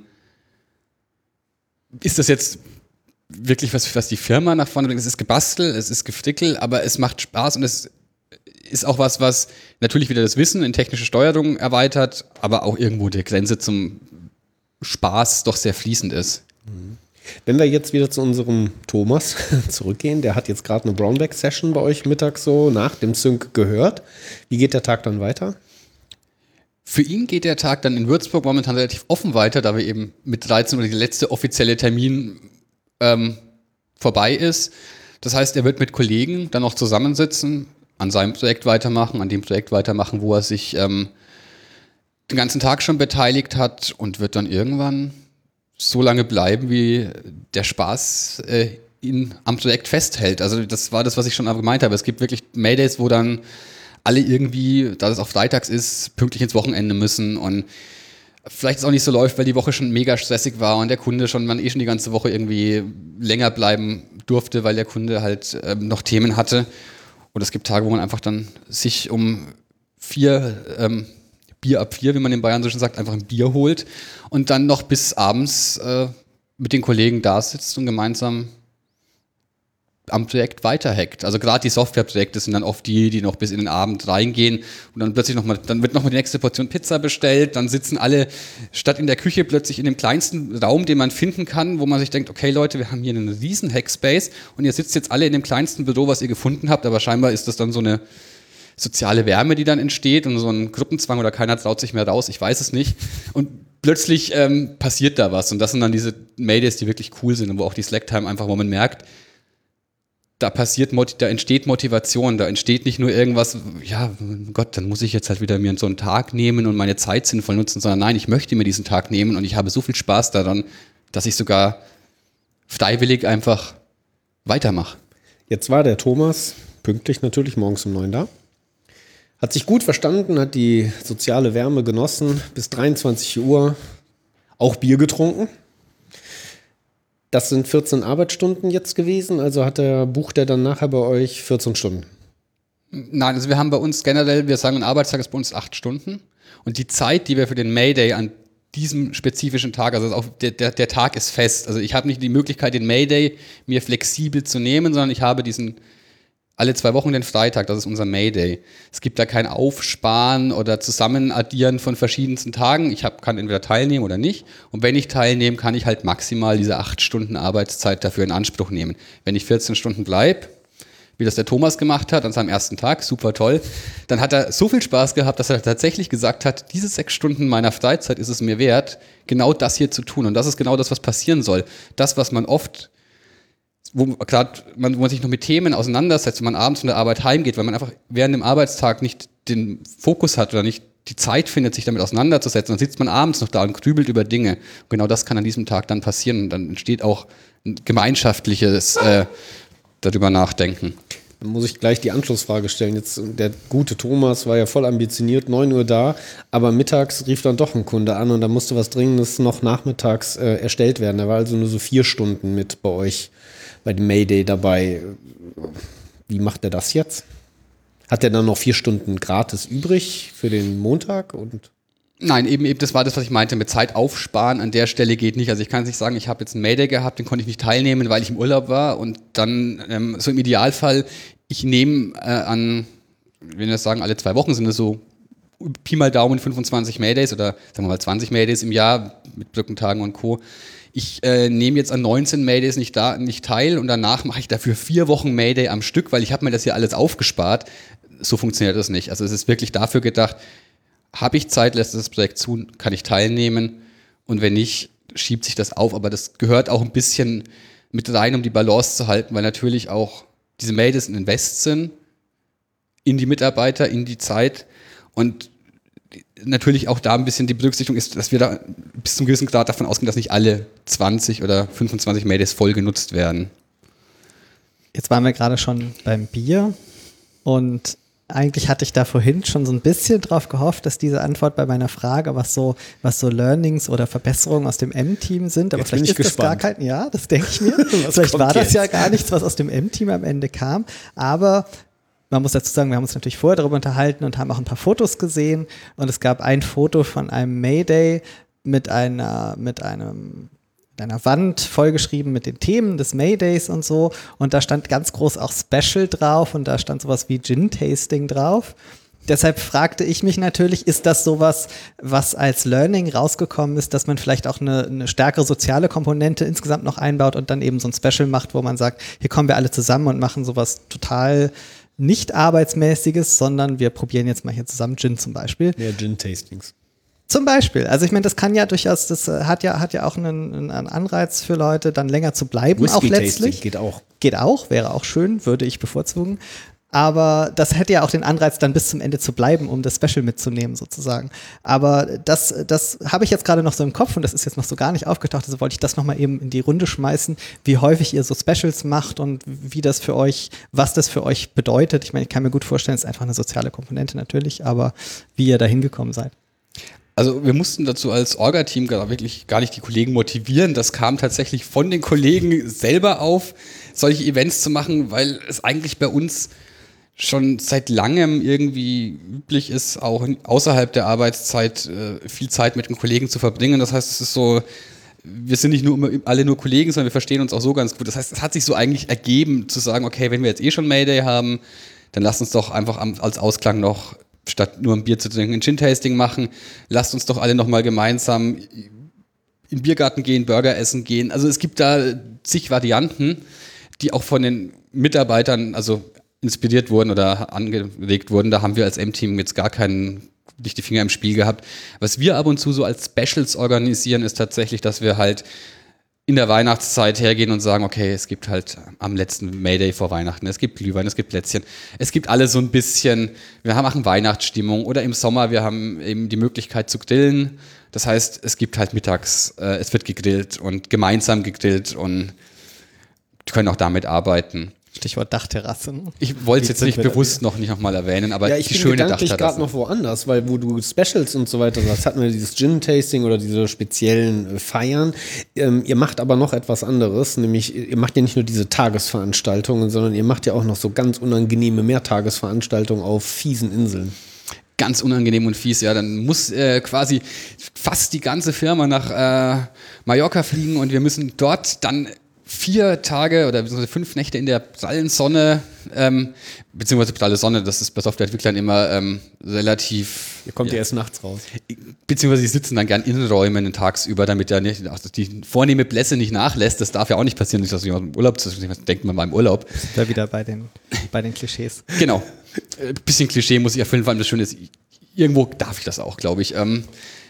ist das jetzt wirklich was, was die Firma nach vorne bringt? Es ist gebastelt, es ist gefrickel, aber es macht Spaß und es ist auch was, was natürlich wieder das Wissen in technische Steuerung erweitert, aber auch irgendwo die Grenze zum Spaß doch sehr fließend ist. Wenn wir jetzt wieder zu unserem Thomas zurückgehen, der hat jetzt gerade eine Brownback-Session bei euch mittags so nach dem Sync gehört. Wie geht der Tag dann weiter? Für ihn geht der Tag dann in Würzburg momentan relativ offen weiter, da wir eben mit dreizehn Uhr der letzte offizielle Termin ähm, vorbei ist. Das heißt, er wird mit Kollegen dann auch zusammensitzen, an seinem Projekt weitermachen, an dem Projekt weitermachen, wo er sich ähm, den ganzen Tag schon beteiligt hat und wird dann irgendwann so lange bleiben, wie der Spaß äh, ihn am Projekt festhält. Also das war das, was ich schon gemeint habe. Es gibt wirklich Maydays, wo dann alle irgendwie, da es auch freitags ist, pünktlich ins Wochenende müssen und vielleicht es auch nicht so läuft, weil die Woche schon mega stressig war und der Kunde schon, man eh schon die ganze Woche irgendwie länger bleiben durfte, weil der Kunde halt ähm, noch Themen hatte. Und es gibt Tage, wo man einfach dann sich um vier ähm, Bier ab vier, wie man in Bayern so schon sagt, einfach ein Bier holt und dann noch bis abends äh, mit den Kollegen da sitzt und gemeinsam am Projekt weiterhackt. Also gerade die Softwareprojekte sind dann oft die, die noch bis in den Abend reingehen und dann plötzlich noch mal, dann wird noch mal die nächste Portion Pizza bestellt, dann sitzen alle statt in der Küche plötzlich in dem kleinsten Raum, den man finden kann, wo man sich denkt, okay Leute, wir haben hier einen riesen Hackspace und ihr sitzt jetzt alle in dem kleinsten Büro, was ihr gefunden habt, aber scheinbar ist das dann so eine soziale Wärme, die dann entsteht und so ein Gruppenzwang oder keiner traut sich mehr raus, ich weiß es nicht. Und plötzlich ähm, passiert da was und das sind dann diese Maydays, die wirklich cool sind und wo auch die Slack-Time einfach, wo man merkt, da passiert, da entsteht Motivation, da entsteht nicht nur irgendwas, ja, Gott, dann muss ich jetzt halt wieder mir so einen Tag nehmen und meine Zeit sinnvoll nutzen, sondern nein, ich möchte mir diesen Tag nehmen und ich habe so viel Spaß daran, dass ich sogar freiwillig einfach weitermache. Jetzt war der Thomas pünktlich natürlich morgens um neun da. Hat sich gut verstanden, hat die soziale Wärme genossen, bis dreiundzwanzig Uhr auch Bier getrunken. Das sind vierzehn Arbeitsstunden jetzt gewesen, also hat der, bucht er dann nachher bei euch vierzehn Stunden? Nein, also wir haben bei uns generell, wir sagen, ein Arbeitstag ist bei uns acht Stunden und die Zeit, die wir für den Mayday an diesem spezifischen Tag, also auch der, der, der Tag ist fest. Also ich habe nicht die Möglichkeit, den Mayday mir flexibel zu nehmen, sondern ich habe diesen alle zwei Wochen den Freitag, das ist unser Mayday. Es gibt da kein Aufsparen oder Zusammenaddieren von verschiedensten Tagen. Ich hab, kann entweder teilnehmen oder nicht. Und wenn ich teilnehme, kann ich halt maximal diese acht Stunden Arbeitszeit dafür in Anspruch nehmen. Wenn ich vierzehn Stunden bleibe, wie das der Thomas gemacht hat an seinem ersten Tag, super toll, dann hat er so viel Spaß gehabt, dass er tatsächlich gesagt hat, diese sechs Stunden meiner Freizeit ist es mir wert, genau das hier zu tun. Und das ist genau das, was passieren soll. Das, was man oft, wo gerade man, wo man sich noch mit Themen auseinandersetzt, wenn man abends von der Arbeit heimgeht, weil man einfach während dem Arbeitstag nicht den Fokus hat oder nicht die Zeit findet, sich damit auseinanderzusetzen, dann sitzt man abends noch da und grübelt über Dinge. Und genau das kann an diesem Tag dann passieren. Und dann entsteht auch ein gemeinschaftliches äh, darüber nachdenken. Dann muss ich gleich die Anschlussfrage stellen. Jetzt, der gute Thomas war ja voll ambitioniert, neun Uhr da, aber mittags rief dann doch ein Kunde an und da musste was Dringendes noch nachmittags äh, erstellt werden. Er war also nur so vier Stunden mit bei euch bei dem Mayday dabei. Wie macht er das jetzt? Hat er dann noch vier Stunden gratis übrig für den Montag? Und Nein, eben, eben, das war das, was ich meinte, mit Zeit aufsparen an der Stelle geht nicht. Also ich kann nicht sagen, ich habe jetzt einen Mayday gehabt, den konnte ich nicht teilnehmen, weil ich im Urlaub war und dann, ähm, so im Idealfall, ich nehme äh, an, wenn wir sagen, alle zwei Wochen sind es so Pi mal Daumen fünfundzwanzig Maydays oder sagen wir mal zwanzig Maydays im Jahr mit Brückentagen und Co. Ich äh, nehme jetzt an neunzehn Maydays nicht, da, nicht teil und danach mache ich dafür vier Wochen Mayday am Stück, weil ich habe mir das hier alles aufgespart. So funktioniert das nicht. Also es ist wirklich dafür gedacht, habe ich Zeit, lässt das Projekt zu, kann ich teilnehmen und wenn nicht, schiebt sich das auf. Aber das gehört auch ein bisschen mit rein, um die Balance zu halten, weil natürlich auch diese Maydays ein Invest sind in die Mitarbeiter, in die Zeit und natürlich auch da ein bisschen die Berücksichtigung ist, dass wir da bis zum gewissen Grad davon ausgehen, dass nicht alle zwanzig oder fünfundzwanzig Maydays voll genutzt werden. Jetzt waren wir gerade schon beim Bier und eigentlich hatte ich da vorhin schon so ein bisschen drauf gehofft, dass diese Antwort bei meiner Frage, was so, was so Learnings oder Verbesserungen aus dem M-Team sind, aber jetzt bin vielleicht ich ist das gespannt. gar kein, ja, das denke ich mir. Vielleicht war das jetzt? ja gar nichts, was aus dem M-Team am Ende kam, aber man muss dazu sagen, wir haben uns natürlich vorher darüber unterhalten und haben auch ein paar Fotos gesehen und es gab ein Foto von einem Mayday mit einer, mit einem einer Wand vollgeschrieben mit den Themen des Maydays und so und da stand ganz groß auch Special drauf und da stand sowas wie Gin-Tasting drauf. Deshalb fragte ich mich natürlich, ist das sowas, was als Learning rausgekommen ist, dass man vielleicht auch eine, eine stärkere soziale Komponente insgesamt noch einbaut und dann eben so ein Special macht, wo man sagt, hier kommen wir alle zusammen und machen sowas total nicht arbeitsmäßiges, sondern wir probieren jetzt mal hier zusammen Gin zum Beispiel. mehr Gin-Tastings. Zum Beispiel. Also ich meine, das kann ja durchaus, das äh, hat ja, hat ja auch einen, einen Anreiz für Leute, dann länger zu bleiben, auch letztlich. Geht auch. Geht auch, wäre auch schön, würde ich bevorzugen. Aber das hätte ja auch den Anreiz, dann bis zum Ende zu bleiben, um das Special mitzunehmen, sozusagen. Aber das, das habe ich jetzt gerade noch so im Kopf und das ist jetzt noch so gar nicht aufgetaucht. Also wollte ich das nochmal eben in die Runde schmeißen, wie häufig ihr so Specials macht und wie das für euch, was das für euch bedeutet. Ich meine, ich kann mir gut vorstellen, es ist einfach eine soziale Komponente natürlich, aber wie ihr da hingekommen seid. Also wir mussten dazu als Orga-Team gar wirklich gar nicht die Kollegen motivieren. Das kam tatsächlich von den Kollegen selber auf, solche Events zu machen, weil es eigentlich bei uns schon seit langem irgendwie üblich ist, auch außerhalb der Arbeitszeit äh, viel Zeit mit den Kollegen zu verbringen. Das heißt, es ist so, wir sind nicht nur immer alle nur Kollegen, sondern wir verstehen uns auch so ganz gut. Das heißt, es hat sich so eigentlich ergeben, zu sagen, okay, wenn wir jetzt eh schon Mayday haben, dann lasst uns doch einfach am, als Ausklang noch statt nur ein Bier zu trinken, ein Gin-Tasting machen. Lasst uns doch alle nochmal gemeinsam in den Biergarten gehen, Burger essen gehen. Also es gibt da zig Varianten, die auch von den Mitarbeitern also inspiriert wurden oder angeregt wurden. Da haben wir als M-Team jetzt gar keinen, nicht die Finger im Spiel gehabt. Was wir ab und zu so als Specials organisieren, ist tatsächlich, dass wir halt in der Weihnachtszeit hergehen und sagen, okay, es gibt halt am letzten Mayday vor Weihnachten, es gibt Glühwein, es gibt Plätzchen, es gibt alles so ein bisschen, wir machen Weihnachtsstimmung oder im Sommer, wir haben eben die Möglichkeit zu grillen, das heißt, es gibt halt mittags, äh, es wird gegrillt und gemeinsam gegrillt und wir können auch damit arbeiten. Stichwort Dachterrasse. Ne? Ich wollte es jetzt nicht bewusst noch nicht nochmal erwähnen, aber ja, ich die bin schöne gedanklich Dachterrasse. gerade noch woanders, weil wo du Specials und so weiter sagst, hatten wir dieses Gin-Tasting oder diese speziellen äh, Feiern. Ähm, ihr macht aber noch etwas anderes, nämlich ihr macht ja nicht nur diese Tagesveranstaltungen, sondern ihr macht ja auch noch so ganz unangenehme Mehrtagesveranstaltungen auf fiesen Inseln. ganz unangenehm und fies. Ja, dann muss äh, quasi fast die ganze Firma nach äh, Mallorca fliegen und wir müssen dort dann vier Tage oder fünf Nächte in der prallen Sonne, ähm, beziehungsweise pralle Sonne, das ist bei Softwareentwicklern immer ähm, relativ... Ihr kommt ja ja erst nachts raus. Beziehungsweise die sitzen dann gern in Räumen tagsüber, damit ja nicht, also die vornehme Blässe nicht nachlässt. Das darf ja auch nicht passieren, nicht, dass jemand im Urlaub ist. Denkt man mal im Urlaub. Da wieder bei den, bei den Klischees. Genau. Ein bisschen Klischee muss ich erfüllen, vor allem das Schöne ist, irgendwo darf ich das auch, glaube ich. Ähm,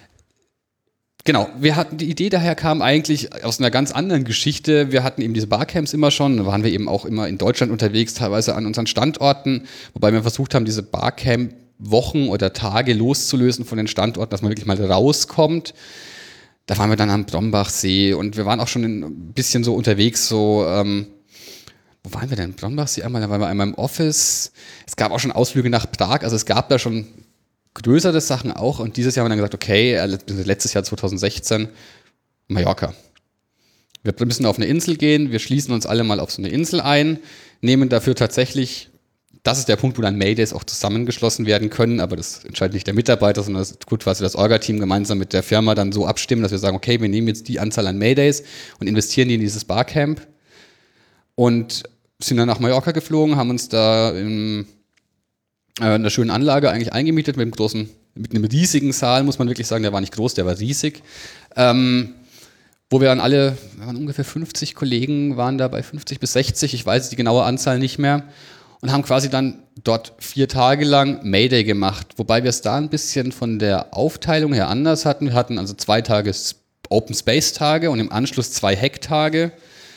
Genau, wir hatten die Idee daher kam eigentlich aus einer ganz anderen Geschichte. Wir hatten eben diese Barcamps immer schon, da waren wir eben auch immer in Deutschland unterwegs, teilweise an unseren Standorten, wobei wir versucht haben, diese Barcamp-Wochen oder Tage loszulösen von den Standorten, dass man wirklich mal rauskommt. Da waren wir dann am Brombachsee und wir waren auch schon ein bisschen so unterwegs, so, ähm, wo waren wir denn? Brombachsee einmal, da waren wir einmal im Office. Es gab auch schon Ausflüge nach Prag, also es gab da schon größere Sachen auch und dieses Jahr haben wir dann gesagt, okay, letztes Jahr zwanzig sechzehn, Mallorca. Wir müssen auf eine Insel gehen, wir schließen uns alle mal auf so eine Insel ein, nehmen dafür tatsächlich, das ist der Punkt, wo dann Maydays auch zusammengeschlossen werden können, aber das entscheidet nicht der Mitarbeiter, sondern das tut quasi das Orga-Team gemeinsam mit der Firma dann so abstimmen, dass wir sagen, okay, wir nehmen jetzt die Anzahl an Maydays und investieren die in dieses Barcamp und sind dann nach Mallorca geflogen, haben uns da im in einer schönen Anlage eigentlich eingemietet mit einem großen, mit einem riesigen Saal, muss man wirklich sagen, der war nicht groß, der war riesig. Ähm, wo wir dann alle, wir waren ungefähr fünfzig Kollegen, waren da bei fünfzig bis sechzig, ich weiß die genaue Anzahl nicht mehr, und haben quasi dann dort vier Tage lang Mayday gemacht, wobei wir es da ein bisschen von der Aufteilung her anders hatten. Wir hatten also zwei Tage Open Space Tage und im Anschluss zwei Hack-Tage.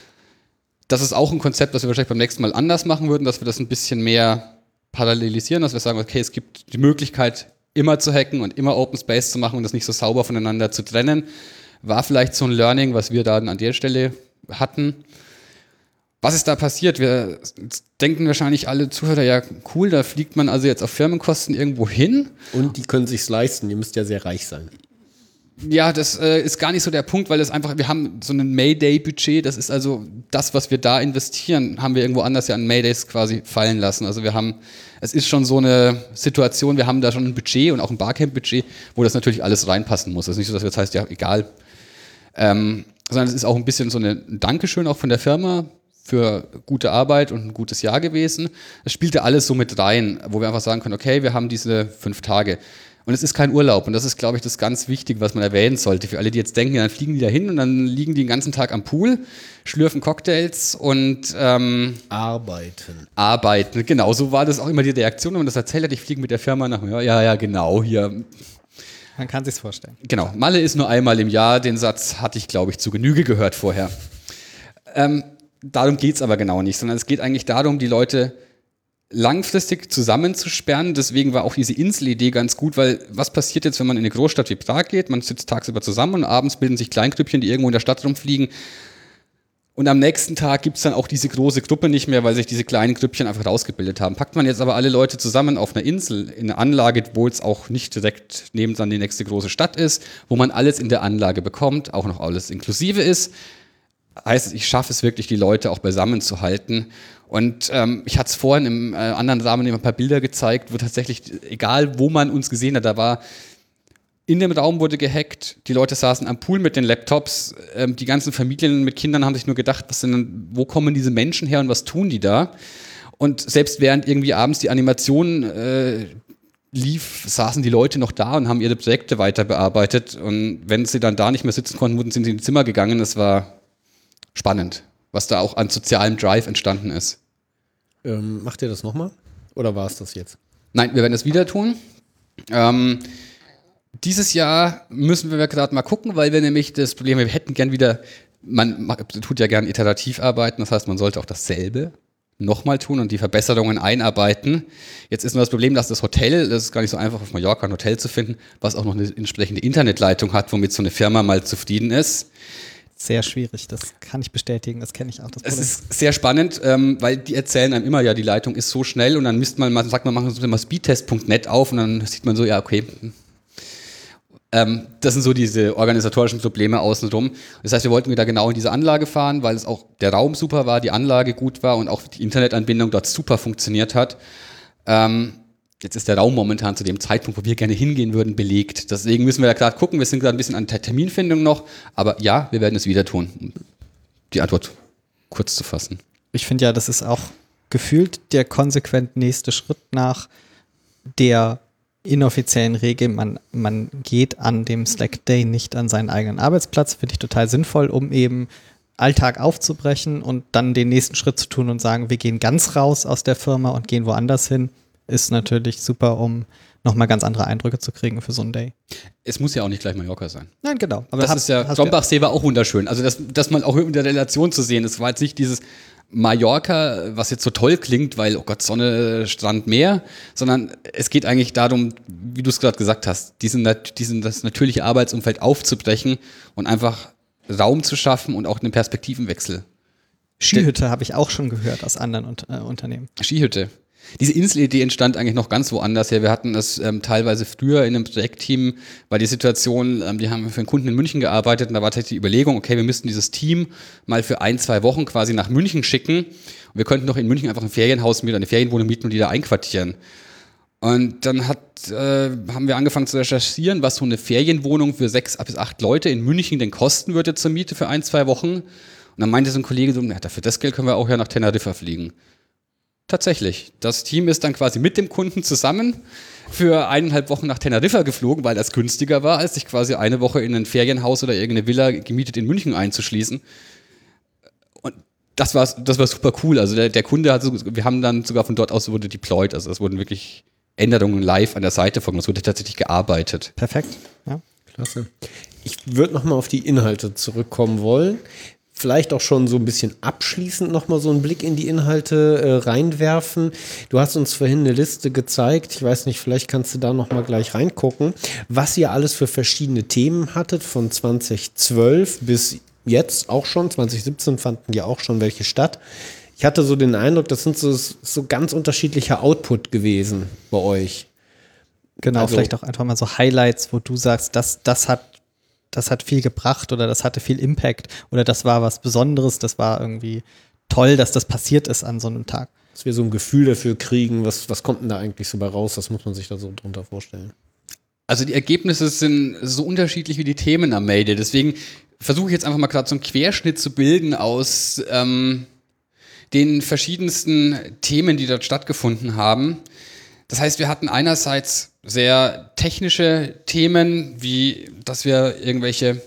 Das ist auch ein Konzept, das wir wahrscheinlich beim nächsten Mal anders machen würden, dass wir das ein bisschen mehr parallelisieren, dass wir sagen, okay, es gibt die Möglichkeit, immer zu hacken und immer Open Space zu machen und das nicht so sauber voneinander zu trennen. War vielleicht so ein Learning, was wir da an der Stelle hatten. Was ist da passiert? Wir denken wahrscheinlich alle Zuhörer, ja cool, da fliegt man also jetzt auf Firmenkosten irgendwo hin. Und die können sich's leisten, ihr müsst ja sehr reich sein. Ja, das äh, ist gar nicht so der Punkt, weil das einfach, wir haben so ein Mayday-Budget, das ist also das, was wir da investieren, haben wir irgendwo anders ja an Maydays quasi fallen lassen. Also wir haben, es ist schon so eine Situation, wir haben da schon ein Budget und auch ein Barcamp-Budget, wo das natürlich alles reinpassen muss. Es ist nicht so, dass wir das heißt, ja, egal. Ähm, sondern es ist auch ein bisschen so ein Dankeschön auch von der Firma für gute Arbeit und ein gutes Jahr gewesen. Das spielte alles so mit rein, wo wir einfach sagen können, okay, wir haben diese fünf Tage. Und es ist kein Urlaub und das ist, glaube ich, das ganz Wichtige, was man erwähnen sollte. Für alle, die jetzt denken, dann fliegen die da hin und dann liegen die den ganzen Tag am Pool, schlürfen Cocktails und ähm, arbeiten. Arbeiten, genau. So war das auch immer die Reaktion, wenn man das erzählt hat, ich fliege mit der Firma nach, ja, ja, ja, genau, hier. Man kann sich's vorstellen. Genau, Malle ist nur einmal im Jahr, den Satz hatte ich, glaube ich, zu Genüge gehört vorher. Ähm, darum geht es aber genau nicht, sondern es geht eigentlich darum, die Leute langfristig zusammenzusperren. Deswegen war auch diese Inselidee ganz gut, weil was passiert jetzt, wenn man in eine Großstadt wie Prag geht? Man sitzt tagsüber zusammen und abends bilden sich Kleingrüppchen, die irgendwo in der Stadt rumfliegen. Und am nächsten Tag gibt es dann auch diese große Gruppe nicht mehr, weil sich diese kleinen Grüppchen einfach rausgebildet haben. Packt man jetzt aber alle Leute zusammen auf einer Insel, in einer Anlage, wo es auch nicht direkt nebenan die nächste große Stadt ist, wo man alles in der Anlage bekommt, auch noch alles inklusive ist, heißt es, ich schaffe es wirklich, die Leute auch beisammen zu halten. Und ähm, ich hatte es vorhin im äh, anderen Rahmen ein paar Bilder gezeigt, wo tatsächlich, egal wo man uns gesehen hat, da war, in dem Raum wurde gehackt, die Leute saßen am Pool mit den Laptops, ähm, die ganzen Familien mit Kindern haben sich nur gedacht, was denn, wo kommen diese Menschen her und was tun die da? Und selbst während irgendwie abends die Animation äh, lief, saßen die Leute noch da und haben ihre Projekte weiter bearbeitet. Und wenn sie dann da nicht mehr sitzen konnten, sind sie ins Zimmer gegangen. Das war spannend, was da auch an sozialem Drive entstanden ist. Ähm, macht ihr das nochmal? Oder war es das jetzt? Nein, wir werden es wieder tun. Ähm, dieses Jahr müssen wir gerade mal gucken, weil wir nämlich das Problem haben, wir hätten gern wieder, man tut ja gern iterativ arbeiten, das heißt, man sollte auch dasselbe nochmal tun und die Verbesserungen einarbeiten. Jetzt ist nur das Problem, dass das Hotel, das ist gar nicht so einfach auf Mallorca ein Hotel zu finden, was auch noch eine entsprechende Internetleitung hat, womit so eine Firma mal zufrieden ist. Sehr schwierig, das kann ich bestätigen, das kenne ich auch. Das es ist sehr spannend, ähm, weil die erzählen einem immer, ja, die Leitung ist so schnell und dann misst man, man sagt man, machen wir mal speedtest punkt net auf und dann sieht man so, ja, okay. Ähm, das sind so diese organisatorischen Probleme außenrum. Das heißt, wir wollten wieder genau in diese Anlage fahren, weil es auch der Raum super war, die Anlage gut war und auch die Internetanbindung dort super funktioniert hat. Ähm, Jetzt ist der Raum momentan zu dem Zeitpunkt, wo wir gerne hingehen würden, belegt. Deswegen müssen wir da gerade gucken. Wir sind gerade ein bisschen an der Terminfindung noch. Aber ja, wir werden es wieder tun. Um die Antwort kurz zu fassen. Ich finde ja, das ist auch gefühlt der konsequent nächste Schritt nach der inoffiziellen Regel. Man, man geht an dem Slack Day nicht an seinen eigenen Arbeitsplatz. Finde ich total sinnvoll, um eben Alltag aufzubrechen und dann den nächsten Schritt zu tun und sagen, wir gehen ganz raus aus der Firma und gehen woanders hin. Ist natürlich super, um nochmal ganz andere Eindrücke zu kriegen für so einen Day. Es muss ja auch nicht gleich Mallorca sein. Nein, genau. Aber das hab, ist ja, Grombachsee war auch wunderschön. Also das, das mal auch in der Relation zu sehen. Das war jetzt nicht dieses Mallorca, was jetzt so toll klingt, weil, oh Gott, Sonne, Strand, Meer, sondern es geht eigentlich darum, wie du es gerade gesagt hast, diesen, diesen, das natürliche Arbeitsumfeld aufzubrechen und einfach Raum zu schaffen und auch einen Perspektivenwechsel. Skihütte habe ich auch schon gehört aus anderen äh, Unternehmen. Skihütte. Diese Inselidee entstand eigentlich noch ganz woanders her. Wir hatten das ähm, teilweise früher in einem Projektteam, weil die Situation, ähm, die haben für einen Kunden in München gearbeitet und da war tatsächlich die Überlegung, okay, wir müssten dieses Team mal für ein, zwei Wochen quasi nach München schicken und wir könnten doch in München einfach ein Ferienhaus mieten, eine Ferienwohnung mieten und die da einquartieren. Und dann hat, äh, haben wir angefangen zu recherchieren, was so eine Ferienwohnung für sechs bis acht Leute in München denn kosten würde zur Miete für ein, zwei Wochen. Und dann meinte so ein Kollege so, ja, für das Geld können wir auch ja nach Teneriffa fliegen. Tatsächlich. Das Team ist dann quasi mit dem Kunden zusammen für eineinhalb Wochen nach Teneriffa geflogen, weil das günstiger war, als sich quasi eine Woche in ein Ferienhaus oder irgendeine Villa gemietet in München einzuschließen. Und das war, das war super cool. Also der, der Kunde hat so, wir haben dann sogar von dort aus wurde deployed, also es wurden wirklich Änderungen live an der Seite von uns, es wurde tatsächlich gearbeitet. Perfekt, ja. Klasse. Ich würde nochmal auf die Inhalte zurückkommen wollen. Vielleicht auch schon so ein bisschen abschließend nochmal so einen Blick in die Inhalte äh, reinwerfen. Du hast uns vorhin eine Liste gezeigt. Ich weiß nicht, vielleicht kannst du da nochmal gleich reingucken, was ihr alles für verschiedene Themen hattet von zwanzig zwölf bis jetzt auch schon. zwanzig siebzehn fanden ja auch schon welche statt. Ich hatte so den Eindruck, das sind so, so ganz unterschiedlicher Output gewesen bei euch. Genau, also, vielleicht auch einfach mal so Highlights, wo du sagst, das, das hat das hat viel gebracht oder das hatte viel Impact oder das war was Besonderes, das war irgendwie toll, dass das passiert ist an so einem Tag. Dass wir so ein Gefühl dafür kriegen, was, was kommt denn da eigentlich so bei raus, das muss man sich da so drunter vorstellen. Also die Ergebnisse sind so unterschiedlich wie die Themen am Mayday, deswegen versuche ich jetzt einfach mal gerade so einen Querschnitt zu bilden aus ähm, den verschiedensten Themen, die dort stattgefunden haben. Das heißt, wir hatten einerseits sehr technische Themen, wie dass wir irgendwelche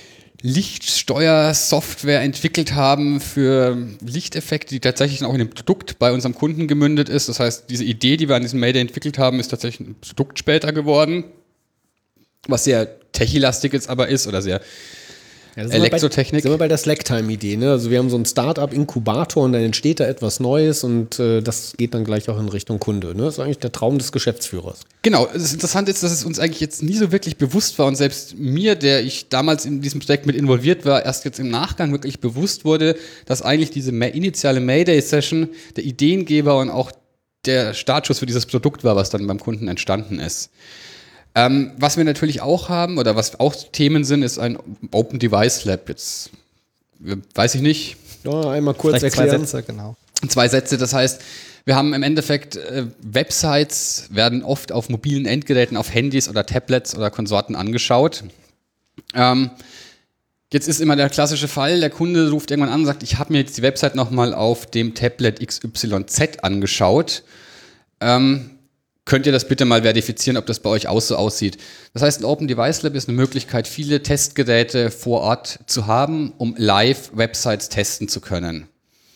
Lichtsteuersoftware entwickelt haben für Lichteffekte, die tatsächlich auch in dem Produkt bei unserem Kunden gemündet ist. Das heißt, diese Idee, die wir an diesem Mayday entwickelt haben, ist tatsächlich ein Produkt später geworden, was sehr techielastig jetzt aber ist oder sehr Ja, Elektrotechnik. Sind wir bei der Slacktime-Idee, ne? Also wir haben so einen Start-up-Inkubator und dann entsteht da etwas Neues und äh, das geht dann gleich auch in Richtung Kunde. Ne? Das ist eigentlich der Traum des Geschäftsführers. Genau, das Interessante ist, dass es uns eigentlich jetzt nie so wirklich bewusst war und selbst mir, der ich damals in diesem Projekt mit involviert war, erst jetzt im Nachgang wirklich bewusst wurde, dass eigentlich diese initiale Mayday-Session der Ideengeber und auch der Startschuss für dieses Produkt war, was dann beim Kunden entstanden ist. Ähm, was wir natürlich auch haben, oder was auch Themen sind, ist ein Open Device Lab. Jetzt weiß ich nicht. Ja, einmal kurz Vielleicht erklären. zwei Sätze, genau. Zwei Sätze, das heißt, wir haben im Endeffekt, äh, Websites werden oft auf mobilen Endgeräten, auf Handys oder Tablets oder Konsorten angeschaut. Ähm, jetzt ist immer der klassische Fall, der Kunde ruft irgendwann an und sagt, ich habe mir jetzt die Website nochmal auf dem Tablet X Y Z angeschaut. Ähm, Könnt ihr das bitte mal verifizieren, ob das bei euch auch so aussieht? Das heißt, ein Open Device Lab ist eine Möglichkeit, viele Testgeräte vor Ort zu haben, um live Websites testen zu können.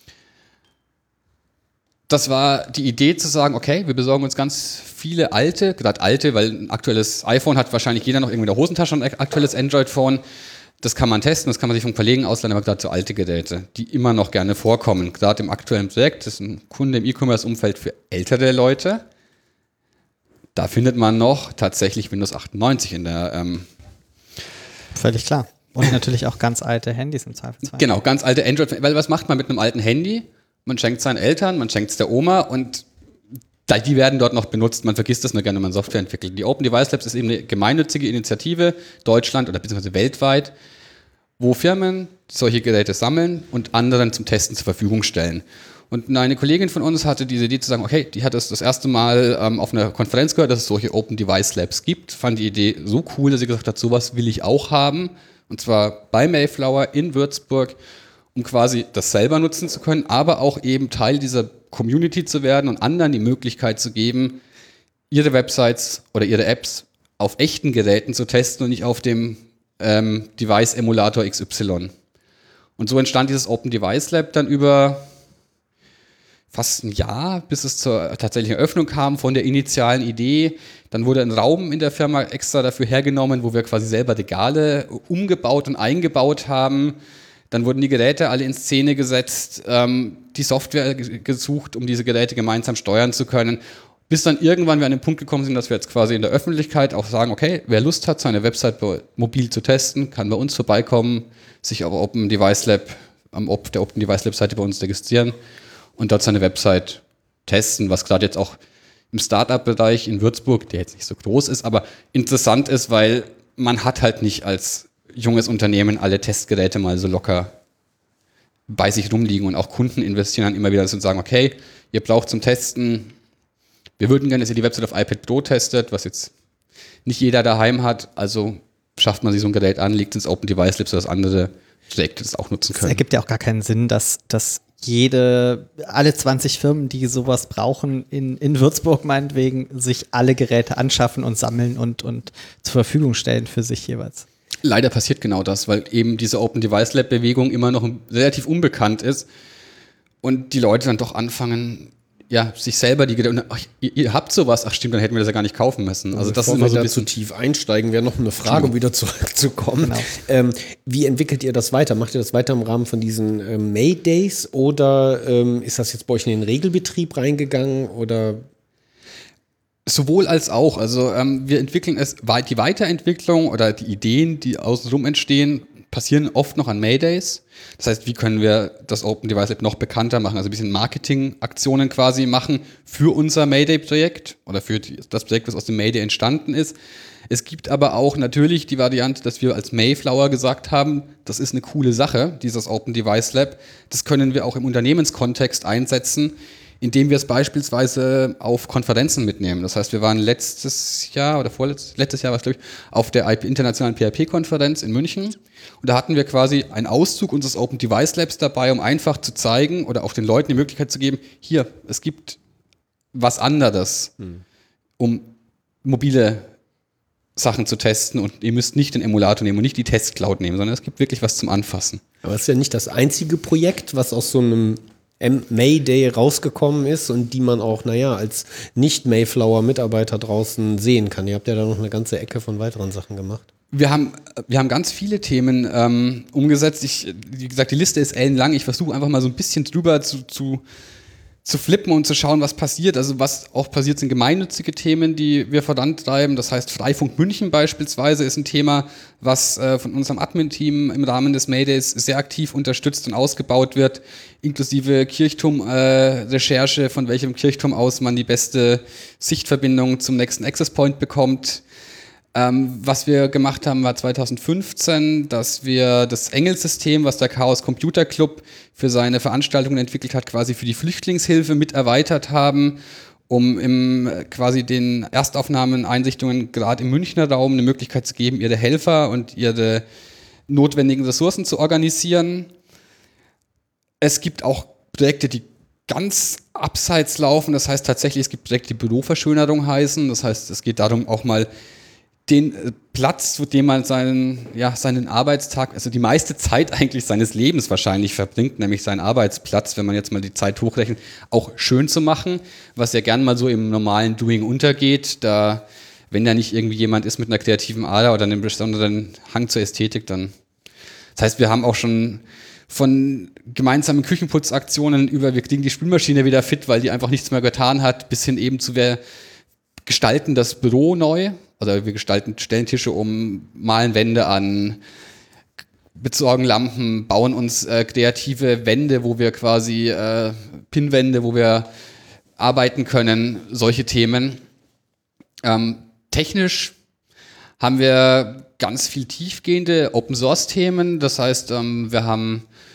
Das war die Idee zu sagen, okay, wir besorgen uns ganz viele alte, gerade alte, weil ein aktuelles iPhone hat wahrscheinlich jeder noch irgendwie in der Hosentasche ein aktuelles Android-Phone. Das kann man testen, das kann man sich von Kollegen ausleihen, aber gerade so alte Geräte, die immer noch gerne vorkommen. Gerade im aktuellen Projekt, das ist ein Kunde im E-Commerce-Umfeld für ältere Leute. Da findet man noch tatsächlich Windows achtundneunzig in der ähm Völlig klar. Und natürlich auch ganz alte Handys im Zweifelsfall. Genau, ganz alte Android, weil was macht man mit einem alten Handy? Man schenkt es seinen Eltern, man schenkt es der Oma und die werden dort noch benutzt. Man vergisst das nur gerne, wenn man Software entwickelt. Die Open Device Labs ist eben eine gemeinnützige Initiative, Deutschland oder beziehungsweise weltweit, wo Firmen solche Geräte sammeln und anderen zum Testen zur Verfügung stellen. Und eine Kollegin von uns hatte diese Idee zu sagen, okay, die hat es das erste Mal ähm, auf einer Konferenz gehört, dass es solche Open Device Labs gibt. Fand die Idee so cool, dass sie gesagt hat, sowas will ich auch haben. Und zwar bei Mayflower in Würzburg, um quasi das selber nutzen zu können, aber auch eben Teil dieser Community zu werden und anderen die Möglichkeit zu geben, ihre Websites oder ihre Apps auf echten Geräten zu testen und nicht auf dem ähm, Device-Emulator X Y. Und so entstand dieses Open Device Lab dann über fast ein Jahr, bis es zur tatsächlichen Eröffnung kam von der initialen Idee. Dann wurde ein Raum in der Firma extra dafür hergenommen, wo wir quasi selber Regale umgebaut und eingebaut haben. Dann wurden die Geräte alle in Szene gesetzt, ähm, die Software g- gesucht, um diese Geräte gemeinsam steuern zu können. Bis dann irgendwann wir an den Punkt gekommen sind, dass wir jetzt quasi in der Öffentlichkeit auch sagen, okay, wer Lust hat, seine Website mobil zu testen, kann bei uns vorbeikommen, sich auf Open Device Lab, am Op, der Open Device Lab Seite bei uns registrieren und dort seine Website testen, was gerade jetzt auch im Startup-Bereich in Würzburg, der jetzt nicht so groß ist, aber interessant ist, weil man hat halt nicht als junges Unternehmen alle Testgeräte mal so locker bei sich rumliegen und auch Kunden investieren dann immer wieder und sagen, okay, ihr braucht zum Testen, wir würden gerne, dass ihr die Website auf iPad Pro testet, was jetzt nicht jeder daheim hat, also schafft man sich so ein Gerät an, legt ins Open Device Lab, sodass andere Projekte das auch nutzen können. Es ergibt ja auch gar keinen Sinn, dass, dass jede, alle zwanzig Firmen, die sowas brauchen, in, in Würzburg meinetwegen, sich alle Geräte anschaffen und sammeln und, und zur Verfügung stellen für sich jeweils. Leider passiert genau das, weil eben diese Open Device Lab Bewegung immer noch relativ unbekannt ist und die Leute dann doch anfangen, ja, sich selber die Gedanken, ach, ihr, ihr habt sowas, ach stimmt, dann hätten wir das ja gar nicht kaufen müssen. Also, also das bevor ist immer wir so ein da bisschen zu tief einsteigen, wäre noch eine Frage, um wieder zurückzukommen. Genau. Ähm, wie entwickelt ihr das weiter? Macht ihr das weiter im Rahmen von diesen ähm, Maydays oder ähm, ist das jetzt bei euch in den Regelbetrieb reingegangen oder? sowohl als auch. Also ähm, wir entwickeln es, die Weiterentwicklung oder die Ideen, die außenrum entstehen, passieren oft noch an Maydays. Das heißt, wie können wir das Open Device Lab noch bekannter machen, also ein bisschen Marketingaktionen quasi machen für unser Mayday-Projekt oder für die, das Projekt, was aus dem Mayday entstanden ist. Es gibt aber auch natürlich die Variante, dass wir als Mayflower gesagt haben, das ist eine coole Sache, dieses Open Device Lab. Das können wir auch im Unternehmenskontext einsetzen, indem wir es beispielsweise auf Konferenzen mitnehmen. Das heißt, wir waren letztes Jahr oder vorletztes letztes Jahr war es, glaube ich, auf der internationalen P H P-Konferenz in München. Und da hatten wir quasi einen Auszug unseres Open Device Labs dabei, um einfach zu zeigen oder auch den Leuten die Möglichkeit zu geben, hier, es gibt was anderes, hm. um mobile Sachen zu testen und ihr müsst nicht den Emulator nehmen und nicht die Testcloud nehmen, sondern es gibt wirklich was zum Anfassen. Aber es ist ja nicht das einzige Projekt, was aus so einem Mayday rausgekommen ist und die man auch, naja, als Nicht-Mayflower-Mitarbeiter draußen sehen kann. Ihr habt ja da noch eine ganze Ecke von weiteren Sachen gemacht. Wir haben, wir haben ganz viele Themen ähm, umgesetzt. Ich, wie gesagt, die Liste ist ellenlang. Ich versuche einfach mal so ein bisschen drüber zu, zu, zu flippen und zu schauen, was passiert. Also was auch passiert, sind gemeinnützige Themen, die wir vorantreiben. Das heißt, Freifunk München beispielsweise ist ein Thema, was äh, von unserem Admin-Team im Rahmen des Maydays sehr aktiv unterstützt und ausgebaut wird, inklusive Kirchturm-Recherche, äh, von welchem Kirchturm aus man die beste Sichtverbindung zum nächsten Access Point bekommt. Ähm, was wir gemacht haben, war zwanzig fünfzehn, dass wir das Engel-System, was der Chaos Computer Club für seine Veranstaltungen entwickelt hat, quasi für die Flüchtlingshilfe mit erweitert haben, um im quasi den Erstaufnahmeeinrichtungen gerade im Münchner Raum eine Möglichkeit zu geben, ihre Helfer und ihre notwendigen Ressourcen zu organisieren. Es gibt auch Projekte, die ganz abseits laufen. Das heißt tatsächlich, es gibt Projekte, die Büroverschönerung heißen. Das heißt, es geht darum, auch mal den Platz, zu dem man seinen, ja, seinen Arbeitstag, also die meiste Zeit eigentlich seines Lebens wahrscheinlich verbringt, nämlich seinen Arbeitsplatz, wenn man jetzt mal die Zeit hochrechnet, auch schön zu machen, was ja gern mal so im normalen Doing untergeht. Da, wenn da nicht irgendwie jemand ist mit einer kreativen Ader oder einem besonderen Hang zur Ästhetik, dann. Das heißt, wir haben auch schon von gemeinsamen Küchenputzaktionen über, wir kriegen die Spülmaschine wieder fit, weil die einfach nichts mehr getan hat, bis hin eben zu, wir gestalten das Büro neu. Oder wir gestalten Stellentische um, malen Wände an, besorgen Lampen, bauen uns äh, kreative Wände, wo wir quasi äh, Pinnwände, wo wir arbeiten können, solche Themen. Ähm, technisch haben wir ganz viel tiefgehende Open-Source-Themen. Das heißt, ähm, wir haben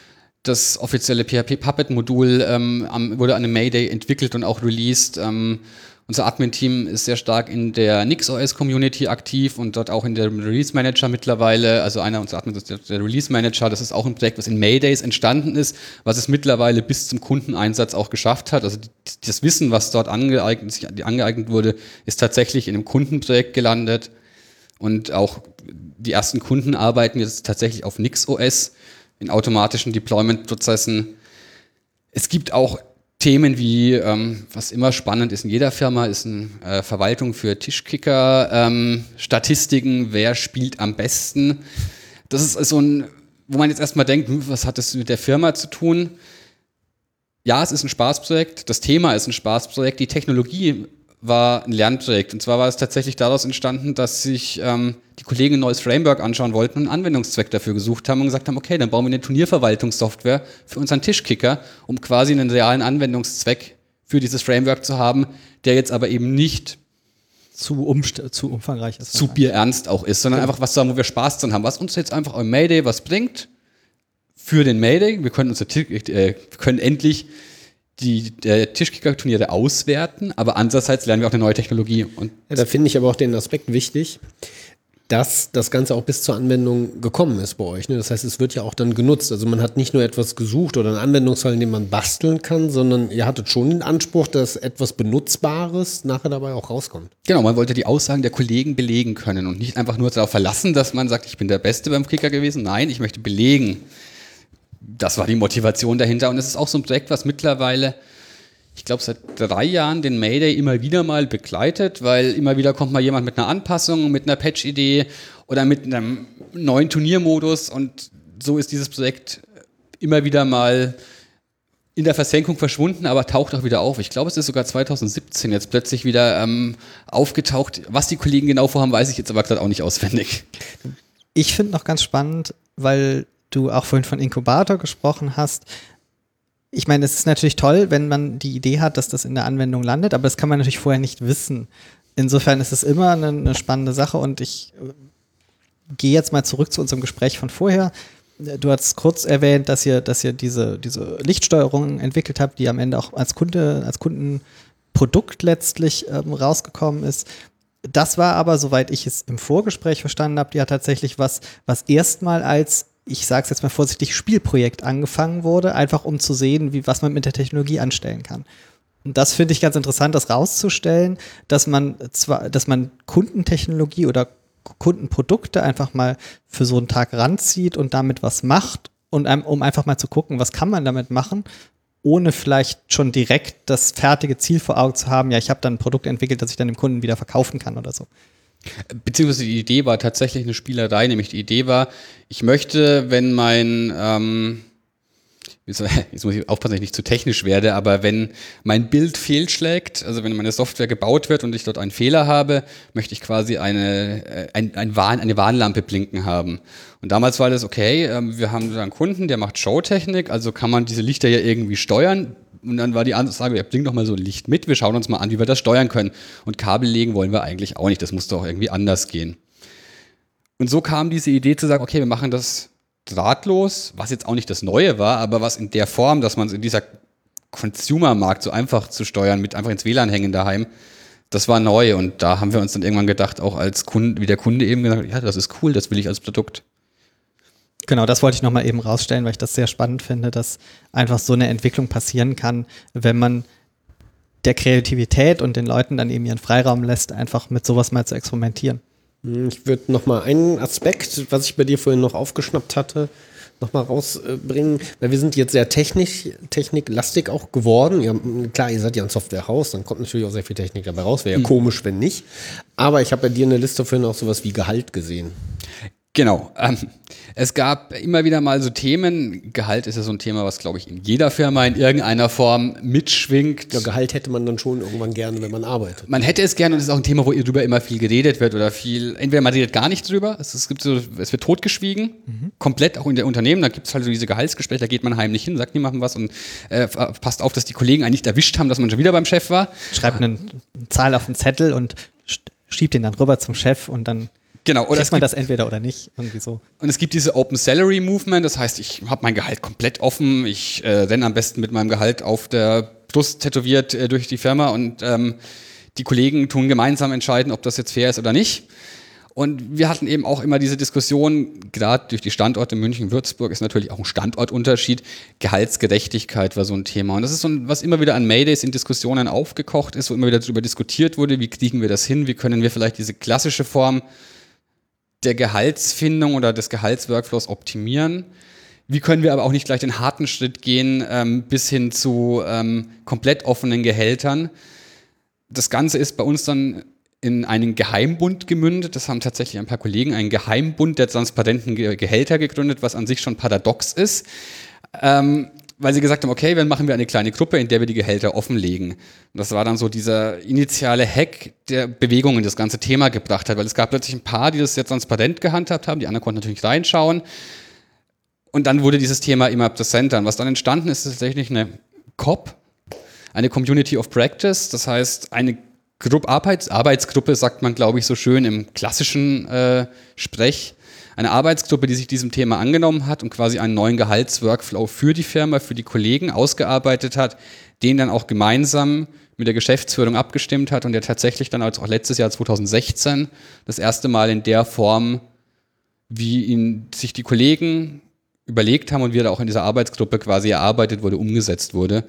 Das offizielle P H P-Puppet-Modul ähm, wurde an einem Mayday entwickelt und auch released. Ähm, unser Admin-Team ist sehr stark in der NixOS-Community aktiv und dort auch in der Release-Manager mittlerweile. Also einer unserer Admins ist der, der Release-Manager. Das ist auch ein Projekt, was in Maydays entstanden ist, was es mittlerweile bis zum Kundeneinsatz auch geschafft hat. Also die, das Wissen, was dort angeeignet, sich angeeignet wurde, ist tatsächlich in einem Kundenprojekt gelandet. Und auch die ersten Kunden arbeiten jetzt tatsächlich auf NixOS in automatischen Deployment-Prozessen. Es gibt auch Themen wie, ähm, was immer spannend ist in jeder Firma, ist eine äh, Verwaltung für Tischkicker, ähm, Statistiken, wer spielt am besten. Das ist so ein, wo man jetzt erstmal denkt, was hat das mit der Firma zu tun? Ja, es ist ein Spaßprojekt, das Thema ist ein Spaßprojekt, die Technologie war ein Lernprojekt. Und zwar war es tatsächlich daraus entstanden, dass sich ähm, die Kollegen ein neues Framework anschauen wollten und einen Anwendungszweck dafür gesucht haben und gesagt haben, okay, dann bauen wir eine Turnierverwaltungssoftware für unseren Tischkicker, um quasi einen realen Anwendungszweck für dieses Framework zu haben, der jetzt aber eben nicht zu, umst- zu umfangreich ist. Zu bierernst auch ist, sondern einfach was sagen, wo wir Spaß dran haben, was uns jetzt einfach im Mayday was bringt für den Mayday. Wir können, unser Tisch, äh, wir können endlich die der Tischkicker-Turniere auswerten, aber andererseits lernen wir auch eine neue Technologie. Und ja, da finde ich aber auch den Aspekt wichtig, dass das Ganze auch bis zur Anwendung gekommen ist bei euch. Ne? Das heißt, es wird ja auch dann genutzt. Also man hat nicht nur etwas gesucht oder einen Anwendungsfall, in dem man basteln kann, sondern ihr hattet schon den Anspruch, dass etwas Benutzbares nachher dabei auch rauskommt. Genau, man wollte die Aussagen der Kollegen belegen können und nicht einfach nur darauf verlassen, dass man sagt, ich bin der Beste beim Kicker gewesen. Nein, ich möchte belegen. Das war die Motivation dahinter. Und es ist auch so ein Projekt, was mittlerweile, ich glaube, seit drei Jahren den Mayday immer wieder mal begleitet, weil immer wieder kommt mal jemand mit einer Anpassung, mit einer Patch-Idee oder mit einem neuen Turniermodus. Und so ist dieses Projekt immer wieder mal in der Versenkung verschwunden, aber taucht auch wieder auf. Ich glaube, es ist sogar zwanzig siebzehn jetzt plötzlich wieder ähm, aufgetaucht. Was die Kollegen genau vorhaben, weiß ich jetzt aber gerade auch nicht auswendig. Ich finde noch ganz spannend, weil du auch vorhin von Inkubator gesprochen hast. Ich meine, es ist natürlich toll, wenn man die Idee hat, dass das in der Anwendung landet, aber das kann man natürlich vorher nicht wissen. Insofern ist es immer eine, eine spannende Sache und ich gehe jetzt mal zurück zu unserem Gespräch von vorher. Du hast kurz erwähnt, dass ihr, dass ihr diese, diese Lichtsteuerung entwickelt habt, die am Ende auch als Kunde, als Kundenprodukt letztlich ähm, rausgekommen ist. Das war aber, soweit ich es im Vorgespräch verstanden habe, ja tatsächlich was, was erstmal als, ich sage es jetzt mal vorsichtig, Spielprojekt angefangen wurde, einfach um zu sehen, wie, was man mit der Technologie anstellen kann. Und das finde ich ganz interessant, das rauszustellen, dass man zwar, dass man Kundentechnologie oder Kundenprodukte einfach mal für so einen Tag ranzieht und damit was macht und einem, um einfach mal zu gucken, was kann man damit machen, ohne vielleicht schon direkt das fertige Ziel vor Augen zu haben, ja, ich habe dann ein Produkt entwickelt, das ich dann dem Kunden wieder verkaufen kann oder so. Beziehungsweise die Idee war tatsächlich eine Spielerei, nämlich die Idee war, ich möchte, wenn mein, ähm, jetzt muss ich aufpassen, dass ich nicht zu technisch werde, aber wenn mein Bild fehlschlägt, also wenn meine Software gebaut wird und ich dort einen Fehler habe, möchte ich quasi eine, ein, ein Warn, eine Warnlampe blinken haben. Und damals war das, okay, wir haben einen Kunden, der macht Showtechnik, also kann man diese Lichter ja irgendwie steuern. Und dann war die Ansage, ja, bring doch mal so ein Licht mit, wir schauen uns mal an, wie wir das steuern können. Und Kabel legen wollen wir eigentlich auch nicht, das muss doch irgendwie anders gehen. Und so kam diese Idee zu sagen, okay, wir machen das drahtlos, was jetzt auch nicht das Neue war, aber was in der Form, dass man es in dieser Consumer-Markt so einfach zu steuern, mit einfach ins W L A N hängen daheim, das war neu. Und da haben wir uns dann irgendwann gedacht, auch als Kunde, wie der Kunde eben gesagt, ja, das ist cool, das will ich als Produkt. Genau, das wollte ich nochmal eben rausstellen, weil ich das sehr spannend finde, dass einfach so eine Entwicklung passieren kann, wenn man der Kreativität und den Leuten dann eben ihren Freiraum lässt, einfach mit sowas mal zu experimentieren. Ich würde nochmal einen Aspekt, was ich bei dir vorhin noch aufgeschnappt hatte, nochmal rausbringen, weil wir sind jetzt sehr technisch, techniklastig auch geworden. Ja, klar, ihr seid ja ein Softwarehaus, dann kommt natürlich auch sehr viel Technik dabei raus, wäre ja mhm. komisch, wenn nicht. Aber ich habe bei dir in der Liste vorhin auch sowas wie Gehalt gesehen. Genau. Ähm, es gab immer wieder mal so Themen. Gehalt ist ja so ein Thema, was, glaube ich, in jeder Firma in irgendeiner Form mitschwingt. Ja, Gehalt hätte man dann schon irgendwann gerne, wenn man arbeitet. Man hätte es gerne und es ist auch ein Thema, wo darüber immer viel geredet wird oder viel, entweder man redet gar nicht drüber, es, es, gibt so, es wird totgeschwiegen, mhm. komplett auch in der Unternehmen, da gibt es halt so diese Gehaltsgespräche, da geht man heimlich hin, sagt niemandem was und äh, passt auf, dass die Kollegen einen nicht erwischt haben, dass man schon wieder beim Chef war. Schreibt eine Zahl auf einen Zettel und schiebt den dann rüber zum Chef und dann Genau. Oder kriegt man das entweder oder nicht, irgendwie so. Und es gibt diese Open Salary Movement, das heißt, ich habe mein Gehalt komplett offen, ich äh, renne am besten mit meinem Gehalt auf der Brust tätowiert äh, durch die Firma und ähm, die Kollegen tun gemeinsam entscheiden, ob das jetzt fair ist oder nicht. Und wir hatten eben auch immer diese Diskussion, gerade durch die Standorte München, Würzburg ist natürlich auch ein Standortunterschied. Gehaltsgerechtigkeit war so ein Thema. Und das ist so ein, was immer wieder an Maydays in Diskussionen aufgekocht ist, wo immer wieder darüber diskutiert wurde, wie kriegen wir das hin, wie können wir vielleicht diese klassische Form der Gehaltsfindung oder des Gehaltsworkflows optimieren. Wie können wir aber auch nicht gleich den harten Schritt gehen, ähm, bis hin zu ähm, komplett offenen Gehältern. Das Ganze ist bei uns dann in einen Geheimbund gemündet. Das haben tatsächlich ein paar Kollegen, einen Geheimbund der transparenten Ge- Gehälter gegründet, was an sich schon paradox ist, ähm, weil sie gesagt haben, okay, dann machen wir eine kleine Gruppe, in der wir die Gehälter offenlegen. Und das war dann so dieser initiale Hack, der Bewegung in das ganze Thema gebracht hat, weil es gab plötzlich ein paar, die das sehr transparent gehandhabt haben, die anderen konnten natürlich reinschauen. Und dann wurde dieses Thema immer präsenter. Und was dann entstanden ist, ist tatsächlich eine C O P, eine Community of Practice, das heißt eine Gruppe, Arbeits, Arbeitsgruppe, sagt man, glaube ich, so schön im klassischen äh, Sprech. Eine Arbeitsgruppe, die sich diesem Thema angenommen hat und quasi einen neuen Gehaltsworkflow für die Firma, für die Kollegen ausgearbeitet hat, den dann auch gemeinsam mit der Geschäftsführung abgestimmt hat und der tatsächlich dann als auch letztes Jahr zwanzig sechzehn das erste Mal in der Form, wie ihn sich die Kollegen überlegt haben und wie er auch in dieser Arbeitsgruppe quasi erarbeitet wurde, umgesetzt wurde.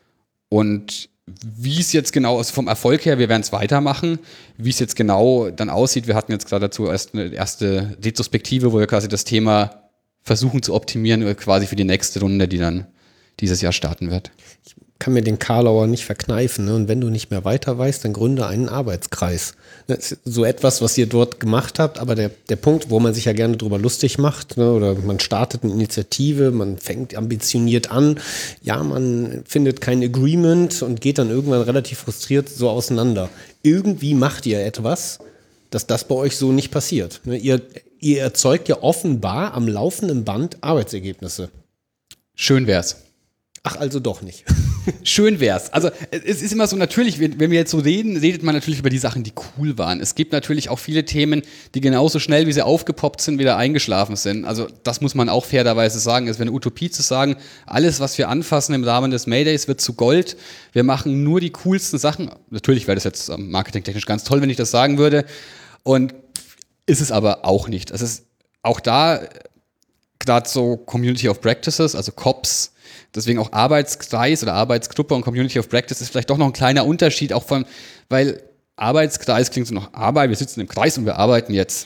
Und wie es jetzt genau, also vom Erfolg her, wir werden es weitermachen, wie es jetzt genau dann aussieht, wir hatten jetzt gerade dazu erst eine erste Retrospektive, wo wir quasi das Thema versuchen zu optimieren, quasi für die nächste Runde, die dann dieses Jahr starten wird. Ich kann mir den Karlauer nicht verkneifen, ne? Und wenn du nicht mehr weiter weißt, dann gründe einen Arbeitskreis. Das ist so etwas, was ihr dort gemacht habt, aber der, der Punkt, wo man sich ja gerne drüber lustig macht, ne? Oder man startet eine Initiative, man fängt ambitioniert an, ja, man findet kein Agreement und geht dann irgendwann relativ frustriert so auseinander. Irgendwie macht ihr etwas, dass das bei euch so nicht passiert. Ne? Ihr, ihr erzeugt ja offenbar am laufenden Band Arbeitsergebnisse. Schön wär's. Ach, also doch nicht. Schön wär's. Also es ist immer so, natürlich, wenn wir jetzt so reden, redet man natürlich über die Sachen, die cool waren. Es gibt natürlich auch viele Themen, die genauso schnell, wie sie aufgepoppt sind, wieder eingeschlafen sind. Also das muss man auch fairerweise sagen. Es wäre eine Utopie zu sagen, alles, was wir anfassen im Rahmen des Maydays, wird zu Gold. Wir machen nur die coolsten Sachen. Natürlich wäre das jetzt marketingtechnisch ganz toll, wenn ich das sagen würde. Und ist es aber auch nicht. Es ist auch da gerade so Community of Practices, also C O Ps, deswegen auch Arbeitskreis oder Arbeitsgruppe und Community of Practice ist vielleicht doch noch ein kleiner Unterschied, auch von, weil Arbeitskreis klingt so noch Arbeit, wir sitzen im Kreis und wir arbeiten jetzt.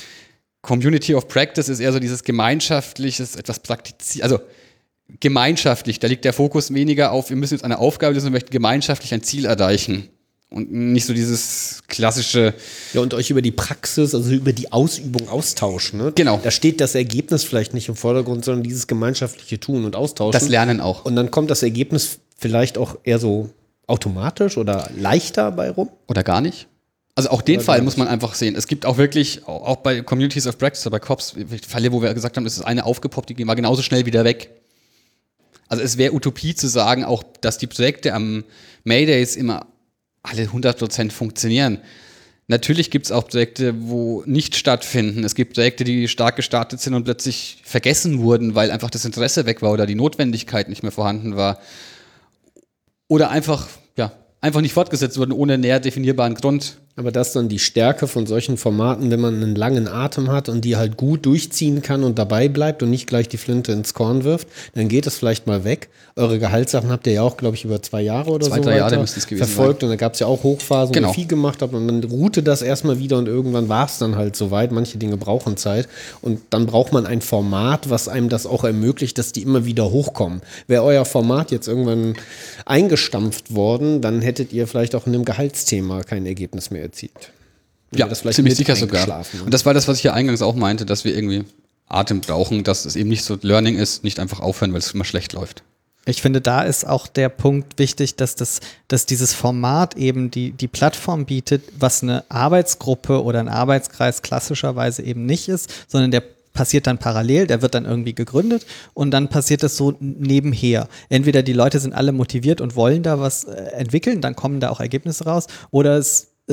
Community of Practice ist eher so dieses gemeinschaftliches, etwas praktizieren, also gemeinschaftlich, da liegt der Fokus weniger auf, wir müssen jetzt eine Aufgabe lösen, wir möchten gemeinschaftlich ein Ziel erreichen. Und nicht so dieses klassische. Ja, und euch über die Praxis, also über die Ausübung austauschen. Ne? Genau. Da steht das Ergebnis vielleicht nicht im Vordergrund, sondern dieses gemeinschaftliche Tun und Austauschen. Das Lernen auch. Und dann kommt das Ergebnis vielleicht auch eher so automatisch oder leichter bei rum. Oder gar nicht. Also auch den Oder Fall gar muss man einfach sehen. Es gibt auch wirklich, auch bei Communities of Practice, bei C O Ps, Fälle, wo wir gesagt haben, es ist eine aufgepoppt, die war genauso schnell wieder weg. Also es wäre Utopie zu sagen, auch dass die Projekte am Maydays immer alle hundert Prozent funktionieren. Natürlich gibt es auch Projekte, wo nicht stattfinden. Es gibt Projekte, die stark gestartet sind und plötzlich vergessen wurden, weil einfach das Interesse weg war oder die Notwendigkeit nicht mehr vorhanden war. Oder einfach, ja, einfach nicht fortgesetzt wurden ohne näher definierbaren Grund. Aber das ist dann die Stärke von solchen Formaten, wenn man einen langen Atem hat und die halt gut durchziehen kann und dabei bleibt und nicht gleich die Flinte ins Korn wirft, dann geht es vielleicht mal weg. Eure Gehaltssachen habt ihr ja auch, glaube ich, über zwei Jahre oder zwei, so drei Jahre müssten es gewesen verfolgt. sein. Und da gab es ja auch Hochphasen, genau. wo ihr viel gemacht habt und dann ruhte das erstmal wieder und irgendwann war es dann halt soweit. Manche Dinge brauchen Zeit und dann braucht man ein Format, was einem das auch ermöglicht, dass die immer wieder hochkommen. Wäre euer Format jetzt irgendwann eingestampft worden, dann hättet ihr vielleicht auch in einem Gehaltsthema kein Ergebnis mehr erzielt. Ja, das vielleicht ziemlich sicher sogar. Und das war das, was ich ja eingangs auch meinte, dass wir irgendwie Atem brauchen, dass es eben nicht so Learning ist, nicht einfach aufhören, weil es immer schlecht läuft. Ich finde, da ist auch der Punkt wichtig, dass, das, dass dieses Format eben die, die Plattform bietet, was eine Arbeitsgruppe oder ein Arbeitskreis klassischerweise eben nicht ist, sondern der passiert dann parallel, der wird dann irgendwie gegründet und dann passiert das so nebenher. Entweder die Leute sind alle motiviert und wollen da was äh, entwickeln, dann kommen da auch Ergebnisse raus, oder es, es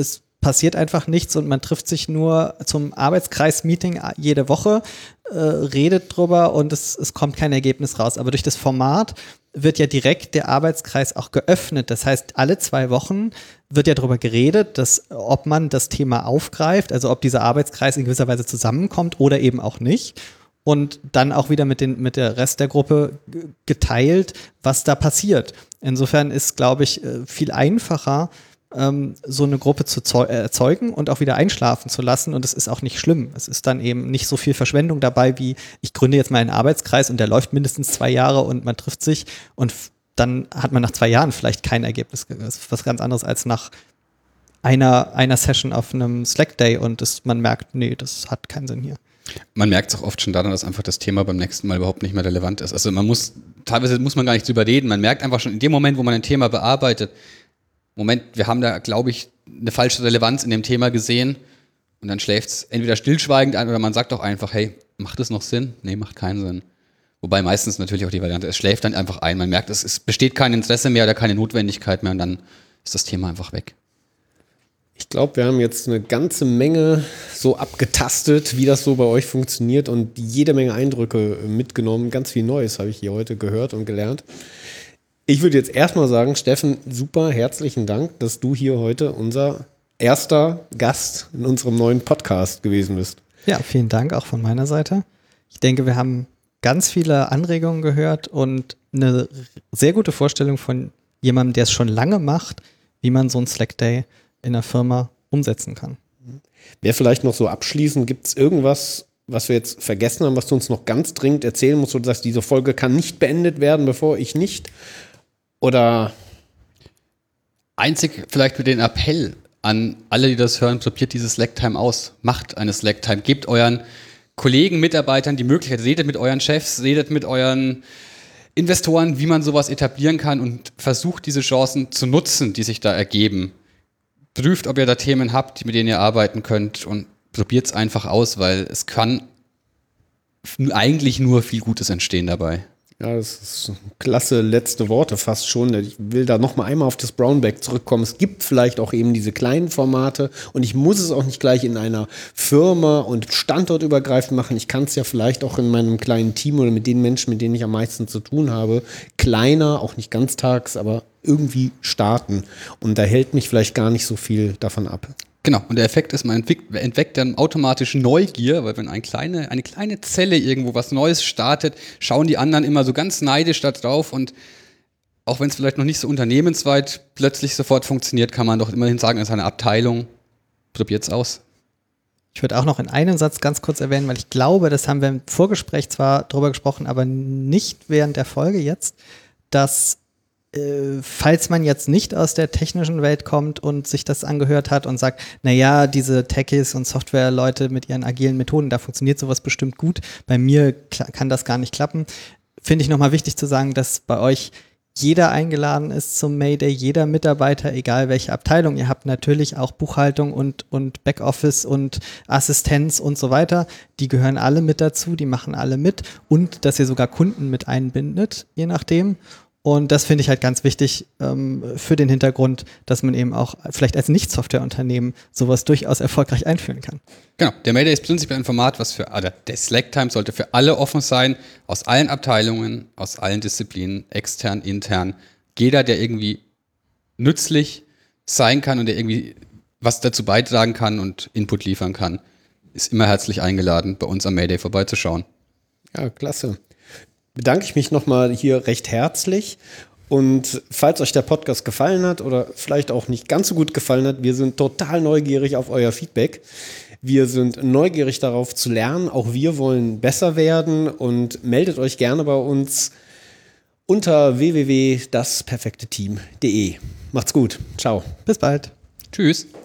passiert einfach nichts und man trifft sich nur zum Arbeitskreis-Meeting jede Woche, äh, redet drüber und es, es kommt kein Ergebnis raus. Aber durch das Format wird ja direkt der Arbeitskreis auch geöffnet. Das heißt, alle zwei Wochen wird ja darüber geredet, dass, ob man das Thema aufgreift, also ob dieser Arbeitskreis in gewisser Weise zusammenkommt oder eben auch nicht. Und dann auch wieder mit, den, mit der Rest der Gruppe geteilt, was da passiert. Insofern ist, glaube ich, viel einfacher, so eine Gruppe zu erzeugen und auch wieder einschlafen zu lassen. Und es ist auch nicht schlimm. Es ist dann eben nicht so viel Verschwendung dabei, wie ich gründe jetzt mal einen Arbeitskreis und der läuft mindestens zwei Jahre und man trifft sich und dann hat man nach zwei Jahren vielleicht kein Ergebnis. Das ist was ganz anderes als nach einer, einer Session auf einem Slack-Day und das, man merkt, nee, das hat keinen Sinn hier. Man merkt es auch oft schon daran, dass einfach das Thema beim nächsten Mal überhaupt nicht mehr relevant ist. Also man muss, teilweise muss man gar nicht drüber reden. Man merkt einfach schon in dem Moment, wo man ein Thema bearbeitet, Moment, wir haben da, glaube ich, eine falsche Relevanz in dem Thema gesehen und dann schläft es entweder stillschweigend ein oder man sagt auch einfach, hey, macht das noch Sinn? Nee, macht keinen Sinn. Wobei meistens natürlich auch die Variante, es schläft dann einfach ein. Man merkt, es, es besteht kein Interesse mehr oder keine Notwendigkeit mehr und dann ist das Thema einfach weg. Ich glaube, wir haben jetzt eine ganze Menge so abgetastet, wie das so bei euch funktioniert und jede Menge Eindrücke mitgenommen. Ganz viel Neues habe ich hier heute gehört und gelernt. Ich würde jetzt erstmal sagen, Steffen, super, herzlichen Dank, dass du hier heute unser erster Gast in unserem neuen Podcast gewesen bist. Ja, vielen Dank auch von meiner Seite. Ich denke, wir haben ganz viele Anregungen gehört und eine sehr gute Vorstellung von jemandem, der es schon lange macht, wie man so einen Slack-Day in der Firma umsetzen kann. Wäre vielleicht noch so abschließend, gibt es irgendwas, was wir jetzt vergessen haben, was du uns noch ganz dringend erzählen musst, wo du sagst, diese Folge kann nicht beendet werden, bevor ich nicht? Oder? Einzig vielleicht mit den Appell an alle, die das hören, probiert diese Slack-Time aus. Macht eine Slack-Time. Gebt euren Kollegen, Mitarbeitern die Möglichkeit, redet mit euren Chefs, redet mit euren Investoren, wie man sowas etablieren kann und versucht diese Chancen zu nutzen, die sich da ergeben. Prüft, ob ihr da Themen habt, mit denen ihr arbeiten könnt und probiert es einfach aus, weil es kann eigentlich nur viel Gutes entstehen dabei. Ja, das ist klasse letzte Worte fast schon. Ich will da noch mal einmal auf das Brownback zurückkommen. Es gibt vielleicht auch eben diese kleinen Formate und ich muss es auch nicht gleich in einer Firma und standortübergreifend machen. Ich kann es ja vielleicht auch in meinem kleinen Team oder mit den Menschen, mit denen ich am meisten zu tun habe, kleiner, auch nicht ganztags, aber irgendwie starten. Und da hält mich vielleicht gar nicht so viel davon ab. Genau, und der Effekt ist, man entwickelt, entweckt dann automatisch Neugier, weil wenn eine kleine, eine kleine Zelle irgendwo was Neues startet, schauen die anderen immer so ganz neidisch da drauf und auch wenn es vielleicht noch nicht so unternehmensweit plötzlich sofort funktioniert, kann man doch immerhin sagen, es ist eine Abteilung, probiert's aus. Ich würde auch noch in einem Satz ganz kurz erwähnen, weil ich glaube, das haben wir im Vorgespräch zwar drüber gesprochen, aber nicht während der Folge jetzt, dass falls man jetzt nicht aus der technischen Welt kommt und sich das angehört hat und sagt, naja, diese Techies und Softwareleute mit ihren agilen Methoden, da funktioniert sowas bestimmt gut, bei mir kann das gar nicht klappen, finde ich nochmal wichtig zu sagen, dass bei euch jeder eingeladen ist zum Mayday, jeder Mitarbeiter, egal welche Abteilung. Ihr habt natürlich auch Buchhaltung und, und Backoffice und Assistenz und so weiter. Die gehören alle mit dazu, die machen alle mit und dass ihr sogar Kunden mit einbindet, je nachdem. Und das finde ich halt ganz wichtig ähm, für den Hintergrund, dass man eben auch vielleicht als Nicht-Software-Unternehmen sowas durchaus erfolgreich einführen kann. Genau, der Mayday ist prinzipiell ein Format, was für alle, der Slack-Time sollte für alle offen sein, aus allen Abteilungen, aus allen Disziplinen, extern, intern. Jeder, der irgendwie nützlich sein kann und der irgendwie was dazu beitragen kann und Input liefern kann, ist immer herzlich eingeladen, bei uns am Mayday vorbeizuschauen. Ja, klasse. Bedanke ich mich nochmal hier recht herzlich und falls euch der Podcast gefallen hat oder vielleicht auch nicht ganz so gut gefallen hat, wir sind total neugierig auf euer Feedback. Wir sind neugierig darauf zu lernen, auch wir wollen besser werden und meldet euch gerne bei uns unter w w w punkt das perfekte team punkt de. Macht's gut, ciao. Bis bald. Tschüss.